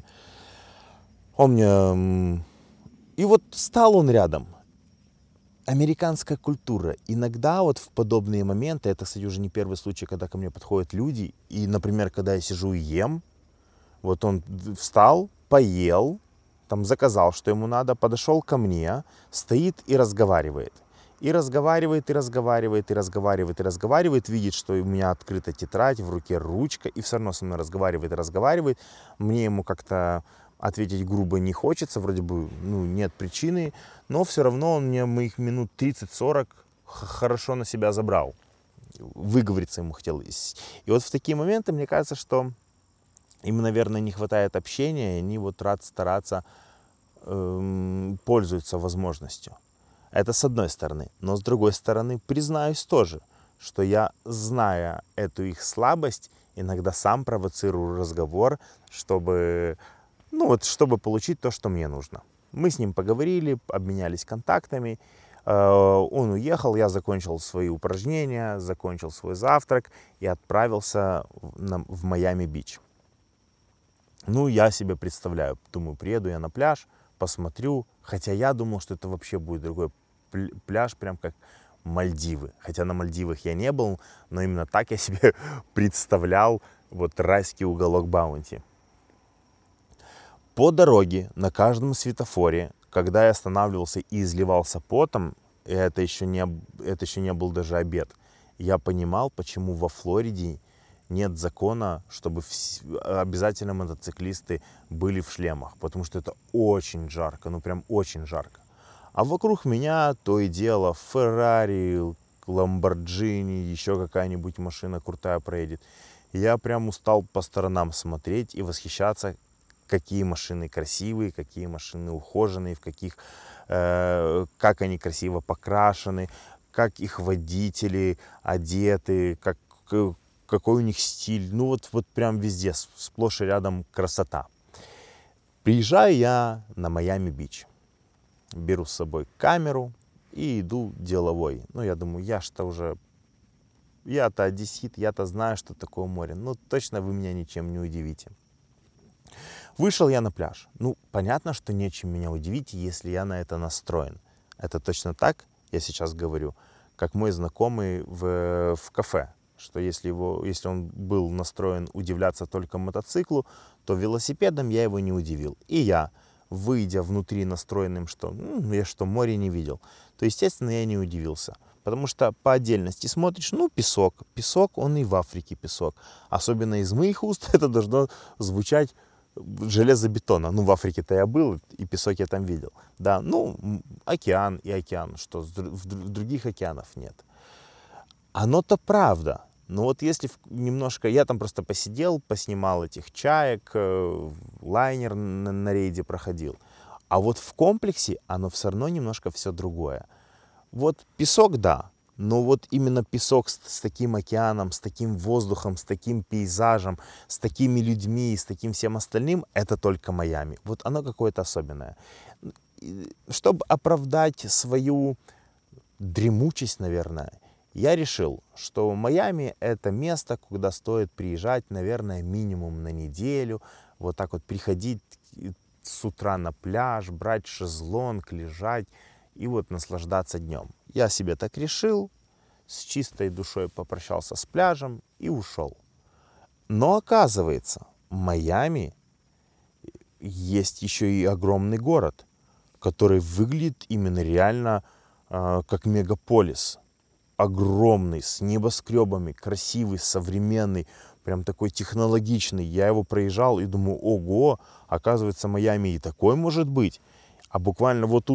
A: Он мне... И вот стал он рядом. Американская культура. Иногда вот в подобные моменты, это, кстати, уже не первый случай, когда ко мне подходят люди, и, например, когда я сижу и ем, вот он встал, поел, там заказал, что ему надо, подошел ко мне, стоит и разговаривает. И разговаривает, и разговаривает, и разговаривает, и разговаривает, видит, что у меня открыта тетрадь, в руке ручка, и все равно со мной разговаривает и разговаривает. Мне ему как-то ответить грубо не хочется, вроде бы, ну, нет причины, но все равно он мне моих минут 30-40 хорошо на себя забрал. Выговориться ему хотелось. И вот в такие моменты, мне кажется, что им, наверное, не хватает общения, и они вот рад стараться, пользуются возможностью. Это с одной стороны. Но с другой стороны, признаюсь тоже, что я, зная эту их слабость, иногда сам провоцирую разговор, чтобы, ну вот, чтобы получить то, что мне нужно. Мы с ним поговорили, обменялись контактами. Он уехал, я закончил свои упражнения, закончил свой завтрак и отправился в Майами-Бич. Ну, я себе представляю, думаю, приеду я на пляж, посмотрю, хотя я думал, что это вообще будет другой пляж, прям как Мальдивы. Хотя на Мальдивах я не был, но именно так я себе представлял вот райский уголок Баунти. По дороге на каждом светофоре, когда я останавливался и изливался потом, и это еще не был даже обед, я понимал, почему во Флориде нет закона, чтобы обязательно мотоциклисты были в шлемах, потому что это очень жарко, ну прям очень жарко. А вокруг меня то и дело Феррари, Ламборджини, еще какая-нибудь машина крутая проедет. Я прям устал по сторонам смотреть и восхищаться, какие машины красивые, какие машины ухоженные, как они красиво покрашены, как их водители одеты, какой у них стиль. Ну вот прям везде, сплошь и рядом красота. Приезжаю я на Майами-Бич. Беру с собой камеру и иду деловой. Ну, я думаю, я-то одессит, я-то знаю, что такое море. Ну, точно вы меня ничем не удивите. Вышел я на пляж. Ну, понятно, что нечем меня удивить, если я на это настроен. Это точно так, я сейчас говорю, как мой знакомый в кафе, что если он был настроен удивляться только мотоциклу, то велосипедом я его не удивил. И я, выйдя внутри настроенным, что я море не видел, то, естественно, я не удивился. Потому что по отдельности смотришь, ну, песок. Песок, он и в Африке песок. Особенно из моих уст это должно звучать железобетона. Ну, в Африке-то я был, и песок я там видел. Да, ну, океан и океан, что в других океанов нет. Оно-то правда. Но вот если немножко... Я там просто посидел, поснимал этих чаек, лайнер на рейде проходил. А вот в комплексе оно все равно немножко все другое. Вот песок, да, но вот именно песок с таким океаном, с таким воздухом, с таким пейзажем, с такими людьми, с таким всем остальным, это только Майами. Вот оно какое-то особенное. Чтобы оправдать свою дремучесть, наверное, я решил, что Майами это место, куда стоит приезжать, наверное, минимум на неделю. Вот так вот приходить с утра на пляж, брать шезлонг, лежать и вот наслаждаться днем. Я себе так решил, с чистой душой попрощался с пляжем и ушел. Но оказывается, в Майами есть еще и огромный город, который выглядит именно реально как мегаполис. Огромный, с небоскребами, красивый, современный, прям такой технологичный. Я его проезжал и думаю, ого, оказывается, Майами и такой может быть. А буквально вот тут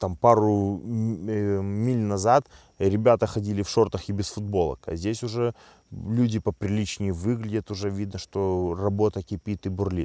A: там пару миль назад ребята ходили в шортах и без футболок, а здесь уже люди поприличнее выглядят, уже видно, что работа кипит и бурлит.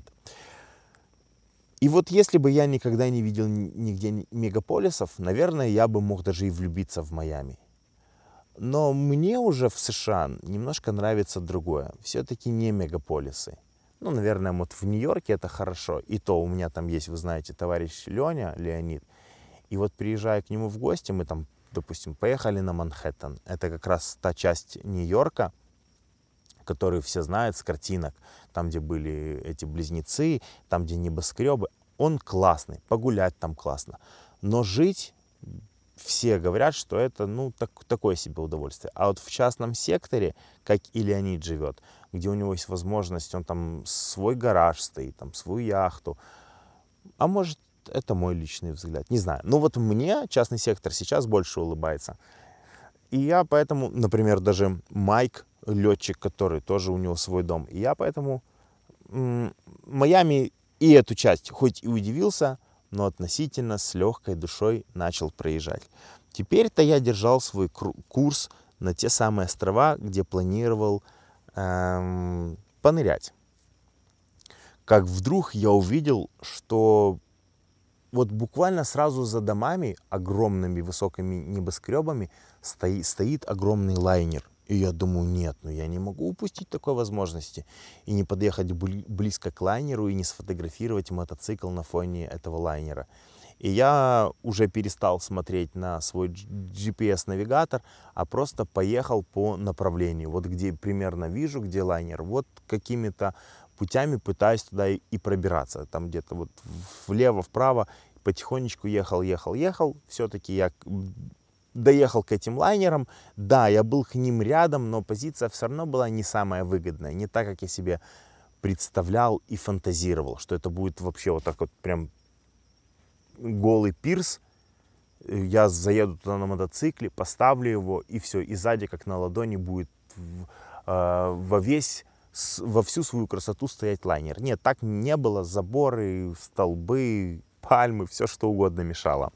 A: И вот если бы я никогда не видел нигде мегаполисов, наверное, я бы мог даже и влюбиться в Майами. Но мне уже в США немножко нравится другое. Все-таки не мегаполисы. Ну, наверное, вот в Нью-Йорке это хорошо. И то у меня там есть, вы знаете, товарищ Леня, Леонид. И вот приезжая к нему в гости, мы там, допустим, поехали на Манхэттен. Это как раз та часть Нью-Йорка, которую все знают с картинок. Там, где были эти близнецы, там, где небоскребы. Он классный, погулять там классно. Но жить... Все говорят, что это, ну, такое себе удовольствие. А вот в частном секторе, как и Леонид живет, где у него есть возможность, он там свой гараж стоит, там свою яхту. А может, это мой личный взгляд, не знаю. Но вот мне частный сектор сейчас больше улыбается. И я поэтому, например, даже Майк, летчик, который тоже у него свой дом. И я поэтому Майами и эту часть хоть и удивился, но относительно с легкой душой начал проезжать. Теперь-то я держал свой курс на те самые острова, где планировал понырять. Как вдруг я увидел, что вот буквально сразу за домами, огромными высокими небоскребами, стоит огромный лайнер. И я думаю, нет, ну я не могу упустить такой возможности и не подъехать близко к лайнеру и не сфотографировать мотоцикл на фоне этого лайнера. И я уже перестал смотреть на свой GPS-навигатор, а просто поехал по направлению. Вот где примерно вижу, где лайнер, вот какими-то путями пытаюсь туда и пробираться. Там где-то вот влево, вправо, потихонечку ехал. Все-таки я доехал к этим лайнерам. Да, я был к ним рядом, но позиция все равно была не самая выгодная. Не так, как я себе представлял и фантазировал, что это будет вообще вот так вот прям голый пирс. Я заеду туда на мотоцикле, поставлю его, и все. И сзади, как на ладони, будет во всю свою красоту стоять лайнер. Нет, так не было. Заборы, столбы, пальмы, все что угодно мешало.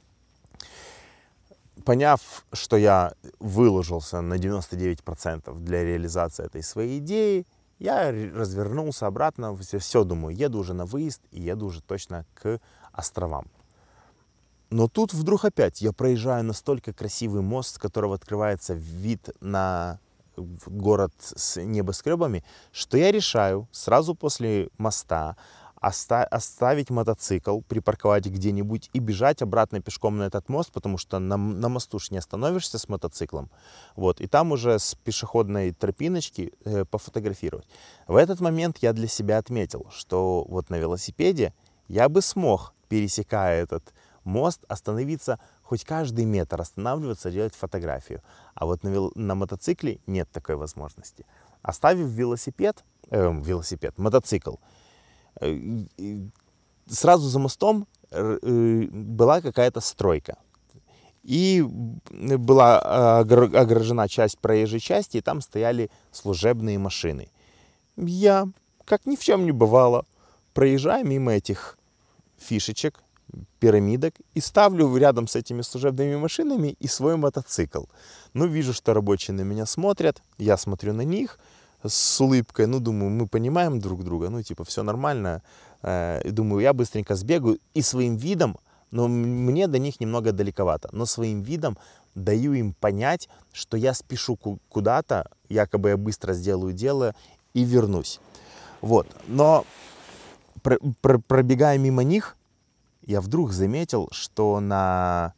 A: Поняв, что я выложился на 99% для реализации этой своей идеи, я развернулся обратно. Все, думаю, еду уже на выезд и еду уже точно к островам. Но тут вдруг опять я проезжаю настолько красивый мост, с которого открывается вид на город с небоскребами, что я решаю сразу после моста оставить мотоцикл, припарковать где-нибудь и бежать обратно пешком на этот мост, потому что на мосту ж не остановишься с мотоциклом. Вот, и там уже с пешеходной тропиночки пофотографировать. В этот момент я для себя отметил, что вот на велосипеде я бы смог, пересекая этот мост, остановиться хоть каждый метр, останавливаться, делать фотографию. А вот на мотоцикле нет такой возможности. Оставив мотоцикл, сразу за мостом была какая-то стройка. И была огорожена часть проезжей части, и там стояли служебные машины. Я, как ни в чем не бывало, проезжаю мимо этих фишечек, пирамидок, и ставлю рядом с этими служебными машинами и свой мотоцикл. Ну, вижу, что рабочие на меня смотрят, я смотрю на них с улыбкой, ну, думаю, мы понимаем друг друга, ну, типа, все нормально. Думаю, я быстренько сбегаю и своим видом, но мне до них немного далековато, но своим видом даю им понять, что я спешу куда-то, якобы я быстро сделаю дело и вернусь. Вот, но пробегая мимо них, я вдруг заметил, что на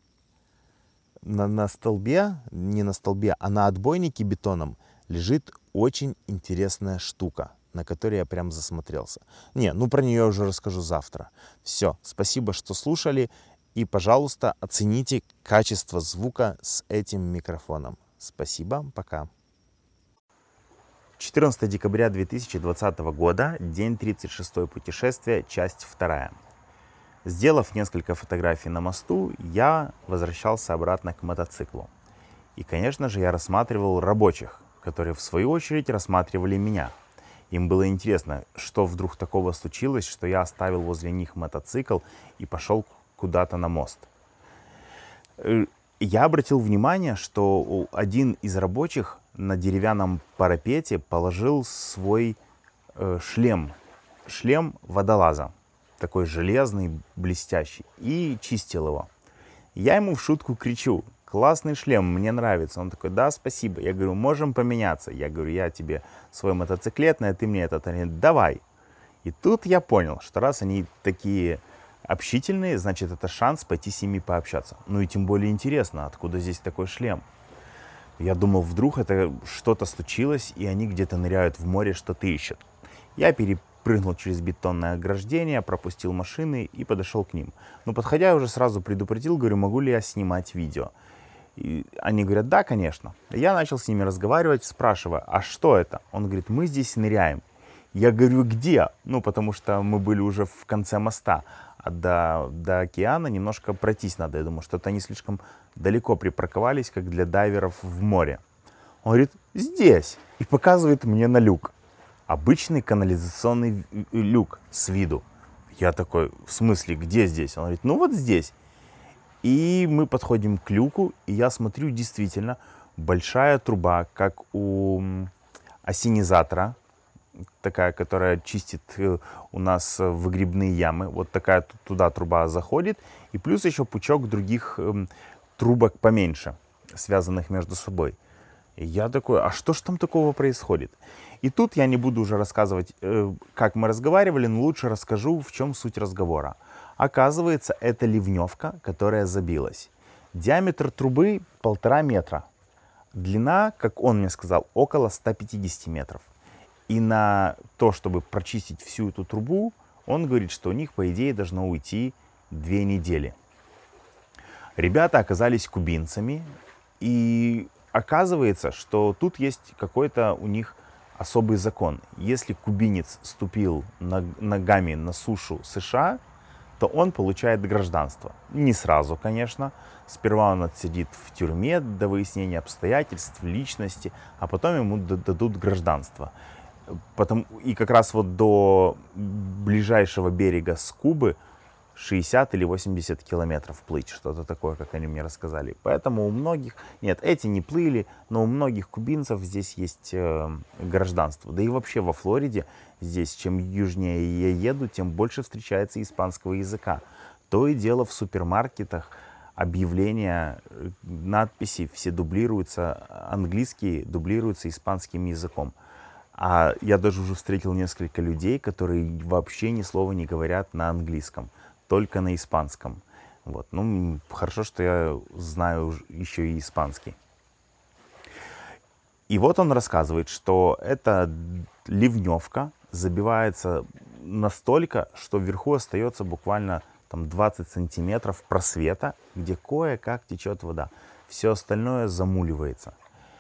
A: столбе, не на столбе, а на отбойнике бетоном лежит очень интересная штука, на которой я прям засмотрелся. Про нее я уже расскажу завтра. Все, спасибо, что слушали, и, пожалуйста, оцените качество звука с этим микрофоном. Спасибо, пока. 14 декабря 2020 года, день 36 путешествия, часть 2. Сделав несколько фотографий на мосту, я возвращался обратно к мотоциклу. И, конечно же, я рассматривал рабочих, которые в свою очередь рассматривали меня. Им было интересно, что вдруг такого случилось, что я оставил возле них мотоцикл и пошел куда-то на мост. Э, Я обратил внимание, что один из рабочих на деревянном парапете положил свой шлем, шлем водолаза, такой железный, блестящий, и чистил его. Я ему в шутку кричу: классный шлем, мне нравится. Он такой: да, спасибо. Я говорю: можем поменяться. Я говорю: я тебе свой мотоциклетный, а ты мне этот. Они говорят: давай. И тут я понял, что раз они такие общительные, значит, это шанс пойти с ними пообщаться. Ну и тем более интересно, откуда здесь такой шлем. Я думал, вдруг это что-то случилось, и они где-то ныряют в море, что-то ищут. Я перепрыгнул через бетонное ограждение, пропустил машины и подошел к ним. Но подходя, я уже сразу предупредил, говорю: могу ли я снимать видео? И они говорят: да, конечно. Я начал с ними разговаривать, спрашивая: а что это? Он говорит: мы здесь ныряем. Я говорю: где? Ну, потому что мы были уже в конце моста, а до океана немножко пройтись надо. Я думаю, что-то они слишком далеко припарковались, как для дайверов в море. Он говорит: здесь. И показывает мне на люк. Обычный канализационный люк с виду. Я такой: в смысле, где здесь? Он говорит: ну вот здесь. И мы подходим к люку, и я смотрю, действительно, большая труба, как у ассенизатора, такая, которая чистит у нас выгребные ямы. Вот такая туда труба заходит. И плюс еще пучок других трубок поменьше, связанных между собой. И я такой: а что ж там такого происходит? И тут я не буду уже рассказывать, как мы разговаривали, но лучше расскажу, в чем суть разговора. Оказывается, это ливневка, которая забилась. Диаметр трубы 1,5 метра. Длина, как он мне сказал, около 150 метров. И на то, чтобы прочистить всю эту трубу, он говорит, что у них, по идее, должно уйти 2 недели. Ребята оказались кубинцами, и оказывается, что тут есть какой-то у них особый закон. Если кубинец ступил ногами на сушу США, то он получает гражданство. Не сразу, конечно. Сперва он отсидит в тюрьме до выяснения обстоятельств, личности, а потом ему дадут гражданство. И как раз вот до ближайшего берега с Кубы 60 или 80 километров плыть, что-то такое, как они мне рассказали. Поэтому у многих, нет, эти не плыли, но у многих кубинцев здесь есть гражданство. Да и вообще во Флориде, здесь, чем южнее я еду, тем больше встречается испанского языка. То и дело в супермаркетах объявления, надписи, все дублируются, английские дублируются испанским языком. А я даже уже встретил несколько людей, которые вообще ни слова не говорят на английском, только на испанском. Вот. Ну, хорошо, что я знаю еще и испанский. И вот он рассказывает, что эта ливневка забивается настолько, что вверху остается буквально там 20 сантиметров просвета, где кое-как течет вода. Все остальное замуливается.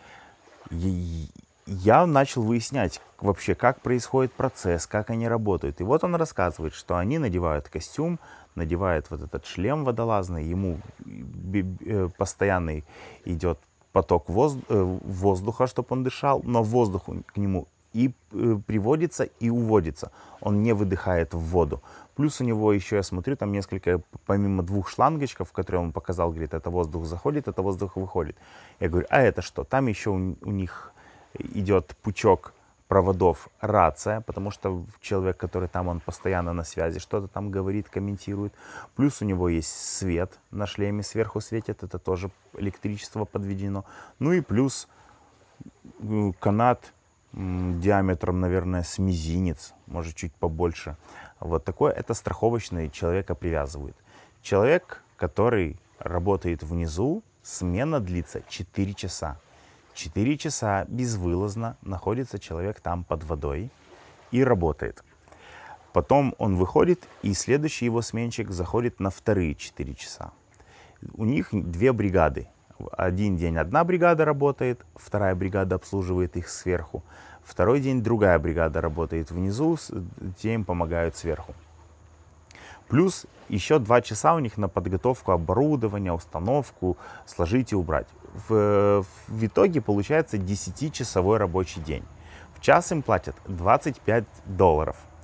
A: Я начал выяснять вообще, как происходит процесс, как они работают. И вот он рассказывает, что они надевают костюм, надевают вот этот шлем водолазный, ему постоянный идет поток воздуха, чтобы он дышал, но воздух к нему и приводится, и уводится. Он не выдыхает в воду. Плюс у него еще, я смотрю, там несколько, помимо 2 шлангочков, которые он показал, говорит, это воздух заходит, это воздух выходит. Я говорю: а это что? Там еще у них идет пучок проводов, рация, потому что человек, который там, он постоянно на связи, что-то там говорит, комментирует. Плюс у него есть свет на шлеме, сверху светит, это тоже электричество подведено. Ну и плюс канат диаметром, наверное, с мизинец, может чуть побольше. Вот такое, это страховочный, человека привязывает. Человек, который работает внизу, смена длится 4 часа. 4 часа безвылазно находится человек там под водой и работает. Потом он выходит, и следующий его сменщик заходит на вторые 4 часа. У них 2 бригады. Один день одна бригада работает, вторая бригада обслуживает их сверху. Второй день другая бригада работает внизу, те им помогают сверху. Плюс еще 2 часа у них на подготовку оборудования, установку, сложить и убрать. В итоге получается 10-часовой рабочий день. В час им платят $25.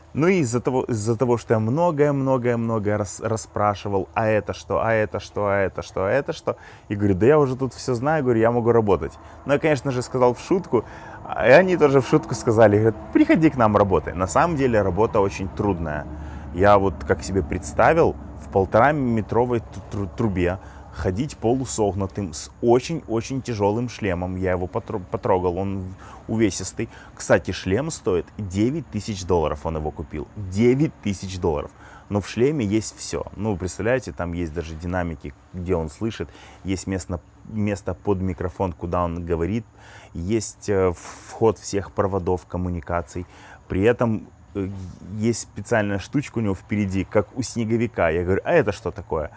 A: Ну и из-за того, что я многое расспрашивал, а это что, а это что, а это что, а это что, и говорю, да я уже тут все знаю, говорю, я могу работать. Ну, я, конечно же, сказал в шутку, и они тоже в шутку сказали, говорят, приходи к нам, работай. На самом деле работа очень трудная. Я вот как себе представил, в 1,5-метровой трубе ходить полусогнутым с очень-очень тяжелым шлемом. Я его потрогал, он увесистый. Кстати, шлем стоит $9000, он его купил. $9000. Но в шлеме есть все. Ну, представляете, там есть даже динамики, где он слышит, есть место под микрофон, куда он говорит, есть вход всех проводов коммуникаций. При этом есть специальная штучка у него впереди, как у снеговика. Я говорю, а это что такое?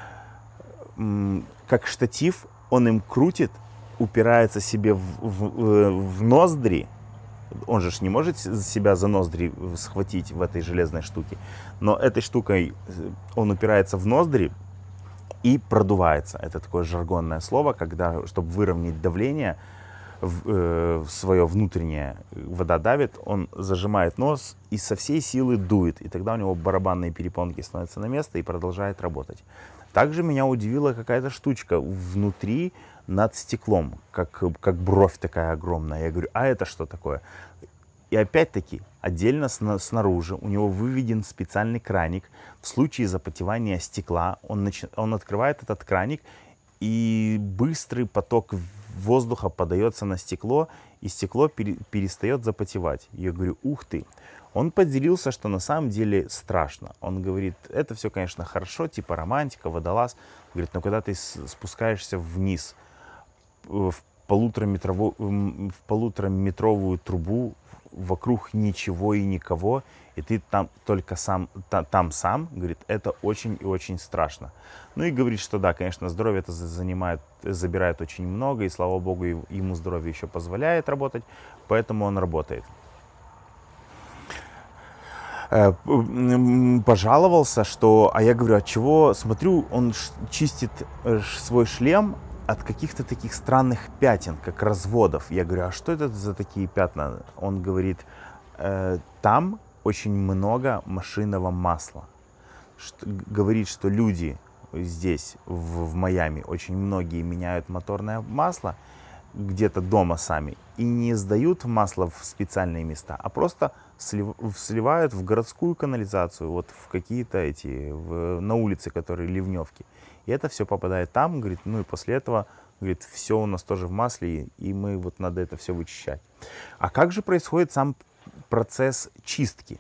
A: Как штатив, он им крутит, упирается себе в ноздри. Он же не может себя за ноздри схватить в этой железной штуке. Но этой штукой он упирается в ноздри и продувается. Это такое жаргонное слово, когда, чтобы выровнять давление, свое внутреннее, вода давит, он зажимает нос и со всей силы дует. И тогда у него барабанные перепонки становятся на место и продолжает работать. Также меня удивила какая-то штучка внутри над стеклом, как бровь такая огромная. Я говорю, а это что такое? И опять-таки, отдельно снаружи у него выведен специальный краник. В случае запотевания стекла он открывает этот краник, и быстрый поток воздуха подается на стекло, и стекло перестает запотевать. Я говорю, ух ты. Он поделился, что на самом деле страшно. Он говорит, это все, конечно, хорошо, типа романтика, водолаз. Говорит, но когда ты спускаешься вниз в 1,5-метровую трубу, вокруг ничего и никого, и ты там только сам, говорит, это очень и очень страшно. Ну и говорит, что да, конечно, здоровье это забирает очень много, и слава богу, ему здоровье еще позволяет работать, поэтому он работает. Пожаловался, что, а я говорю, от чего, смотрю, он чистит свой шлем от каких-то таких странных пятен, как разводов. Я говорю, а что это за такие пятна? Он говорит, там очень много машинного масла. Говорит, что люди здесь, в Майами, очень многие меняют моторное масло где-то дома сами и не сдают масло в специальные места, а просто сливают в городскую канализацию, вот в какие-то на улице, которые ливневки. И это все попадает там, говорит, ну и после этого, говорит, все у нас тоже в масле, и мы вот надо это все вычищать. А как же происходит сам процесс чистки?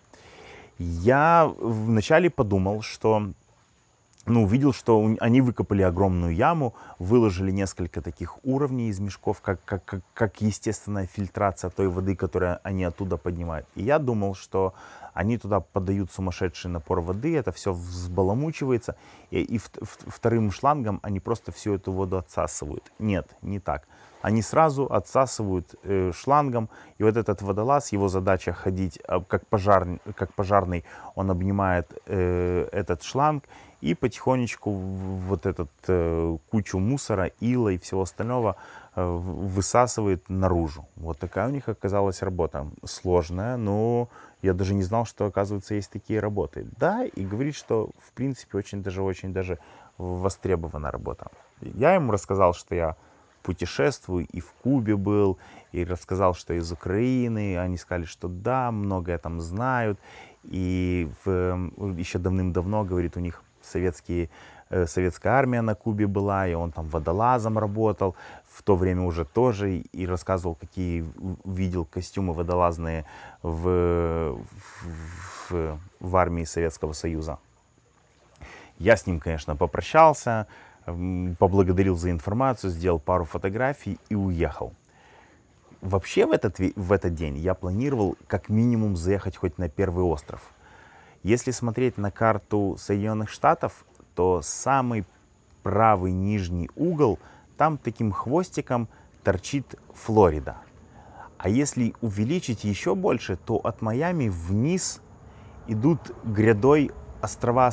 A: Я вначале подумал, что, увидел, что они выкопали огромную яму, выложили несколько таких уровней из мешков, как естественная фильтрация той воды, которую они оттуда поднимают. И я думал, что они туда подают сумасшедший напор воды, это все взбаламучивается, и вторым шлангом они просто всю эту воду отсасывают. Нет, не так. Они сразу отсасывают шлангом, и вот этот водолаз, его задача ходить, как пожарный, он обнимает этот шланг, и потихонечку вот этот кучу мусора, ила и всего остального высасывает наружу. Вот такая у них оказалась работа. Сложная, но я даже не знал, что, оказывается, есть такие работы. Да, и говорит, что, в принципе, очень даже востребована работа. Я ему рассказал, что я путешествую, и в Кубе был, и рассказал, что из Украины. Они сказали, что да, многое там знают. И еще давным-давно, говорит, у них советская армия на Кубе была, и он там водолазом работал, в то время уже тоже, и рассказывал, какие видел костюмы водолазные в армии Советского Союза. Я с ним, конечно, попрощался, поблагодарил за информацию, сделал пару фотографий и уехал. Вообще в этот день я планировал как минимум заехать хоть на первый остров. Если смотреть на карту Соединенных Штатов, то самый правый нижний угол, там таким хвостиком торчит Флорида. А если увеличить еще больше, то от Майами вниз идут грядой острова.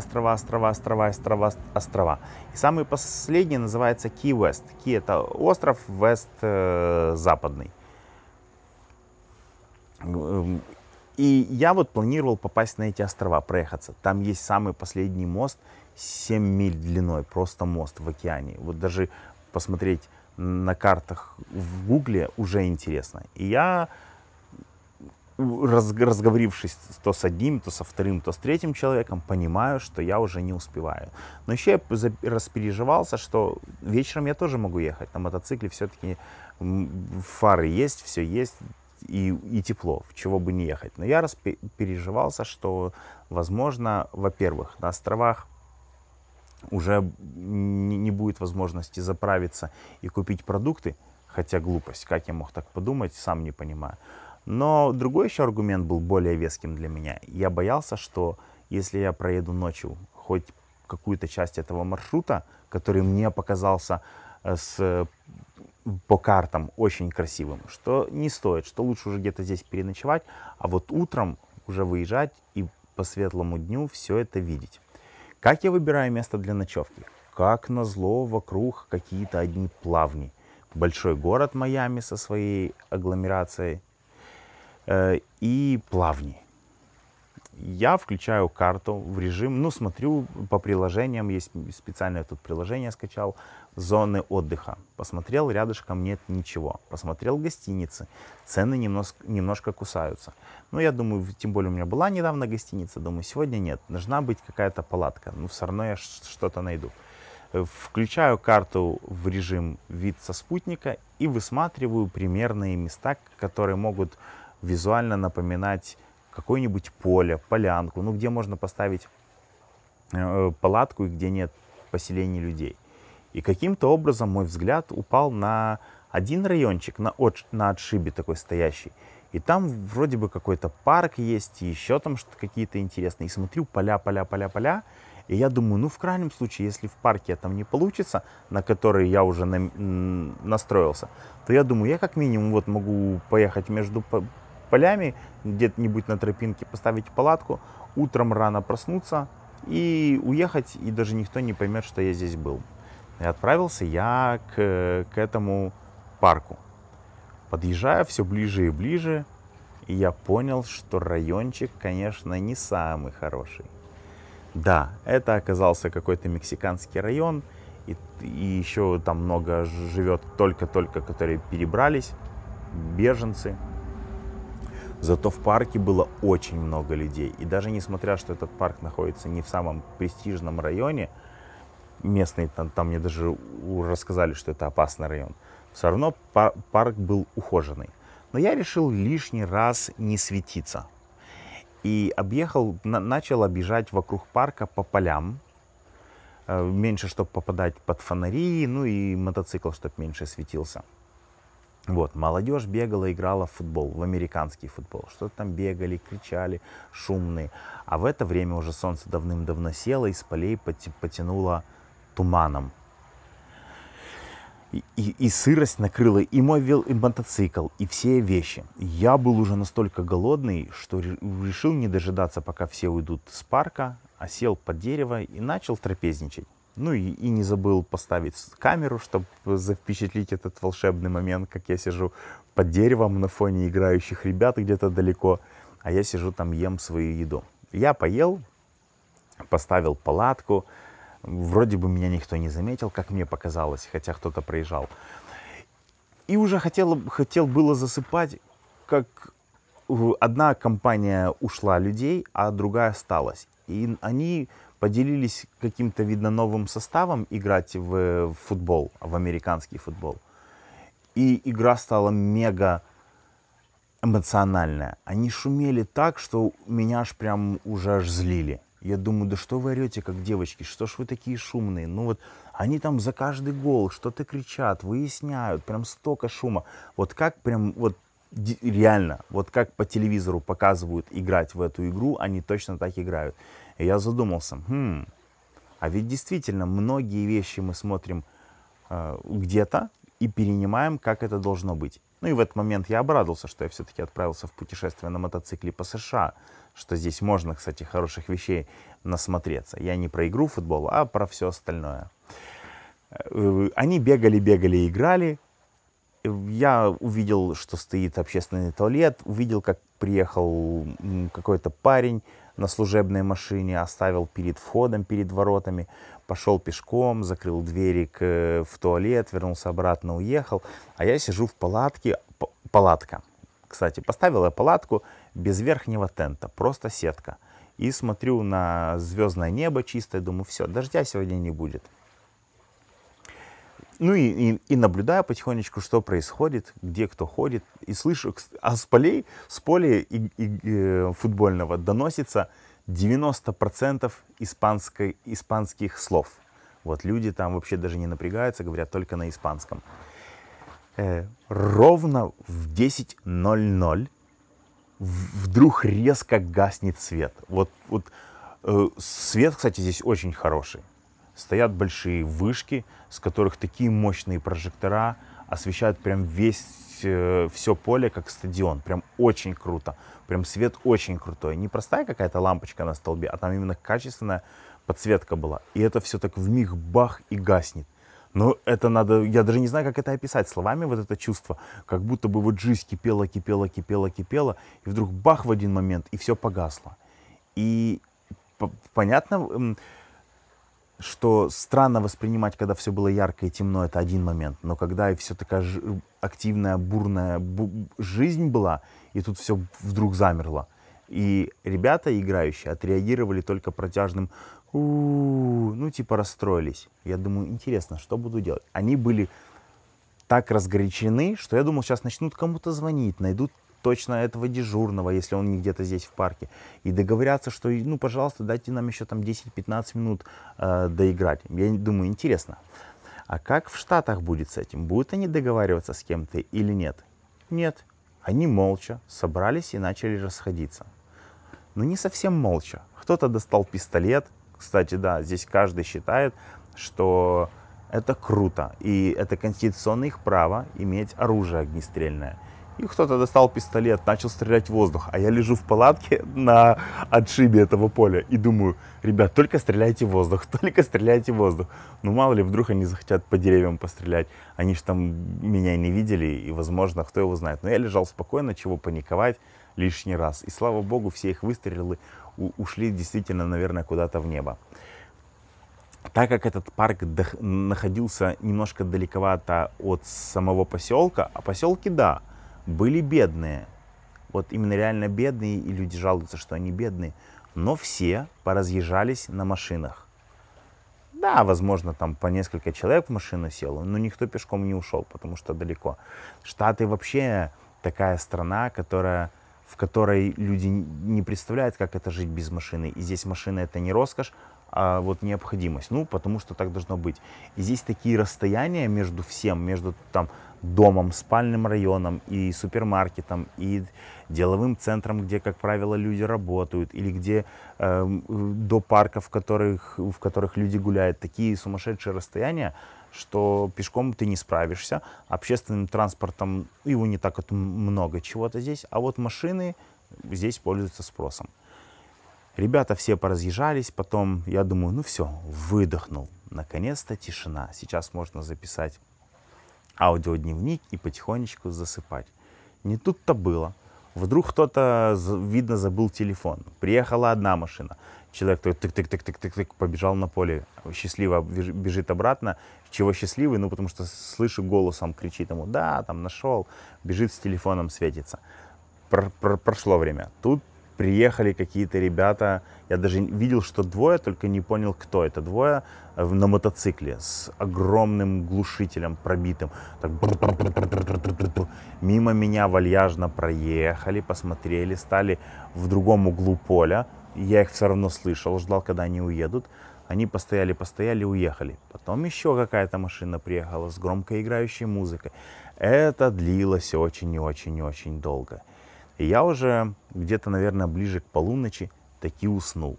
A: И самый последний называется Ки-Вест. Ки — это остров, Вест — западный. И я вот планировал попасть на эти острова, проехаться. Там есть самый последний мост, 7 миль длиной, просто мост в океане. Вот даже посмотреть на картах в Гугле уже интересно. И я, разговорившись то с одним, то со вторым, то с третьим человеком, понимаю, что я уже не успеваю. Но еще я распереживался, что вечером я тоже могу ехать. На мотоцикле все-таки фары есть, все есть. И тепло, в чего бы не ехать. Но я переживался, что, возможно, во-первых, на островах уже не будет возможности заправиться и купить продукты, хотя глупость, как я мог так подумать, сам не понимаю. Но другой еще аргумент был более веским для меня. Я боялся, что если я проеду ночью хоть какую-то часть этого маршрута, который мне показался по картам очень красивым, что не стоит, что лучше уже где-то здесь переночевать, а вот утром уже выезжать и по светлому дню все это видеть. Как я выбираю место для ночевки? Как назло, вокруг какие-то одни плавни. Большой город Майами со своей агломерацией и плавни. Я включаю карту в режим, смотрю по приложениям, есть специальное тут приложение скачал, зоны отдыха. Посмотрел, рядышком нет ничего. Посмотрел гостиницы, цены немножко кусаются. Я думаю, тем более у меня была недавно гостиница, думаю, сегодня нет, должна быть какая-то палатка. Все равно я что-то найду. Включаю карту в режим вид со спутника и высматриваю примерные места, которые могут визуально напоминать какое-нибудь поле, полянку, где можно поставить палатку и где нет поселений людей. И каким-то образом мой взгляд упал на один райончик, на отшибе такой стоящий. И там вроде бы какой-то парк есть, и еще там что-то какие-то интересные. И смотрю, поля. И я думаю, в крайнем случае, если в парке там не получится, на который я уже настроился, то я думаю, я как минимум могу поехать между полями, где-нибудь на тропинке поставить палатку, утром рано проснуться и уехать, и даже никто не поймет, что я здесь был. И отправился я к этому парку. Подъезжаю все ближе и ближе, и я понял, что райончик, конечно, не самый хороший. Да, это оказался какой-то мексиканский район, и еще там много живет только-только, которые перебрались, беженцы. Зато в парке было очень много людей. И даже несмотря, что этот парк находится не в самом престижном районе, местные там мне даже рассказали, что это опасный район, все равно парк был ухоженный. Но я решил лишний раз не светиться. И начал объезжать вокруг парка по полям. Меньше, чтобы попадать под фонари, и мотоцикл, чтобы меньше светился. Молодежь бегала, играла в футбол, в американский футбол. Что-то там бегали, кричали, шумные. А в это время уже солнце давным-давно село, и с полей потянуло туманом. И сырость накрыла и мой мотоцикл, и все вещи. Я был уже настолько голодный, что решил не дожидаться, пока все уйдут с парка, а сел под дерево и начал трапезничать. И не забыл поставить камеру, чтобы запечатлеть этот волшебный момент, как я сижу под деревом на фоне играющих ребят где-то далеко, а я сижу там, ем свою еду. Я поел, поставил палатку, вроде бы меня никто не заметил, как мне показалось, хотя кто-то проезжал. И уже хотел было засыпать, как одна компания ушла людей, а другая осталась. И они поделились каким-то, видно, новым составом играть в футбол, в американский футбол. И игра стала мега эмоциональная. Они шумели так, что меня аж прям уже злили. Я думаю, да что вы орете, как девочки, что ж вы такие шумные? Они там за каждый гол что-то кричат, выясняют, прям столько шума. Реально, как по телевизору показывают играть в эту игру, они точно так играют. И я задумался, а ведь действительно многие вещи мы смотрим где-то и перенимаем, как это должно быть. И в этот момент я обрадовался, что я все-таки отправился в путешествие на мотоцикле по США, что здесь можно, кстати, хороших вещей насмотреться. Я не про игру в футбол, а про все остальное. Они бегали, играли. Я увидел, что стоит общественный туалет, увидел, как приехал какой-то парень на служебной машине, оставил перед входом, перед воротами, пошел пешком, закрыл двери в туалет, вернулся обратно, уехал. А я сижу в палатке, палатка. Кстати, поставил я палатку без верхнего тента, просто сетка. И смотрю на звездное небо чистое, думаю, все, дождя сегодня не будет. Ну и наблюдаю потихонечку, что происходит, где кто ходит. И слышу, а с поля футбольного доносится 90% испанских слов. Вот люди там вообще даже не напрягаются, говорят только на испанском. Ровно в 10:00 вдруг резко гаснет свет. Вот свет, кстати, здесь очень хороший. Стоят большие вышки, с которых такие мощные прожектора освещают прям все поле, как стадион. Прям очень круто. Прям свет очень крутой. Не простая какая-то лампочка на столбе, а там именно качественная подсветка была. И это все так вмиг бах и гаснет. Но это надо, я даже не знаю, как это описать словами, вот это чувство. Как будто бы вот жизнь кипела, кипела, кипела, кипела, и вдруг бах в один момент, и все погасло. И понятно, что странно воспринимать, когда все было ярко и темно, это один момент. Но когда и все такая активная, бурная жизнь была, и тут все вдруг замерло. И ребята, играющие, отреагировали только протяжным ну типа расстроились. Я думаю, интересно, что буду делать? Они были так разгорячены, что я думал, сейчас начнут кому-то звонить, найдут точно этого дежурного, если он не где-то здесь в парке, и договорятся, что, ну, пожалуйста, дайте нам еще там 10-15 минут доиграть. Я думаю, интересно, а как в Штатах будет с этим? Будут они договариваться с кем-то или нет? Нет. Они молча собрались и начали расходиться. Но не совсем молча. Кто-то достал пистолет. Кстати, да, здесь каждый считает, что это круто. И это конституционное их право иметь оружие огнестрельное. И кто-то достал пистолет, начал стрелять в воздух. А я лежу в палатке на отшибе этого поля и думаю, ребят, только стреляйте в воздух, только стреляйте в воздух. Ну, мало ли, вдруг они захотят по деревьям пострелять. Они же там меня не видели, и, возможно, кто его знает. Но я лежал спокойно, чего паниковать лишний раз. И, слава богу, все их выстрелы ушли действительно, наверное, куда-то в небо. Так как этот парк находился немножко далековато от самого поселка, а поселки, да, были бедные. Вот именно реально бедные, и люди жалуются, что они бедные. Но все поразъезжались на машинах. Да, возможно, там по несколько человек в машину село, но никто пешком не ушел, потому что далеко. Штаты вообще такая страна, в которой люди не представляют, как это жить без машины. И здесь машина — это не роскошь, а вот необходимость. Ну, потому что так должно быть. И здесь такие расстояния между всем, между там домом, спальным районом и супермаркетом, и деловым центром, где, как правило, люди работают, или где до парков, в которых люди гуляют, такие сумасшедшие расстояния, что пешком ты не справишься, общественным транспортом его не так вот много чего-то здесь, а вот машины здесь пользуются спросом. Ребята все поразъезжались, потом я думаю, ну все, выдохнул. Наконец-то тишина. Сейчас можно записать аудиодневник и потихонечку засыпать. Не тут-то было. Вдруг кто-то, видно, забыл телефон. Приехала одна машина. Человек тык-тык-тык-тык-тык побежал на поле. Счастливо бежит обратно. Чего счастливый? Ну, потому что слышу, голосом кричит ему, да, там нашел. Бежит с телефоном, светится. Прошло время. Тут приехали какие-то ребята. Я даже видел, что двое, только не понял, кто это. Двое на мотоцикле с огромным глушителем пробитым. Так, мимо меня вальяжно проехали, посмотрели, стали в другом углу поля. Я их все равно слышал, ждал, когда они уедут. Они постояли, уехали. Потом еще какая-то машина приехала с громко играющей музыкой. Это длилось очень и очень и очень долго. И я уже где-то, наверное, ближе к полуночи таки уснул.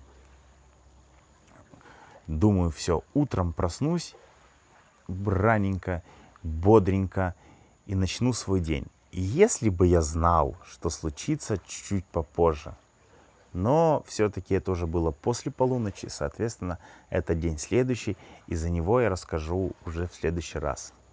A: Думаю, все, утром проснусь раненько, бодренько и начну свой день. И если бы я знал, что случится чуть-чуть попозже, но все-таки это уже было после полуночи, соответственно, это день следующий, и за него я расскажу уже в следующий раз.